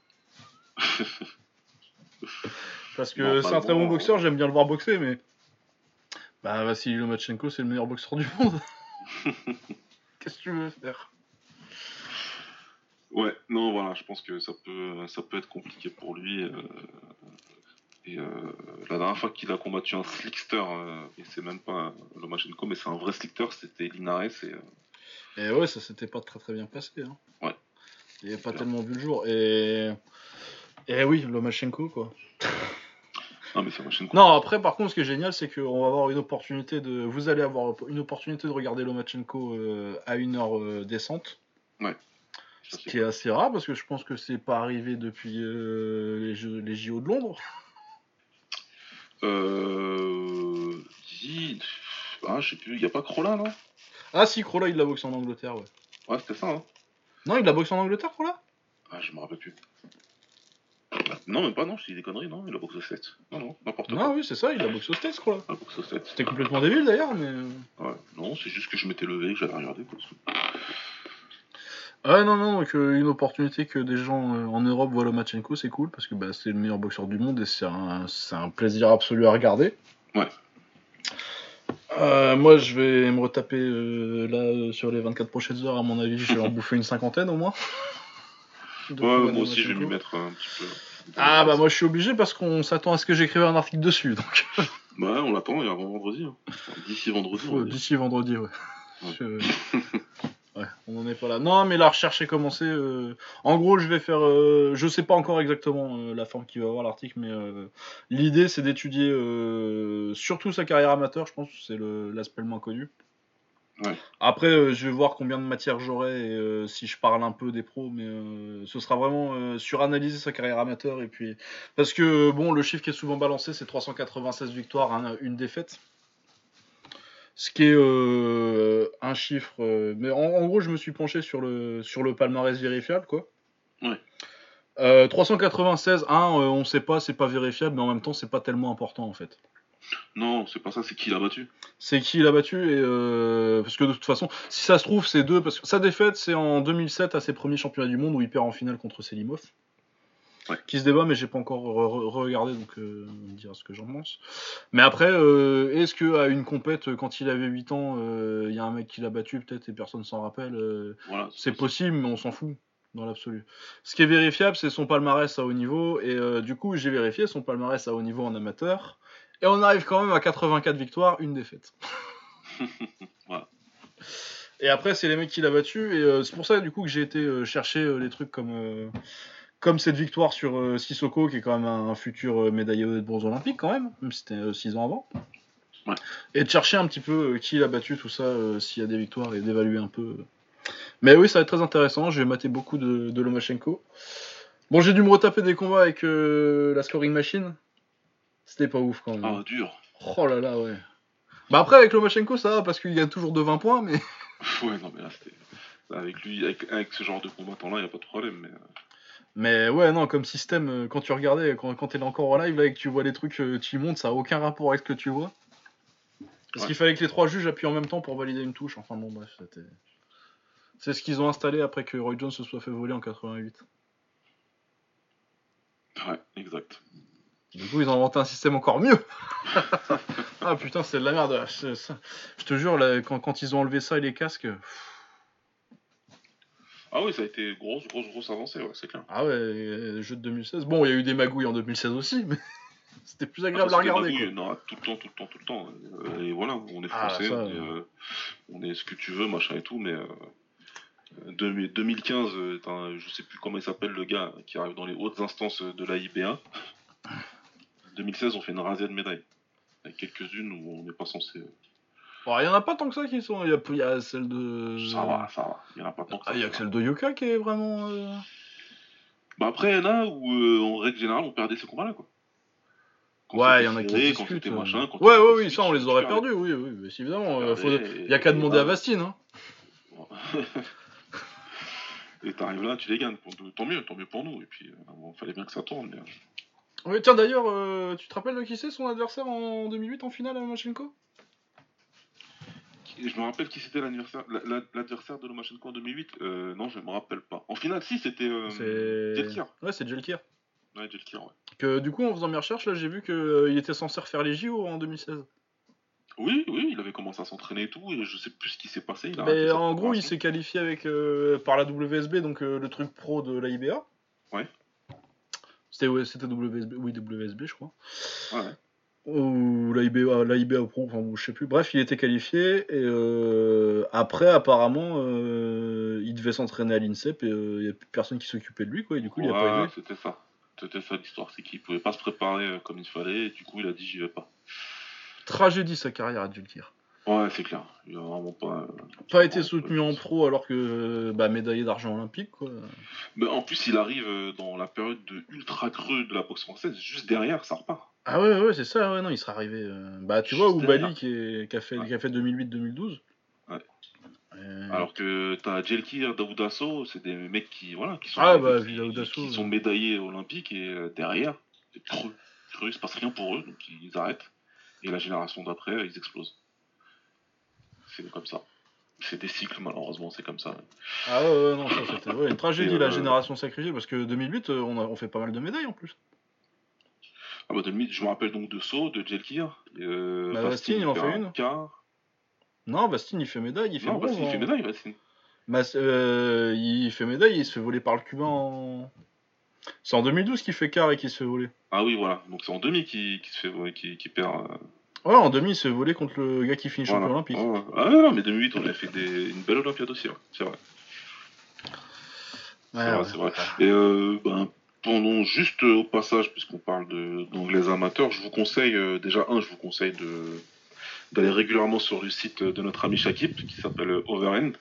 Parce que c'est un très bon boxeur, Normalement. j'aime bien le voir boxer, mais. Bah, Vassili Lomachenko, c'est le meilleur boxeur du monde. Qu'est-ce que tu veux faire? Ouais, non, voilà, je pense que ça peut, ça peut être compliqué pour lui. euh, Et euh, la dernière fois qu'il a combattu un slickster, euh, et c'est même pas un Lomachenko, mais c'est un vrai slickster, c'était Linares. Et, euh, Et ouais, ça s'était pas très très bien passé. Hein. ouais, Il avait c'est pas clair. tellement vu le jour. Et. Et oui, Lomachenko, quoi. Non, mais c'est Lomachenko. Non, après, par contre, ce qui est génial, c'est qu'on va avoir une opportunité de. Vous allez avoir une opportunité de regarder Lomachenko euh, à une heure euh, décente. Ouais, Ce ça c'est qui est cool. assez rare parce que je pense que c'est pas arrivé depuis euh, les, Jeux, les J O de Londres. Euh. Dis. Ah, je sais plus, y a pas Crolla, non? Ah si, Crolla, il l'a boxé en Angleterre, ouais. Ouais, c'était ça, hein. Non, il l'a boxé en Angleterre, Crolla. Ah, je me rappelle plus. Non, même pas, non, je dis des conneries, non, il a boxé au sept. Non, non, n'importe Non, quoi. oui, c'est ça, il l'a boxé au States, Crolla. Il a boxé au sept. C'était complètement débile d'ailleurs, mais. Ouais, non, c'est juste que je m'étais levé et que j'avais regardé, quoi. Ah non, non, donc euh, une opportunité que des gens euh, en Europe voient Lomachenko, c'est cool parce que bah, c'est le meilleur boxeur du monde et c'est un, c'est un plaisir absolu à regarder. Ouais. Euh, moi, je vais me retaper euh, là euh, sur les vingt-quatre prochaines heures, à mon avis, je vais en bouffer une cinquantaine au moins. De Ouais, combats de moi aussi, je vais m'y Lomachenko. mettre un petit peu. Dans les Ah bah bases. moi je suis obligé parce qu'on s'attend à ce que j'écrive un article dessus, donc Bah, on l'attend, il y a avant vendredi. Hein. D'ici vendredi, on va faut dire. d'ici vendredi, ouais. Ouais. Je- Ouais, on n'en est pas là. Non, mais la recherche est commencée. euh, En gros, je vais faire. euh, Je sais pas encore exactement euh, la forme qu'il va avoir l'article, mais euh, l'idée c'est d'étudier euh, surtout sa carrière amateur. Je pense que c'est le- l'aspect le moins connu. Ouais. Après, euh, je vais voir combien de matière j'aurai et euh, si je parle un peu des pros, mais euh, ce sera vraiment euh, suranalyser sa carrière amateur et puis parce que bon, le chiffre qui est souvent balancé, c'est trois cent quatre-vingt-seize victoires, un- une défaite. Ce qui est euh, un chiffre. euh, mais en, en gros, je me suis penché sur le, sur le palmarès vérifiable, quoi. Ouais. Euh, trois cent quatre-vingt-seize, un, euh, on sait pas, c'est pas vérifiable, mais en même temps, c'est pas tellement important, en fait. Non, c'est pas ça, c'est qui l'a battu. C'est qui l'a battu, et euh, parce que de toute façon, si ça se trouve, c'est deux, parce que sa défaite, c'est en deux mille sept à ses premiers championnats du monde où il perd en finale contre Selimov. Ouais. Qui se débat, mais j'ai pas encore re- re- regardé, donc euh, on me dira ce que j'en pense. Mais après, euh, est-ce qu'à une compète, quand il avait huit ans, il euh, y a un mec qui l'a battu peut-être et personne s'en rappelle euh, Voilà, c'est possible. possible, mais on s'en fout, dans l'absolu. Ce qui est vérifiable, c'est son palmarès à haut niveau, et euh, du coup, j'ai vérifié son palmarès à haut niveau en amateur, et on arrive quand même à quatre-vingt-quatre victoires, une défaite. Voilà. Et après, c'est les mecs qui l'a battu. Et euh, c'est pour ça, du coup, que j'ai été euh, chercher euh, des trucs comme, euh, comme cette victoire sur euh, Sissoko, qui est quand même un, un futur euh, médaillé de bronze olympique, quand même, même si c'était six ans avant. Ouais. Et de chercher un petit peu euh, qui l'a battu, tout ça, euh, s'il y a des victoires, et d'évaluer un peu. Mais oui, ça va être très intéressant. Je vais mater beaucoup de, de Lomachenko. Bon, j'ai dû me retaper des combats avec euh, la scoring machine. C'était pas ouf quand même. Ah, dur. Oh là là, ouais. Bah après, avec Lomachenko, ça va, parce qu'il gagne toujours de vingt points, mais... Ouais, non, mais là, c'était. Avec lui, avec, avec ce genre de combattant-là, il n'y a pas de problème. Mais... Mais ouais, non, comme système, euh, quand tu regardais, quand, quand t'es encore en live, là, et que tu vois les trucs, euh, tu y montes, ça a aucun rapport avec ce que tu vois. Parce Ouais. qu'il fallait que les trois juges appuient en même temps pour valider une touche. Enfin bon, bref, c'était... C'est ce qu'ils ont installé après que Roy Jones se soit fait voler en quatre-vingt-huit. Ouais, exact. Du coup, ils ont inventé un système encore mieux. Ah putain, c'est de la merde. Je, ça- je te jure, là, quand, quand ils ont enlevé ça et les casques... pff, Ah oui, ça a été grosse, grosse, grosse avancée, ouais, c'est clair. Ah ouais, euh, jeu de deux mille seize. Bon, il y a eu des magouilles en deux mille seize aussi, mais c'était plus Ah, agréable ça, à c'était regarder, magouille, quoi. non, tout le temps, tout le temps, tout le temps. Euh, et voilà, on est Ah, français, ça... on est, euh, euh, on est ce que tu veux, machin et tout, mais euh, deux mille deux mille quinze, euh, t'as- je sais plus comment il s'appelle le gars qui arrive dans les hautes instances de la I B A. deux mille seize, on fait une razzia de médailles. Avec quelques-unes où on n'est pas censé. Bon, il y en a pas tant que ça qui sont... Il y a, il y a celle de... Ça va, ça va. Il y en a pas tant que Ah, ça. il y a ça que va. celle de Yoka qui est vraiment... euh, Bah après, il y en a où, euh, en règle générale, on perdait ces combats-là, quoi. Quand Ouais, il c'était y en a qui se serré, quand discutent. c'était euh. machin, quand Ouais, il y avait ouais, des oui, ça on switches, les tu aurait perdais. perdus, oui, oui, mais Tu évidemment. euh, faut... perdais, Il y a qu'à et, et demander à là, Vastine, hein. et t'arrives là, tu les gagnes. Pour- Tant mieux, tant mieux pour nous. Et puis, euh, bon, fallait bien que ça tourne. Mais... Oui, tiens, d'ailleurs, euh, tu te rappelles de qui c'est son adversaire en deux mille huit en finale à Lomachenko? Et je me rappelle qui c'était l'anniversaire- la- la- l'adversaire de Lomachenko en deux mille huit. Euh, non, je me rappelle pas. En finale, si, c'était euh, C'est... Jelkir. Ouais, c'est Jelkir. Ouais, Jelkir, ouais. Que du coup, en faisant mes recherches, là, j'ai vu qu'il était censé refaire les J O en deux mille seize. Oui, oui, il avait commencé à s'entraîner et tout, et je sais plus ce qui s'est passé, il a arrêté Mais sa en gros, il préparation. s'est qualifié avec euh, par la W S B, donc euh, le truc pro de la I B A. Ouais. C'était ouais, c'était W S B, oui W S B, je crois. Ouais, ouais. Ou la I B A, la I B A pro, enfin je sais plus. Bref, il était qualifié et euh, après, apparemment, euh, il devait s'entraîner à l'INSEP et il euh, y a plus personne qui s'occupait de lui, quoi. Et du coup, il a pas Ouais, été. c'était ça. C'était ça l'histoire, c'est qu'il pouvait pas se préparer euh, comme il fallait, et du coup il a dit j'y vais pas. Tragédie sa carrière à Julkir. Ouais, c'est clair. Il a vraiment pas. euh, Pas été vraiment pas soutenu eu en ça. pro alors que bah, médaillé d'argent olympique, quoi. Mais en plus, il arrive euh, dans la période de ultra creux de la boxe française, juste derrière, ça repart. Ah ouais, ouais, c'est ça, ouais, non, il serait arrivé. euh, Bah, tu vois, Juste Oubali derrière. qui, est... qui a fait, Ouais. qui a fait deux mille huit deux mille douze. Ouais. Euh, Alors que t'as Jelkir, Daoudasso, c'est des mecs qui, voilà, qui sont Ah arrivés, bah, qui, Daoudasso, qui euh. sont médaillés olympiques, et euh, derrière, c'est creux. Creux, il se passe rien pour eux, donc ils arrêtent. Et la génération d'après, ils explosent. C'est comme ça. C'est des cycles, malheureusement, c'est comme ça. Ah ouais, ouais, non, ça c'était ouais, une Et tragédie, la euh, génération sacrifiée, parce que deux mille huit, euh, on, a, on fait pas mal de médailles en plus. ah bah, de limite, je me rappelle donc de Saut, de Jelkir. Euh, Bah, Vastine, Vastine, il il en fait fait un une. quart. Non, Vastine, il fait médaille, il fait Non, bronze. Vastine, il fait En... médaille, Vastine. Bah, euh, il fait médaille et il se fait voler par le Cubain en. C'est en deux mille douze qu'il fait quart et qu'il se fait voler. Ah oui, voilà. Donc c'est en demi qui, qui se fait, ouais, qui, qui perd. euh, Ouais, en demi, il se fait voler contre le gars qui finit champion Voilà. olympique. Ouais, ouais. Ah non, non, mais deux mille huit, on a fait des... une belle Olympiade aussi, ouais. C'est vrai. C'est Ouais, vrai, ouais. c'est vrai. Et euh, ben, pendant juste euh, au passage, puisqu'on parle de- d'anglais amateurs, je vous conseille, euh, déjà, un, je vous conseille de d'aller régulièrement sur le site de notre ami Shakib, qui s'appelle euh, Overend.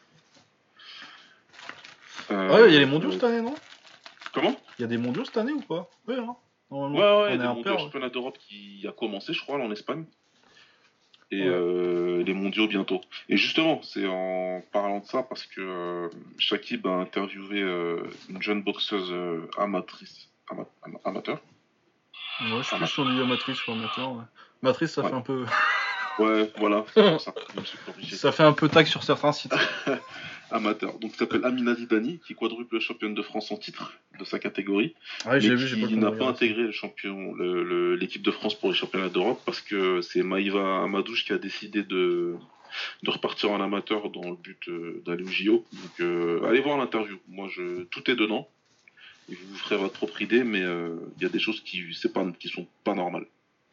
Ouais, il y a les Euh, mondiaux euh, cette année, non? comment Il y a des mondiaux cette année ou pas? Ouais, hein, Ouais, normalement. ouais, il y a On est des en mondiaux, le paire. Ouais. championnat d'Europe qui a commencé, je crois, là, en Espagne. Et Ouais. euh, les mondiaux bientôt. Et justement, c'est en parlant de ça parce que euh, Shakib a interviewé euh, une jeune boxeuse euh, amatrice, ama- ama- amateur. Ouais, je sais plus Ama- si on dit amatrice ou amateur. Ouais. Matrice, ça ouais. fait un peu. Ouais, voilà, c'est pour ça. Je me suis corrigé. Ça fait un peu tag sur certains sites. Amateur. Donc, il s'appelle Amina Zidani, qui est quadruple championne de France en titre de sa catégorie, Ouais, mais j'ai vu, j'ai pas le qui temps de n'a pas regarder ça. intégré le champion, le- le- l'équipe de France pour les championnats d'Europe parce que c'est Maïva Amadouche qui a décidé de, de repartir en amateur dans le but euh, d'aller au J O. Donc, euh, allez voir l'interview. Moi, je, tout est dedans. Et vous vous ferez votre propre idée, mais euh, il y a des choses qui, c'est pas, qui sont pas normales.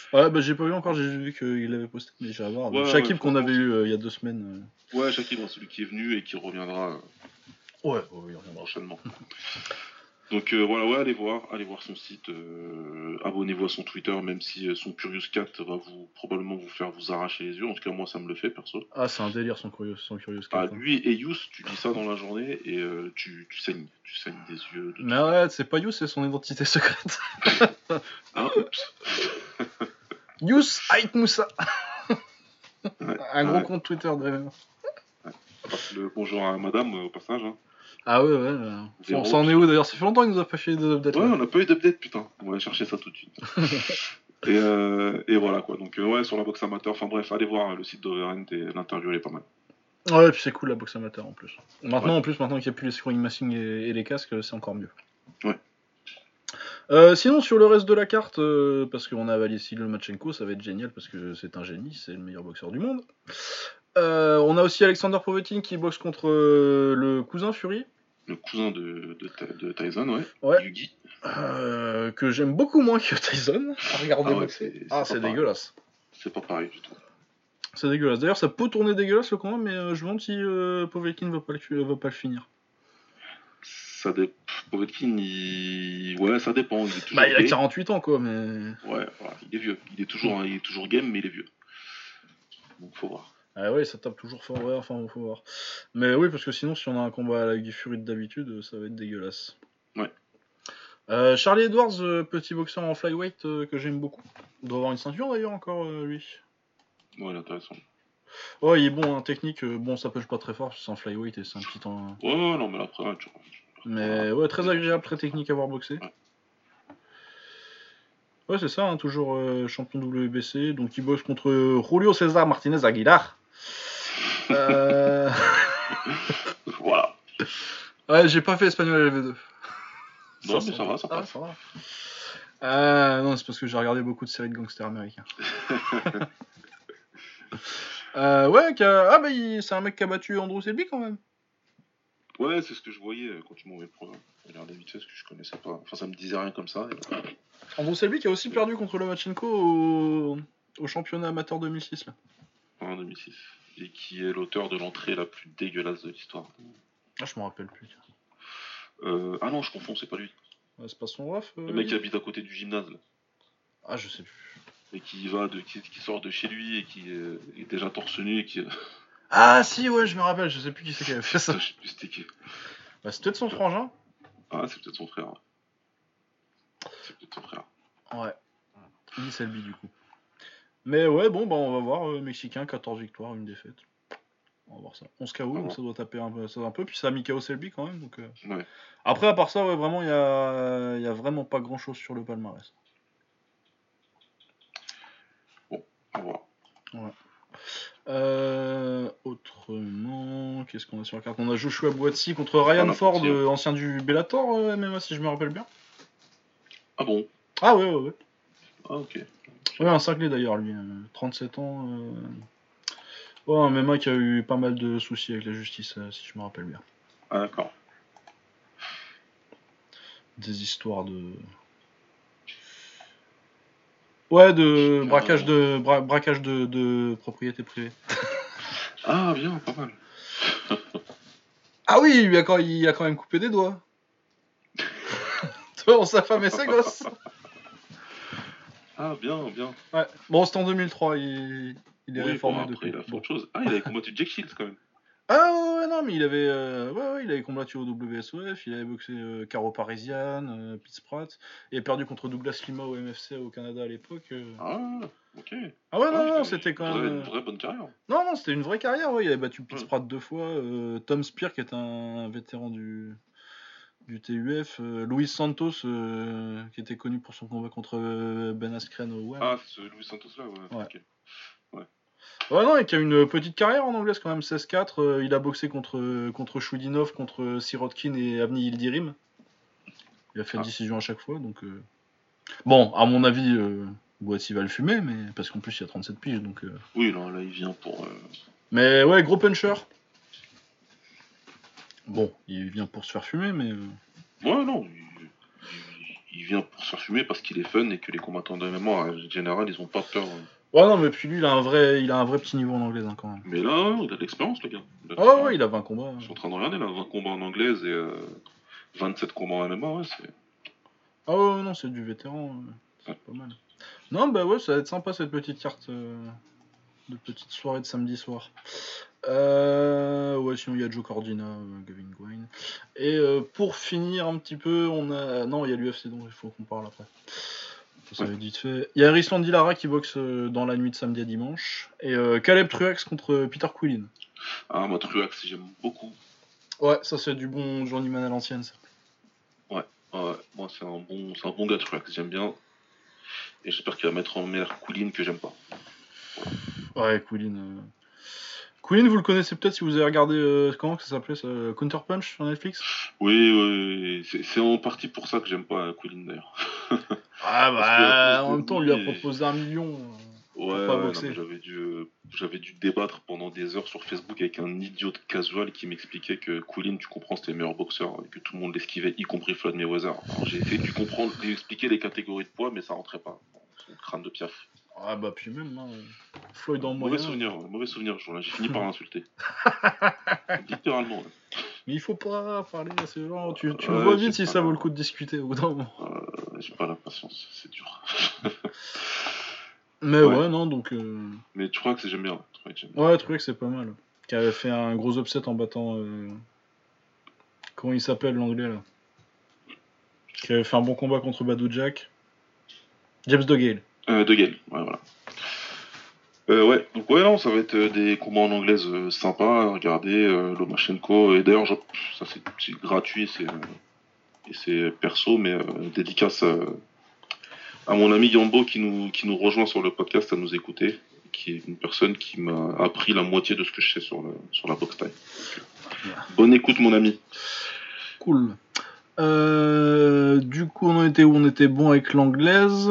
Ouais, bah j'ai pas vu encore, j'ai juste vu qu'il avait posté, mais j'ai à voir. Ouais, ouais, Shakib qu'on franchement, avait c'est- eu euh, il y a deux semaines. Ouais, Shakib, hein, celui qui est venu et qui reviendra euh, euh, Ouais, ouais, il reviendra. prochainement. Donc euh, voilà, ouais, allez voir, allez voir son site, euh, abonnez-vous à son Twitter, même si euh, son Curious Cat va vous probablement vous faire vous arracher les yeux. En tout cas, moi, ça me le fait perso. Ah, c'est un délire son Curious, son Curious Cat. Ah, Hein. lui et Yous, tu dis ça dans la journée et euh, tu, tu saignes, tu saignes des yeux. De Mais tout. ouais, c'est pas You, c'est son identité secrète. Ah, oups. Yous Ait Moussa. Ouais, Un gros ouais. compte Twitter d'ailleurs. On passe le bonjour à madame euh, au passage. Hein. Ah ouais, ouais. euh, Zéro, Ça en est putain. où d'ailleurs? Ça fait longtemps qu'il nous a pas fait des updates Ouais, là. on n'a pas eu d'update, putain. On va aller chercher ça tout de suite. et, euh, et voilà quoi. Donc, euh, ouais, sur la boxe amateur. Enfin bref, allez voir euh, le site d'Overend et l'interview, elle est pas mal. Ouais, et puis c'est cool la boxe amateur en plus. Maintenant, Ouais. en plus, maintenant qu'il n'y a plus les scoring machines et, et les casques, c'est encore mieux. Ouais. Euh, sinon, sur le reste de la carte, euh, parce qu'on a Vasilij Lomachenko, ça va être génial parce que c'est un génie, c'est le meilleur boxeur du monde. Euh, on a aussi Alexander Povetkin qui boxe contre euh, le cousin Fury. Le cousin de, de, de Tyson, ouais. Ouais. Yugi. Euh, que j'aime beaucoup moins que Tyson à regarder Ah ouais, boxer. c'est- c'est Ah, pas c'est pareil. dégueulasse. C'est pas pareil du tout. C'est dégueulasse. D'ailleurs, ça peut tourner dégueulasse le combat, mais euh, je me demande si euh, Povetkin va pas le, fi- va pas le finir. Ça dé... Povetkin, il... ouais, ça dépend. Il est toujours Bah, il a gay. quarante-huit ans, quoi, mais. Ouais, voilà, il est vieux. Il est toujours, il est toujours game, mais il est vieux. Donc faut voir. Ah ouais, ça tape toujours fort, ouais, enfin, faut voir. Mais oui, parce que sinon, si on a un combat à la Guy Fury de d'habitude, ça va être dégueulasse. Ouais. Euh, Charlie Edwards, euh, petit boxeur en flyweight euh, que j'aime beaucoup. Il doit avoir une ceinture d'ailleurs encore, euh, lui. Ouais, il est intéressant. Ouais, il est bon, hein, technique. euh, bon, ça pêche pas très fort, parce que c'est en flyweight et c'est un petit temps. Ouais, ouais, non, mais après, ouais, tu... Mais ouais, très agréable, très technique à voir boxer. Ouais. Ouais, c'est ça, hein, toujours euh, champion W B C. Donc il boxe contre euh, Julio César Martinez Aguilar. euh... Voilà. Ouais, j'ai pas fait espagnol L V deux. Non, mais ça va, ça Ah, passe. ça va. Euh, non, c'est parce que j'ai regardé beaucoup de séries de gangsters américains. euh, ouais, qu'a- ah bah il- c'est un mec qui a battu Andrew Selby quand même. Ouais, c'est ce que je voyais euh, quand tu m'envoyais le programme. Je regardais vite fait ce que je connaissais pas. Enfin, ça me disait rien comme ça. Et... Andrew Selby qui a aussi perdu contre Lomachenko au, au championnat amateur deux mille six là. En deux mille six. Et qui est l'auteur de l'entrée la plus dégueulasse de l'histoire. Ah, je me rappelle plus. Euh... Ah non, je confonds, c'est pas lui. Ouais, c'est pas son ref. euh, Le mec il- qui habite à côté du gymnase, là. Ah, je sais plus. Et qui va de, qui, qui sort de chez lui et qui euh, est déjà torse nu et qui. Ah, si, ouais, je me rappelle, je sais plus qui c'est qui avait fait ça. Je sais plus c'était qui. Bah, c'est peut-être son frangin. Ah, c'est peut-être son frère. Ouais. C'est peut-être son frère. Ouais. Lee Selby du coup. Mais ouais, bon, bah on va voir. euh, Mexicain, quatorze victoires, une défaite. On va voir ça. onze K O, Ah donc bon. ça doit taper un peu, ça un peu. Puis ça a mis K O Selby quand même. Donc, euh. Ouais. Après, à part ça, ouais, vraiment, il y a... y a vraiment pas grand chose sur le palmarès. Au revoir. Ouais. Euh, autrement, qu'est-ce qu'on a sur la carte? On a Joshua Buatsi contre Ryan Ah, Ford, Buatsi, euh, ancien du Bellator euh, M M A, si je me rappelle bien. Ah bon. Ah ouais, ouais, ouais. Ah ok. Ouais, un cinglé d'ailleurs, lui. euh, trente-sept ans. Euh... Ouais, un M M A qui a eu pas mal de soucis avec la justice, euh, si je me rappelle bien. Ah d'accord. Des histoires de. Ouais, de Putain. braquage de bra- braquage de, de propriété privée. Ah bien, pas mal. Ah oui, il a quand, il a quand même coupé des doigts. Devant sa femme et ses gosses. Ah bien, bien. Ouais. Bon, c'était en deux mille trois, il, il est Oui, réformé bon, après depuis. il a fait Bon. autre chose. Ah, il avait combattu Jack Shields quand même. Ah ouais, ouais, non, mais il avait, euh, ouais, ouais, il avait combattu au W S O F, il avait boxé euh, Caro Parisian, euh, Pete Spratt, il a perdu contre Douglas Lima au M F C au Canada à l'époque. euh. Ah, ok. Ah ouais, Ah, non, il non, avait- c'était quand il avait même. une euh, vraie bonne carrière. Non, non, c'était une vraie carrière, ouais. Il avait battu Pete Ouais. Spratt deux fois, euh, Tom Spear qui est un vétéran du, du T U F, euh, Luis Santos euh, qui était connu pour son combat contre euh, Ben Askren au W A M. Ah, c'est ce Louis Santos là, ouais. Ouais. Ok. Ouais, non, et qui a une petite carrière en anglaise quand même, seize quatre. euh, il a boxé contre, contre Chudinov, contre Sirotkin et Avni Yildirim. Il a fait Ah. décision à chaque fois, donc. euh, Bon, à mon avis, euh, Boissy va le fumer, mais parce qu'en plus il y a trente-sept piges, donc. euh, Oui, là, là il vient pour. euh, Mais ouais, gros puncher. Bon, il vient pour se faire fumer, mais. euh, Ouais, non, il, il- il vient pour se faire fumer parce qu'il est fun et que les combattants de M M A en général ils ont pas peur. hein. Ouais, non, mais puis lui, il a un vrai, il a un vrai petit niveau en anglaise hein, quand même. Mais là, il a de l'expérience, le gars. Il a de Oh, l'expérience. ouais, il a vingt combats. Je ouais. suis en train de regarder là, vingt combats en anglaise et euh, vingt-sept combats en M M A, ouais, c'est. Ah ouais, non, c'est du vétéran. ouais. C'est Ouais. pas mal. Non, bah ouais, ça va être sympa cette petite carte euh, de petite soirée de samedi soir. Euh, ouais, sinon il y a Joe Cordina, euh, Gavin Gwynne. Et euh, pour finir un petit peu, on a. Non, il y a l'U F C dont il faut qu'on parle après. Ça Ouais. va être vite fait. Il y a Risland Lara qui boxe euh, dans la nuit de samedi à dimanche. Et euh, Caleb Truax contre euh, Peter Quillin. Ah, moi, Truax, j'aime beaucoup. Ouais, ça c'est du bon journeyman à l'ancienne ça. Ouais, ouais, moi, c'est un bon, c'est un bon gars, Truax, j'aime bien. Et j'espère qu'il va mettre en mer Coolin que j'aime pas. Ouais, Quillin. Euh... Quillin, vous le connaissez peut-être si vous avez regardé. Euh, comment ça s'appelait ça Counter Punch sur Netflix. Oui, oui, c'est, c'est en partie pour ça que j'aime pas Coolin d'ailleurs. Ah Parce que à bah, cause en de même temps, on lui a lui. proposé un million euh, Ouais, pour pas ouais, non, mais boxer. j'avais dû, euh, j'avais dû débattre pendant des heures sur Facebook avec un idiot de casual qui m'expliquait que Coolin, tu comprends, c'était le meilleur boxeur et que tout le monde l'esquivait, y compris Floyd Mayweather. Alors, j'ai essayé de lui comprendre, de lui expliquer les catégories de poids, mais ça rentrait pas. Son crâne de piaf. Ah bah, puis même, hein, Floyd Euh, en mauvais moyen. souvenir, euh, mauvais souvenir ce jour-là. J'ai fini par l'insulter. Littéralement. Ouais, Mais il faut pas parler à ces gens. Tu, tu le Ouais, vois j'ai vite si pas ça la, vaut le coup de discuter au bout d'un moment. euh, j'ai pas la patience, c'est dur. Mais Ouais, ouais, non, donc. Euh... mais tu crois que c'est j'aime bien. Ouais. Tu crois que j'aime bien. Ouais, le truc, c'est pas mal. Qui avait fait un gros upset en battant. Euh... Comment il s'appelle l'anglais là Qui avait fait un bon combat contre Badou Jack. James DeGale. Euh, De Gale, ouais, voilà. Euh, ouais, donc ouais, non, ça va être euh, des combats en anglaise euh, sympas à regarder, euh, Lomachenko, et d'ailleurs, je- pff, ça c'est c'est gratuit, c'est euh, et c'est perso, mais euh, dédicace à, à mon ami Yambo qui nous, qui nous rejoint sur le podcast à nous écouter, qui est une personne qui m'a appris la moitié de ce que je sais sur, le, sur la boxe taille. Bonne écoute, mon ami. Cool. Euh, du coup, on était où On était bon avec l'anglaise.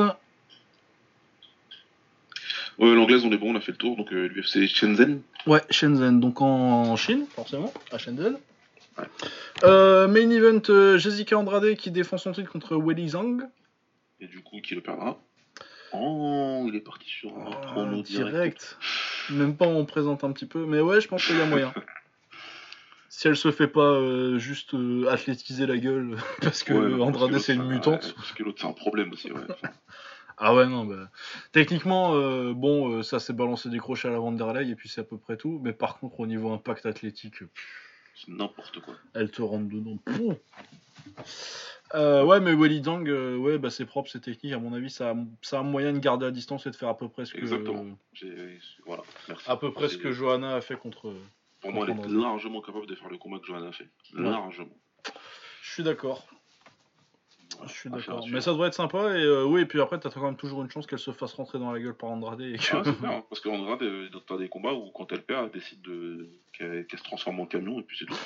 Ouais, l'anglaise, on est bon, on a fait le tour, donc euh, l'U F C Shenzhen. Ouais, Shenzhen, donc en Chine, forcément, à Shenzhen. Ouais. Euh, main event, euh, Jessica Andrade qui défend son titre contre Weili Zhang. Et du coup, qui le perdra? Oh, il est parti sur un Oh, prono direct. direct. Même pas on présente un petit peu, mais ouais, je pense qu'il y a moyen. Si elle se fait pas euh, juste euh, athlétiser la gueule parce que Ouais, non, parce Andrade l'autre, c'est une ça- mutante. ouais, parce que l'autre, c'est un problème aussi, ouais. Enfin, Ah ouais, non, bah. Techniquement, euh, bon, euh, ça c'est balancer des crochets à la Vanderlei et puis c'est à peu près tout. Mais par contre, au niveau impact athlétique, pff, c'est n'importe quoi. elle te rentre dedans. Pouh. Euh, ouais, mais Weili Zhang, euh, ouais, bah c'est propre, c'est technique. À mon avis, ça a, ça a moyen de garder à distance et de faire à peu près ce que, Exactement. J'ai- Voilà, merci. à peu près ce C'est- que Johanna a fait contre, Pour moi, contre elle est Andrade. largement capable de faire le combat que Johanna a fait. Ouais. Largement. Je suis d'accord. Voilà, Je suis affaire à d'accord. Mais suivre. ça devrait être sympa. Et euh, oui, et puis après, t'as quand même toujours une chance qu'elle se fasse rentrer dans la gueule par Andrade. Et que... Ah, c'est clair, hein, parce qu'Andrade, euh, t'as des combats où quand elle perd, elle décide de... qu'elle qu'elle se transforme en camion et puis c'est tout.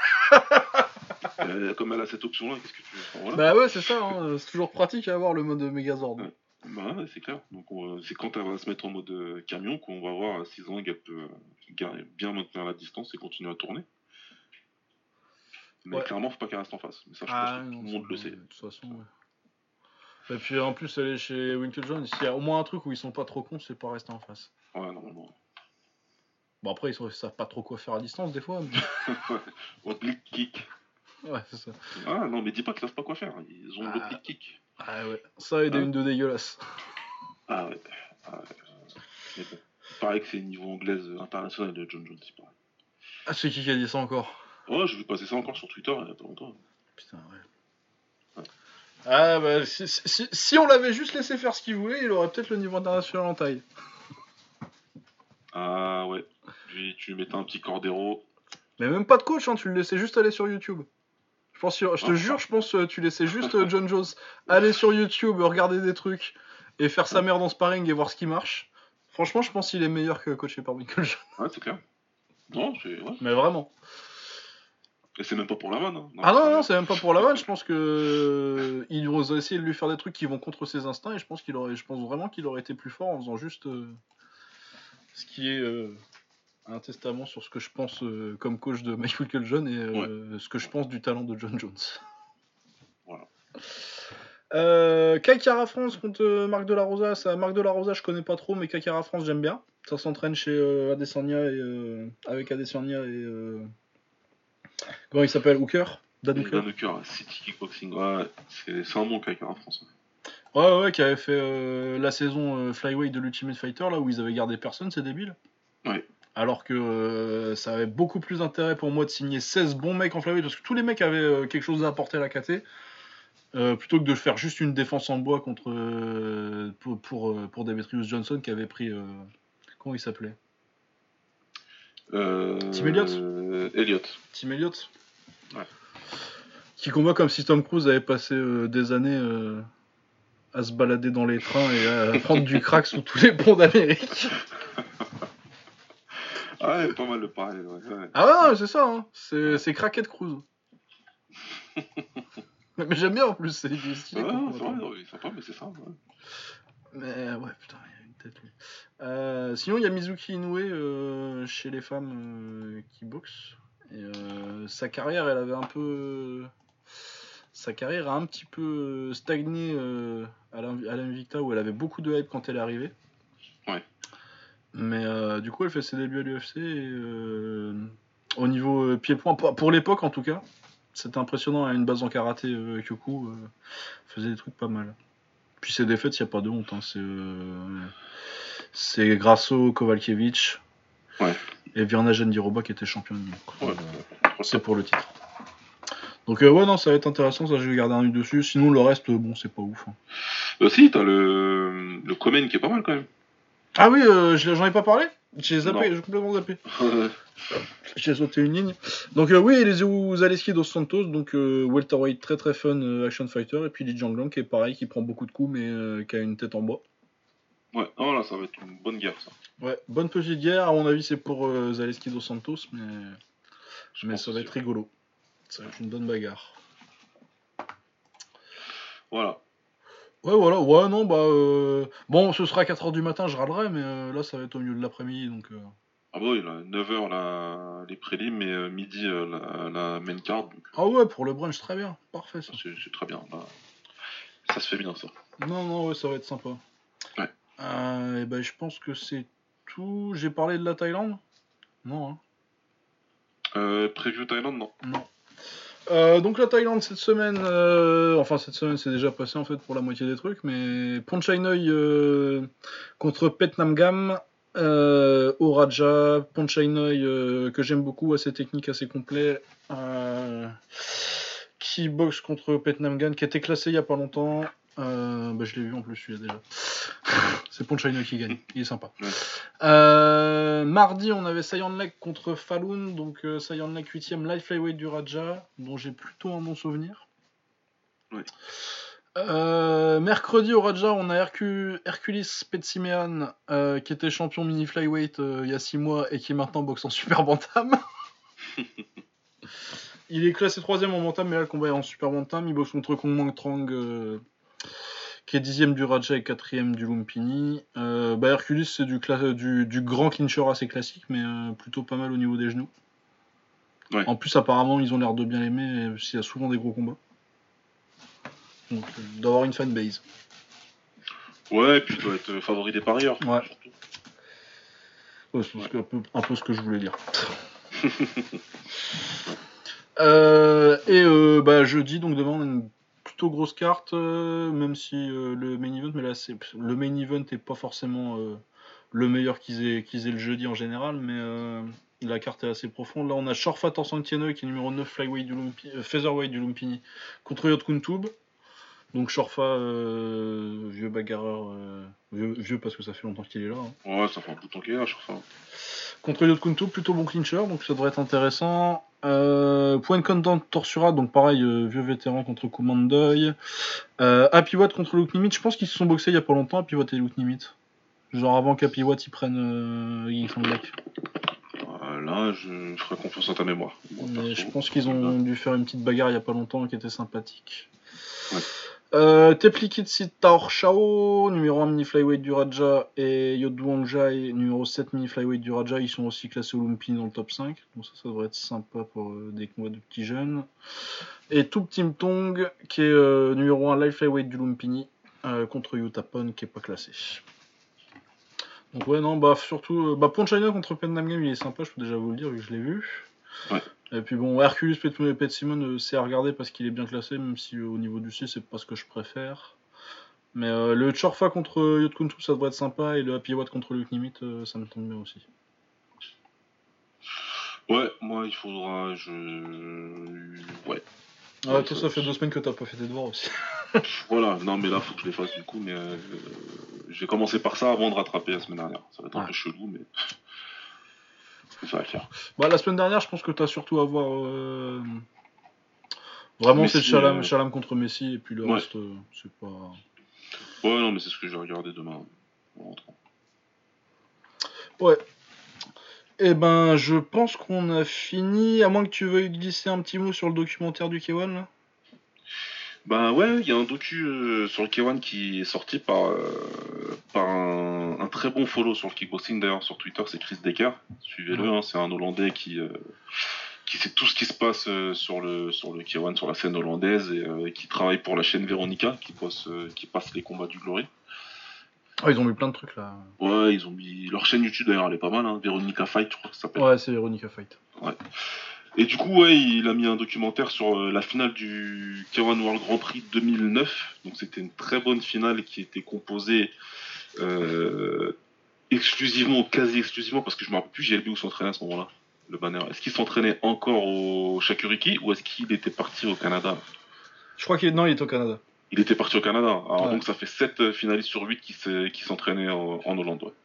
Euh, comme elle a cette option-là, qu'est-ce que tu veux? Enfin, voilà. Bah ouais, c'est ça. Hein. C'est toujours pratique à avoir le mode Megazord. Ouais. Bah ouais, c'est clair. Donc on, euh, c'est quand elle va se mettre en mode euh, camion qu'on va voir à six ans qu'elle peut euh, gar- bien maintenir la distance et continuer à tourner. Mais Ouais. clairement, faut pas qu'elle reste en face. Mais ça, je Ah pense que non, tout le c'est monde bon, le sait. de toute façon. Ouais. Et puis en plus, aller chez Winklejohn, s'il y a au moins un truc où ils sont pas trop cons, c'est pas rester en face. Ouais, normalement. Bon, après, ils, sont, ils savent pas trop quoi faire à distance des fois. Mais... Oblique kick. ouais, c'est ça. Ah non, mais dis pas qu'ils savent pas quoi faire. Ils ont Ah. l'oblique kick. Ah ouais, ça et des Ah. une de dégueulasse. Ah ouais. Ah ouais. Mais bon. Il paraît que c'est niveau anglaise international de John Jones, il paraît. Ah, c'est qui qui a dit ça encore? Ouais, je vais passer ça encore sur Twitter il y a pas longtemps. Putain, ouais. ouais. Ah bah, si, si, si on l'avait juste laissé faire ce qu'il voulait, il aurait peut-être le niveau international en taille. Ah ouais. Puis tu mettais un petit Cordero. Mais même pas de coach, hein, tu le laissais juste aller sur YouTube. Je, pense, je te Ah, jure, ah. je pense que tu laissais juste euh, John Jones aller sur YouTube, regarder des trucs et faire sa merde en sparring et voir ce qui marche. Franchement, je pense qu'il est meilleur que coaché par Winklejohn. Ouais, c'est clair. Non, c'est. Ouais. Mais vraiment. Et c'est même pas pour la vanne. Hein. Non, Ah non, c'est- non, c'est même pas pour la vanne. Je pense que ils ont essayé de lui faire des trucs qui vont contre ses instincts et je pense qu'il aurait, je pense vraiment qu'il aurait été plus fort en faisant juste euh, ce qui est euh, un testament sur ce que je pense euh, comme coach de Mike Winklejohn et euh, ce que je pense du talent de John Jones. Voilà. Euh, Kaikara France contre euh, Marc de la Rosa. Ça, Marc de la Rosa, je connais pas trop, mais Kaikara France, j'aime bien. Ça s'entraîne chez euh, Adesanya et euh, avec Adesanya et euh, comment il s'appelle, Hooker, Dan Et Hooker. Dan Hooker, City Kickboxing, ouais, c'est c'est un bon quelqu'un en France. Ouais, ouais, ouais, qui avait fait euh, la saison euh, Flyweight de l'Ultimate Fighter, là où ils avaient gardé personne, c'est débile. Ouais. Alors que euh, ça avait beaucoup plus d'intérêt pour moi de signer seize bons mecs en Flyweight, parce que tous les mecs avaient euh, quelque chose à apporter à la K T, euh, plutôt que de faire juste une défense en bois contre euh, pour, pour, euh, pour Demetrius Johnson qui avait pris. Euh, comment il s'appelait Euh... Tim Elliott Elliott. Tim Elliott Ouais. Qui combat comme si Tom Cruise avait passé euh, des années euh, à se balader dans les trains et à prendre du crack sous tous les ponts d'Amérique. Ah ouais, pas mal le parallèle, ouais. ouais. Ah ouais, c'est ça, hein. c'est, c'est Crackhead Cruise. Mais j'aime bien en plus, c'est du style. Ah, c'est vrai, non, il est sympa, mais c'est ça. Ouais. Mais ouais, putain, il y a une tête. Oui. Euh, sinon, il y a Mizuki Inoue euh, chez les femmes euh, qui boxent. Et euh, sa carrière, elle avait un peu. Sa carrière a un petit peu stagné euh, à l'Invicta où elle avait beaucoup de hype quand elle est arrivée. Ouais. Mais euh, du coup, elle fait ses débuts à l'U F C et euh, au niveau euh, pied-point, pour, pour l'époque en tout cas, c'était impressionnant. Elle a une base en karaté, euh, Kyoku euh, faisait des trucs pas mal. Puis ses défaites, il n'y a pas de honte. Hein. C'est, euh, c'est Grasso, Kovalkiewicz ouais. et Virna Jandiroba qui était championne. Donc, ouais. euh, c'est pour le titre. Donc euh, ouais, non, ça va être intéressant, ça je vais garder un œil dessus. Sinon, le reste, euh, bon, c'est pas ouf. Hein. Euh, si, t'as le, le Komen qui est pas mal quand même. Ah oui, euh, j'en ai pas parlé. J'ai zappé, j'ai complètement zappé. J'ai sauté une ligne. Donc euh, oui, les Zaleski dos Santos, donc euh, welterweight très très fun euh, action fighter, et puis Li Jianglang qui est pareil, qui prend beaucoup de coups mais euh, qui a une tête en bois. Ouais, oh là, ça va être une bonne guerre ça. Ouais, bonne petite guerre, à mon avis c'est pour euh, Zaleski dos Santos, mais, mais ça va être rigolo. Ça va être une bonne bagarre. Voilà. Ouais, voilà, ouais, non, bah. Euh... Bon, ce sera à quatre heures du matin, je râlerai, mais euh, là ça va être au milieu de l'après-midi donc. Euh... Ah bah oui, là, neuf heures la... les prélims et euh, midi euh, la, la main card. Donc, ah ouais, pour le brunch, très bien, parfait ça. C'est, c'est très bien, là. Ça se fait bien ça. Non, non, ouais, ça va être sympa. Ouais. Euh, et ben, je pense que c'est tout. J'ai parlé de la Thaïlande. Non, hein. Euh, preview Thaïlande, non. Non. Euh, donc la Thaïlande cette semaine, euh, enfin cette semaine c'est déjà passé en fait pour la moitié des trucs, mais Ponchainoy euh, contre Petnamgam, euh, au Raja, Ponchainoy euh, que j'aime beaucoup, assez technique, assez complet, euh, qui boxe contre Petnamgam, qui a été classé il y a pas longtemps. Euh, bah, je l'ai vu en plus celui-là déjà. C'est Ponchainoy qui gagne, il est sympa. Ouais. Euh, mardi, on avait Sayan Lek contre Falun, donc euh, Sayan Lek huitième light flyweight du Raja, dont j'ai plutôt un bon souvenir. Ouais. Euh, mercredi au Raja, on a Hercu- Hercules Petsimean, euh, qui était champion mini flyweight euh, il y a six mois et qui maintenant boxe en super bantam. Il est classé troisième en bantam, mais là le combat est en super bantam. Il boxe contre Kong Mang Trang. Euh, qui est dixième du Raja et quatrième du Lumpini. Euh, bah Hercules, c'est du, cla- du, du grand clincher assez classique, mais euh, plutôt pas mal au niveau des genoux. Ouais. En plus, apparemment, ils ont l'air de bien l'aimer, s'il y a souvent des gros combats. Donc, euh, d'avoir une fanbase. Ouais, et puis il doit être favori des parieurs. Ouais. Surtout. Ouais, c'est ouais. Un, peu, un peu ce que je voulais dire. euh, et euh, bah, jeudi, donc devant, on a une plutôt grosse carte, euh, même si euh, le main event, mais là, c'est, le main event n'est pas forcément euh, le meilleur qu'ils aient, qu'ils aient le jeudi en général, mais euh, la carte est assez profonde. Là, on a Shorfat Orsantiano qui est numéro neuf flyweight du Lumpini, euh, featherweight du Lumpini contre Yot Kuntub. Donc Shorfa, euh, vieux bagarreur, euh, vieux, vieux parce que ça fait longtemps qu'il est là. Hein. Ouais, ça fait un bout de temps qu'il est là, Shorfa. Contre Yot Kuntub, plutôt bon clincher, donc ça devrait être intéressant. Euh, point content Torsura, donc pareil, euh, vieux vétéran contre Kumandoy. Euh, Happy Watt contre Luke Nimit, je pense qu'ils se sont boxés il y a pas longtemps, Happy Watt et Luke Nimit. Genre avant qu'Happy Watt ils prennent euh, Geeks Black. Euh, là, je, je ferai confiance à ta mémoire. Bon, Mais perso, je pense qu'ils ont dû faire une petite bagarre il y a pas longtemps qui était sympathique. Ouais. Euh, Teplikitsit Taor Shao, numéro un mini flyweight du Raja, et Yodwang Jai, numéro sept mini flyweight du Raja, ils sont aussi classés au Lumpini dans le top cinq. Donc ça, ça devrait être sympa pour euh, des combats de petits jeunes. Et Tup Tim Tong, qui est euh, numéro un live flyweight du Lumpini, euh, contre Yutapon, qui est pas classé. Donc ouais, non, bah surtout... Euh, bah Ponchina contre Pendam Game, il est sympa, je peux déjà vous le dire, vu que je l'ai vu. Ouais. Et puis bon, Hercules Pet, Pet Simon, euh, c'est à regarder parce qu'il est bien classé, même si euh, au niveau du C, c'est pas ce que je préfère. Mais euh, le Chorfa contre euh, Yotkuntu, ça devrait être sympa, et le Happy Watt contre Luke Nimit, euh, ça me tombe bien aussi. Ouais, moi il faudra. Je. Ouais. Ah, ouais, toi, ça fait deux semaines que t'as pas fait tes devoirs aussi. Voilà, non mais là faut que je les fasse du coup, mais euh, je vais commencer par ça avant de rattraper la semaine dernière. Ça va être un Ouais. peu chelou, mais ça va le faire. Bah, la semaine dernière, je pense que t'as surtout à voir. Euh... Vraiment, Messi, c'est Chalam, euh, Chalam contre Messi, et puis le ouais. reste, euh, c'est pas. Ouais, non, mais c'est ce que je vais regarder demain en rentrant. Ouais. Eh ben, je pense qu'on a fini, à moins que tu veuilles glisser un petit mot sur le documentaire du K un là. Bah ouais, il y a un docu euh, sur le K un qui est sorti par, euh, par un, un très bon follow sur le kickboxing d'ailleurs sur Twitter, c'est Chris Decker. Suivez-le, Ouais. hein, c'est un Hollandais qui, euh, qui sait tout ce qui se passe euh, sur le sur le K un, sur la scène hollandaise et euh, qui travaille pour la chaîne Veronica, qui passe, euh, qui passe les combats du Glory. Ah, ils ont mis plein de trucs là. Ouais, ils ont mis leur chaîne YouTube d'ailleurs, elle est pas mal, hein, Veronica Fight, je crois que ça s'appelle. Ouais, c'est Veronica Fight. Ouais. Et du coup, ouais, il a mis un documentaire sur euh, la finale du K un World Grand Prix deux mille neuf. Donc c'était une très bonne finale qui était composée euh, exclusivement, quasi exclusivement, parce que je me rappelle plus, j'ai vu où s'entraînait à ce moment-là, le banner. Est-ce qu'il s'entraînait encore au Shakuriki ou est-ce qu'il était parti au Canada? Je crois qu'il est... Non, il est au Canada. Il était parti au Canada. Alors Ouais. donc ça fait sept finalistes sur huit qui s'entraînaient en, en Hollande. Ouais.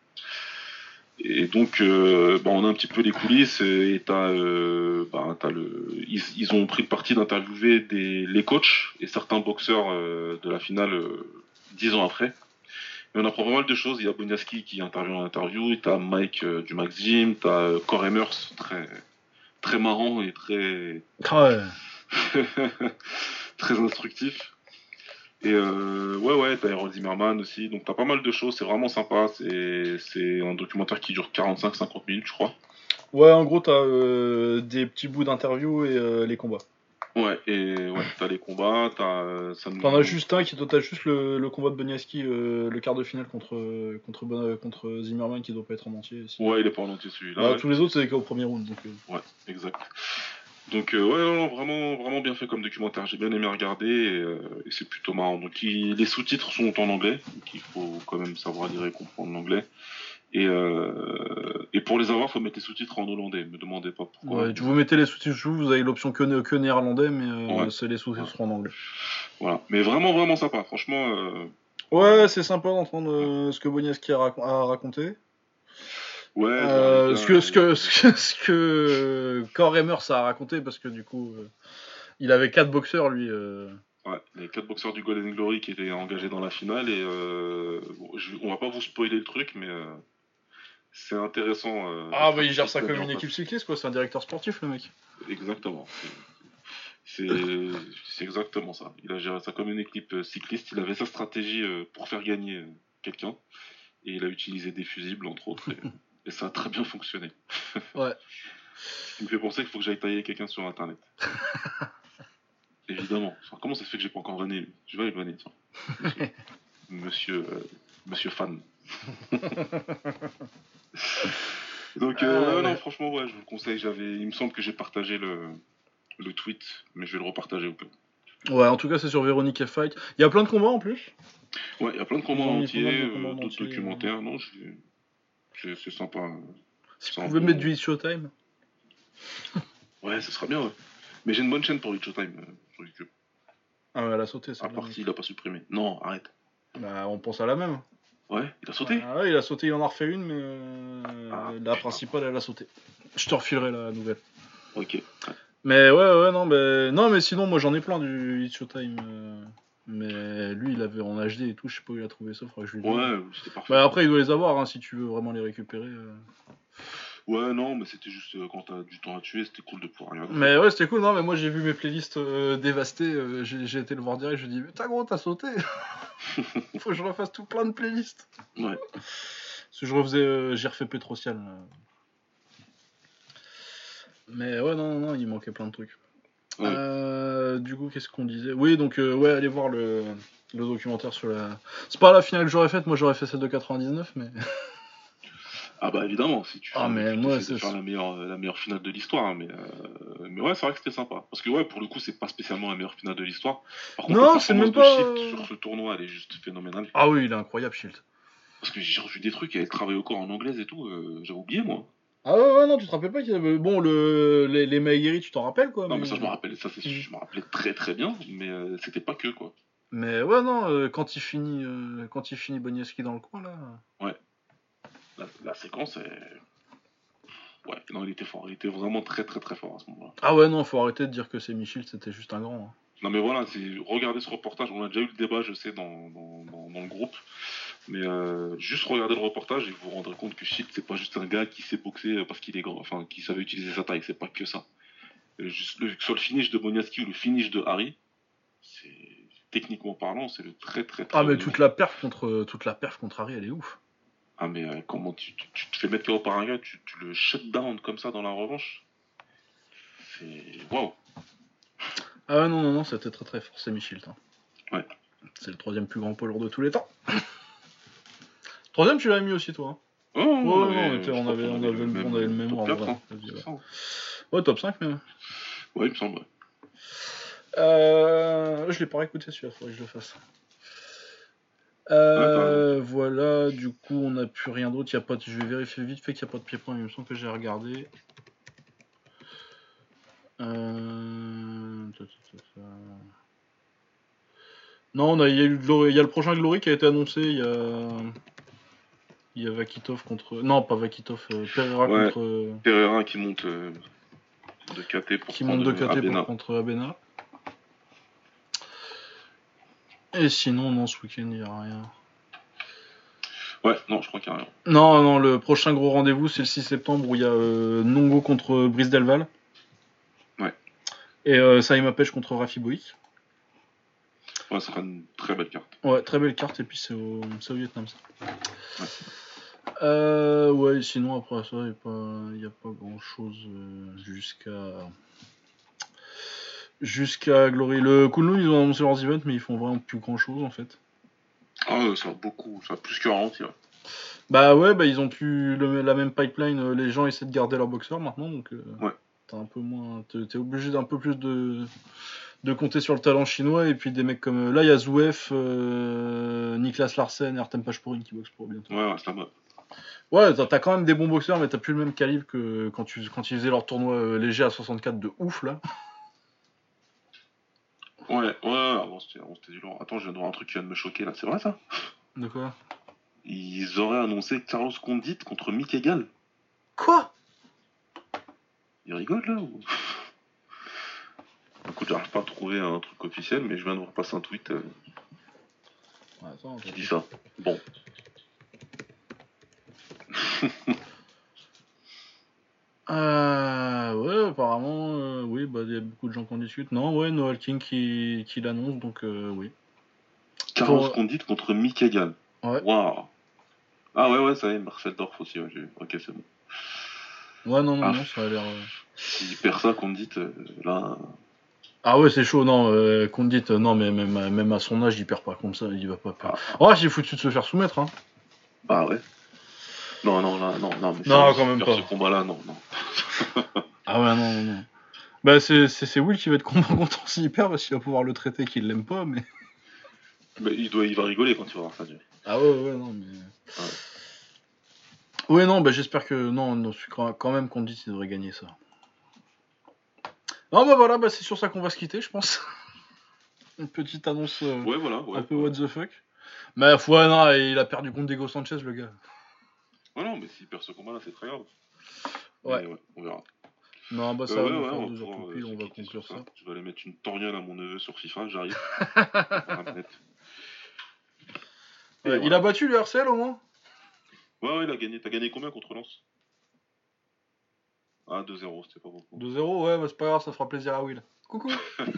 Et donc, euh, bah, on a un petit peu les coulisses et t'as, euh, bah, t'as le, ils, ils ont pris le parti d'interviewer des, les coachs et certains boxeurs euh, de la finale euh, dix ans après. Et on apprend pas mal de choses. Il y a Boniaski qui intervient en interview, t'as Mike euh, du Max Gym, t'as euh, Core Emers, très, très marrant et très, Ah ouais. très instructif. Et euh, ouais, ouais, t'as Harold Zimmerman aussi, donc t'as pas mal de choses, c'est vraiment sympa. C'est, c'est un documentaire qui dure quarante-cinq à cinquante minutes, je crois. Ouais, en gros, t'as euh, des petits bouts d'interview et euh, les combats. Ouais, et ouais, t'as les combats, t'as. euh, Ça nous... T'en as juste un qui t'as juste le, le combat de Boniaski, euh, le quart de finale contre, contre, Bon- contre Zimmerman qui doit pas être en entier. Sinon. Ouais, il est pas en entier celui-là. Bah, Ouais, tous les autres, c'est qu'au premier round. Donc, euh. ouais, exact. Donc, euh, ouais, non, non, vraiment, vraiment bien fait comme documentaire. J'ai bien aimé regarder et, euh, et c'est plutôt marrant. Donc, il- les sous-titres sont en anglais, donc il faut quand même savoir lire et comprendre l'anglais. Et, euh, et pour les avoir, faut mettre les sous-titres en hollandais. Me demandez pas pourquoi. Ouais, vous mettez les sous-titres, vous avez l'option que, né- que néerlandais, mais euh, Ouais. c'est les sous-titres Ouais. seront en anglais. Voilà. Mais vraiment, vraiment sympa. Franchement. Euh... Ouais, c'est sympa d'entendre euh, ce que Boniaski a, rac- a raconté. Ouais, Euh, gars, ce que ce que ce que, ce que Core Emers a raconté, parce que du coup, euh, il avait quatre boxeurs lui. Euh... Ouais, les quatre boxeurs du Golden Glory qui étaient engagés dans la finale et euh, bon, je, on va pas vous spoiler le truc, mais euh, c'est intéressant. Euh, Ah bah faire il gère tout ça ce qu'il y a comme mis une en équipe place. cycliste quoi, c'est un directeur sportif le mec. Exactement. C'est c'est exactement ça. Il a géré ça comme une équipe euh, cycliste. Il avait sa stratégie euh, pour faire gagner euh, quelqu'un et il a utilisé des fusibles entre autres et, et ça a très bien fonctionné. Ouais. Ce qui me fait penser qu'il faut que j'aille tailler quelqu'un sur internet. Évidemment. Enfin, comment ça se fait que j'ai pas encore vanné lui? Je vais aller le vanner, tiens. Monsieur, monsieur, euh, monsieur fan. Donc euh, Ah, ouais, ouais. non, franchement, ouais, je vous le conseille. J'avais, il me semble que j'ai partagé le, le tweet, mais je vais le repartager au cas où. Ouais, en tout cas c'est sur Véronique F Fight. Il y a plein de combats en plus. Ouais, il y a plein de combats Ils ont en mis pas mal entier, de combats euh, en d'autres entier. euh. documentaires. Non, j'ai- c'est c'est sympa. euh, Si C'est vous un pouvez bon- mettre du Hit Showtime. Ouais, ce sera bien, ouais. Mais j'ai une bonne chaîne pour Hit Showtime euh, sur YouTube. Ah ouais, elle a sauté À celle-là. part mec. s'il a pas supprimé. Non, arrête. Bah on pense à la même. Ouais, il a sauté. Ah ouais, il a sauté, il en a refait une, mais euh, Ah, la putain. principale elle a sauté. Je te refilerai la nouvelle. Ok. Ouais. Mais ouais, ouais, non, mais non, mais sinon, moi j'en ai plein du Hit Showtime. euh, Mais lui, il avait en H D et tout, je sais pas où il a trouvé ça, faudrait que je lui demande. Ouais, c'était parfait. Bah après, il doit les avoir hein, si tu veux vraiment les récupérer. euh. Ouais, non, mais c'était juste euh, quand t'as du temps à tuer, c'était cool de pouvoir regarder ça, Mais quoi. ouais, c'était cool, non, mais moi j'ai vu mes playlists euh, dévastées, euh, j'ai j'ai été le voir direct, je lui ai dit, putain gros, t'as sauté. Faut que je refasse tout plein de playlists. Ouais. Parce que je refaisais, euh, j'ai refait Petrocial. euh. Mais ouais, non, non, non, il manquait plein de trucs. Ouais. Euh, du coup, qu'est-ce qu'on disait? Oui, donc, euh, ouais, allez voir le, le documentaire sur la. C'est pas la finale que j'aurais faite, moi j'aurais fait celle de quatre-vingt-dix-neuf, mais. Ah bah évidemment, si tu Ah, fais, mais tu moi, t'essaies de c'est. faire la meilleure, la meilleure finale de l'histoire, hein, mais, euh, mais ouais, c'est vrai que c'était sympa. Parce que ouais, pour le coup, c'est pas spécialement la meilleure finale de l'histoire. Par contre, la Non, c'est même performance de pas. Shift euh, sur ce tournoi, elle est juste phénoménale. Ah oui, il est incroyable, Shield. Parce que j'ai revu des trucs, elle travaille encore en anglaise et tout, euh, j'avais oublié moi. Ah ouais, ouais, non, tu te rappelles pas qu'il y avait. Bon, le... les, les Maïri, tu t'en rappelles, quoi, Non, mais mais. ça, je me rappelle, ça, c'est, Mm. je me rappelais très très bien, mais euh, c'était pas que quoi. Mais ouais, non, euh, quand il finit, euh, quand il finit Boniewski dans le coin, là. Ouais, la, la séquence est. Ouais, non, il était fort, il était vraiment très très très fort à ce moment-là. Ah ouais, non, faut arrêter de dire que c'est Michel, c'était juste un grand. hein. Non, mais voilà, c'est, regardez ce reportage, on a déjà eu le débat, je sais, dans, dans, dans, dans le groupe. Mais euh, juste regardez le reportage et vous vous rendrez compte que Shield, c'est pas juste un gars qui sait boxer parce qu'il est grand, enfin, qui savait utiliser sa taille, c'est pas que ça. Euh, juste le, sur le finish de Boniaski ou le finish de Harry, c'est techniquement parlant, c'est le très très Ah, très haut mais niveau. toute la perf contre, toute la perf contre Harry, elle est ouf. Ah, mais euh, comment tu, tu, tu te fais mettre K O par un gars, tu, tu le shut down comme ça dans la revanche, c'est waouh. Ah ouais, non, non, non, c'était très très fort, c'est Michel. hein. Ouais. C'est le troisième plus grand poids lourd de tous les temps. Troisième, tu l'avais mis aussi, toi. hein. Oh, on Ouais, non, on, avait, était, je on, crois avait, qu'on on, avait avait, le le- on avait le même même top ordre. quatre, Ouais, hein, vas-y, c'est ouais. ça. Hein. Ouais, top cinq même. Ouais, il me semble. Ouais. Euh, je l'ai pas réécouté celui-là, faudrait que je le fasse. Ouais, t'as raison. Euh, voilà, du coup, on n'a plus rien d'autre. Y a pas de... Je vais vérifier vite fait qu'il n'y a pas de pied-point, mais il me semble que j'ai regardé. Euh... ta, ta, ta, ta. Non, on a- il y, a eu Glory- il y a le prochain Glory qui a été annoncé. Il y a, il y a Vakitov contre. Non, pas Vakitov, euh, Pereira Ouais, contre. euh, Pereira qui monte euh, de K T pour Qui monte de prendre euh, K T pour Abena. contre Abena. Et sinon, non, ce week-end, il n'y a rien. Ouais, non, je crois qu'il n'y a rien. Non, non, le prochain gros rendez-vous, c'est le six septembre où il y a euh, Nongo contre Brice Delval. Ouais. Et euh, Saïma Pêche contre Rafi Boïk. Ouais, ça sera une très belle carte. Ouais, très belle carte, et puis c'est au, c'est au Vietnam, ça. Ouais. Euh, ouais, sinon, après ça, il n'y a, a pas grand-chose euh, jusqu'à... Jusqu'à Glory. Le Kunlun, ils ont annoncé leurs events, mais ils font vraiment plus grand-chose, en fait. Ah, euh, ça a beaucoup, ça a plus que ralenti, ouais. Bah ouais, bah ils ont plus le- la même pipeline, euh, les gens essaient de garder leur boxeur maintenant, donc euh, Ouais. t'as un peu moins, t'es, t'es obligé d'un peu plus de, de compter sur le talent chinois, et puis des mecs comme, euh, là il y a Zouef, euh, Niklas Larsen et Artem Pachpourine qui boxent pour bientôt. Ouais, ouais, c'est la mode. Ouais, t'as, t'as quand même des bons boxeurs, mais t'as plus le même calibre que quand, tu, quand ils faisaient leur tournoi euh, léger à soixante-quatre de ouf, là. Ouais, ouais, avant c'était, avant, c'était du lourd. Attends, je viens de voir un truc qui vient de me choquer là, c'est vrai ça? De quoi? Ils auraient annoncé Carlos Condit contre Mick Egal. Quoi? Ils rigolent là ou? Écoute, j'arrive pas à trouver un truc officiel, mais je viens de vous repasser un tweet euh, Ouais, attends, qui dit ça. Bon. Euh, ouais, apparemment, euh, oui, bah il y a beaucoup de gens qui en discutent. Non, ouais, Noel King qui, qui l'annonce, donc euh, oui. Carlos Pour... Condit contre Mick Egal. Ouais. Waouh. Ah ouais, ouais, ça y est, Marcel Dorf aussi, ouais, j'ai... ok, c'est bon. Ouais, non, non, Ah, non, ça a l'air. euh, s'il perd ça, Condit, euh, là. Ah ouais, c'est chaud, non, euh, qu'on te dise, euh, non, mais même, à- même à son âge, il perd pas comme ça, il va pas perdre. Ah, Oh, j'ai foutu de se faire soumettre, hein. bah ouais. Non, non, là, non, non, mais Non, sérieux, quand s'il même perd pas. ce combat-là, non, non. Ah ouais, non, non, non. Bah, c'est, c'est, c'est Will qui va être content s'il perd, parce qu'il va pouvoir le traiter qu'il l'aime pas, mais. Mais il, doit, il va rigoler quand tu vas voir ça, Dieu. Ah ouais, ouais, non, mais. Ouais. Ouais, non, bah j'espère que. Non, non, je suis quand quand même qu'on dit qu'il devrait gagner ça. Non, bah voilà, bah c'est sur ça qu'on va se quitter, je pense. Une petite annonce euh, Ouais, voilà, un ouais, peu ouais. what the fuck. Mais ouais, non, il a perdu contre Diego Sanchez, le gars. Ouais, non, mais s'il perd ce combat-là, c'est très grave. Ouais. Mais ouais, on verra. Non, bah Euh, ça va ouais, nous ouais, faire on va deux heures pouvoir tout euh, pile, se on va quitter conclure sur ça. ça. Je vais aller mettre une torgnole à mon neveu sur FIFA, j'arrive. Voir la manette. Et Ouais, il voilà. a battu le R C L au moins. Ouais, ouais, il a gagné. T'as gagné combien contre Lens? Ah, deux zéro, c'était pas beaucoup. deux zéro, ouais, bah, c'est pas grave, ça fera plaisir à Will. Coucou.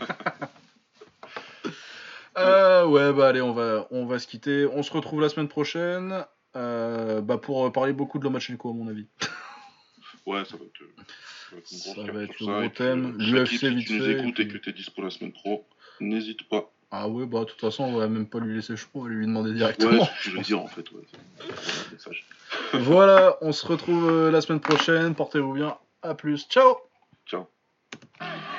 euh, ouais, bah allez, on va, on va se quitter. On se retrouve la semaine prochaine euh, bah, pour parler beaucoup de Lomachenko, à mon avis. Ouais, ça va être, euh, ça va être une grosse Ça cap va être sur le ça. gros Et puis, thème. euh, L'U F Shakib, C si vite tu nous fait. écoutes Et et, puis... que t'es dispo la semaine pro, n'hésite pas. Ah ouais, bah de toute façon, on va même pas lui laisser chaud, on va lui demander Ouais, directement. c'est ce que je veux dire en fait. Ouais. C'est un message. Voilà, on se retrouve euh, la semaine prochaine. Portez-vous bien. À plus. Ciao. Ciao.